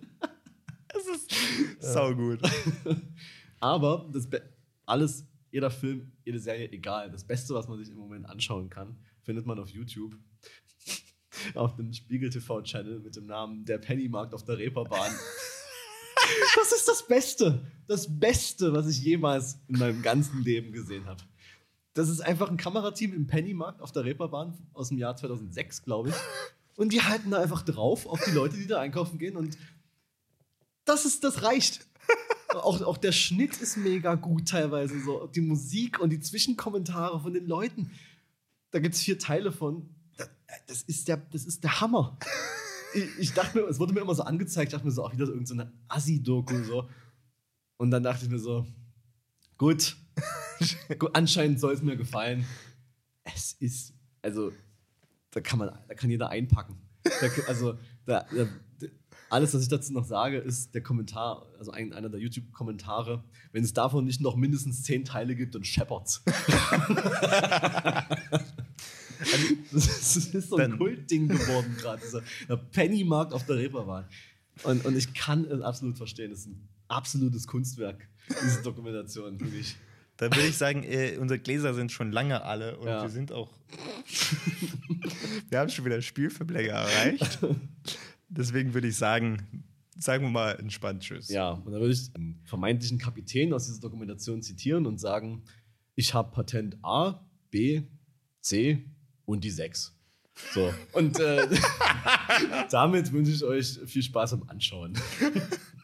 saugut. Aber das Be- alles, jeder Film, jede Serie, egal. Das Beste, was man sich im Moment anschauen kann, findet man auf YouTube. Auf dem Spiegel-T V-Channel mit dem Namen Der Pennymarkt auf der Reeperbahn. Das ist das Beste. Das Beste, was ich jemals in meinem ganzen Leben gesehen habe. Das ist einfach ein Kamerateam im Pennymarkt auf der Reeperbahn aus dem Jahr zweitausendsechs, glaube ich. Und die halten da einfach drauf auf die Leute, die da einkaufen gehen. Und das ist, das reicht. Auch, auch der Schnitt ist mega gut teilweise. So. Die Musik und die Zwischenkommentare von den Leuten. Da gibt es vier Teile von. Das ist der, das ist der Hammer. Ich, ich dachte mir, es wurde mir immer so angezeigt, ich dachte mir so, auch wieder so irgendeine so Assi-Doku so. Und dann dachte ich mir so, gut, gut anscheinend soll es mir gefallen. Es ist, also, da kann man, da kann jeder einpacken. Da, also, da, da, alles, was ich dazu noch sage, ist der Kommentar, also ein, einer der YouTube-Kommentare, wenn es davon nicht noch mindestens zehn Teile gibt, dann scheppert's. Also, das ist so ein Dann. Kultding geworden gerade, dieser Pennymarkt auf der Reeperbahn. Und, und ich kann es absolut verstehen, das ist ein absolutes Kunstwerk, diese Dokumentation, wirklich. Dann würde ich sagen, äh, unsere Gläser sind schon lange alle und ja. wir sind auch wir haben schon wieder Spielverblänge erreicht. Deswegen würde ich sagen, sagen wir mal entspannt Tschüss. Ja, und dann würde ich einen vermeintlichen Kapitän aus dieser Dokumentation zitieren und sagen, ich habe Patent A, B, C und die sechs. So. Und äh, damit wünsche ich euch viel Spaß am Anschauen.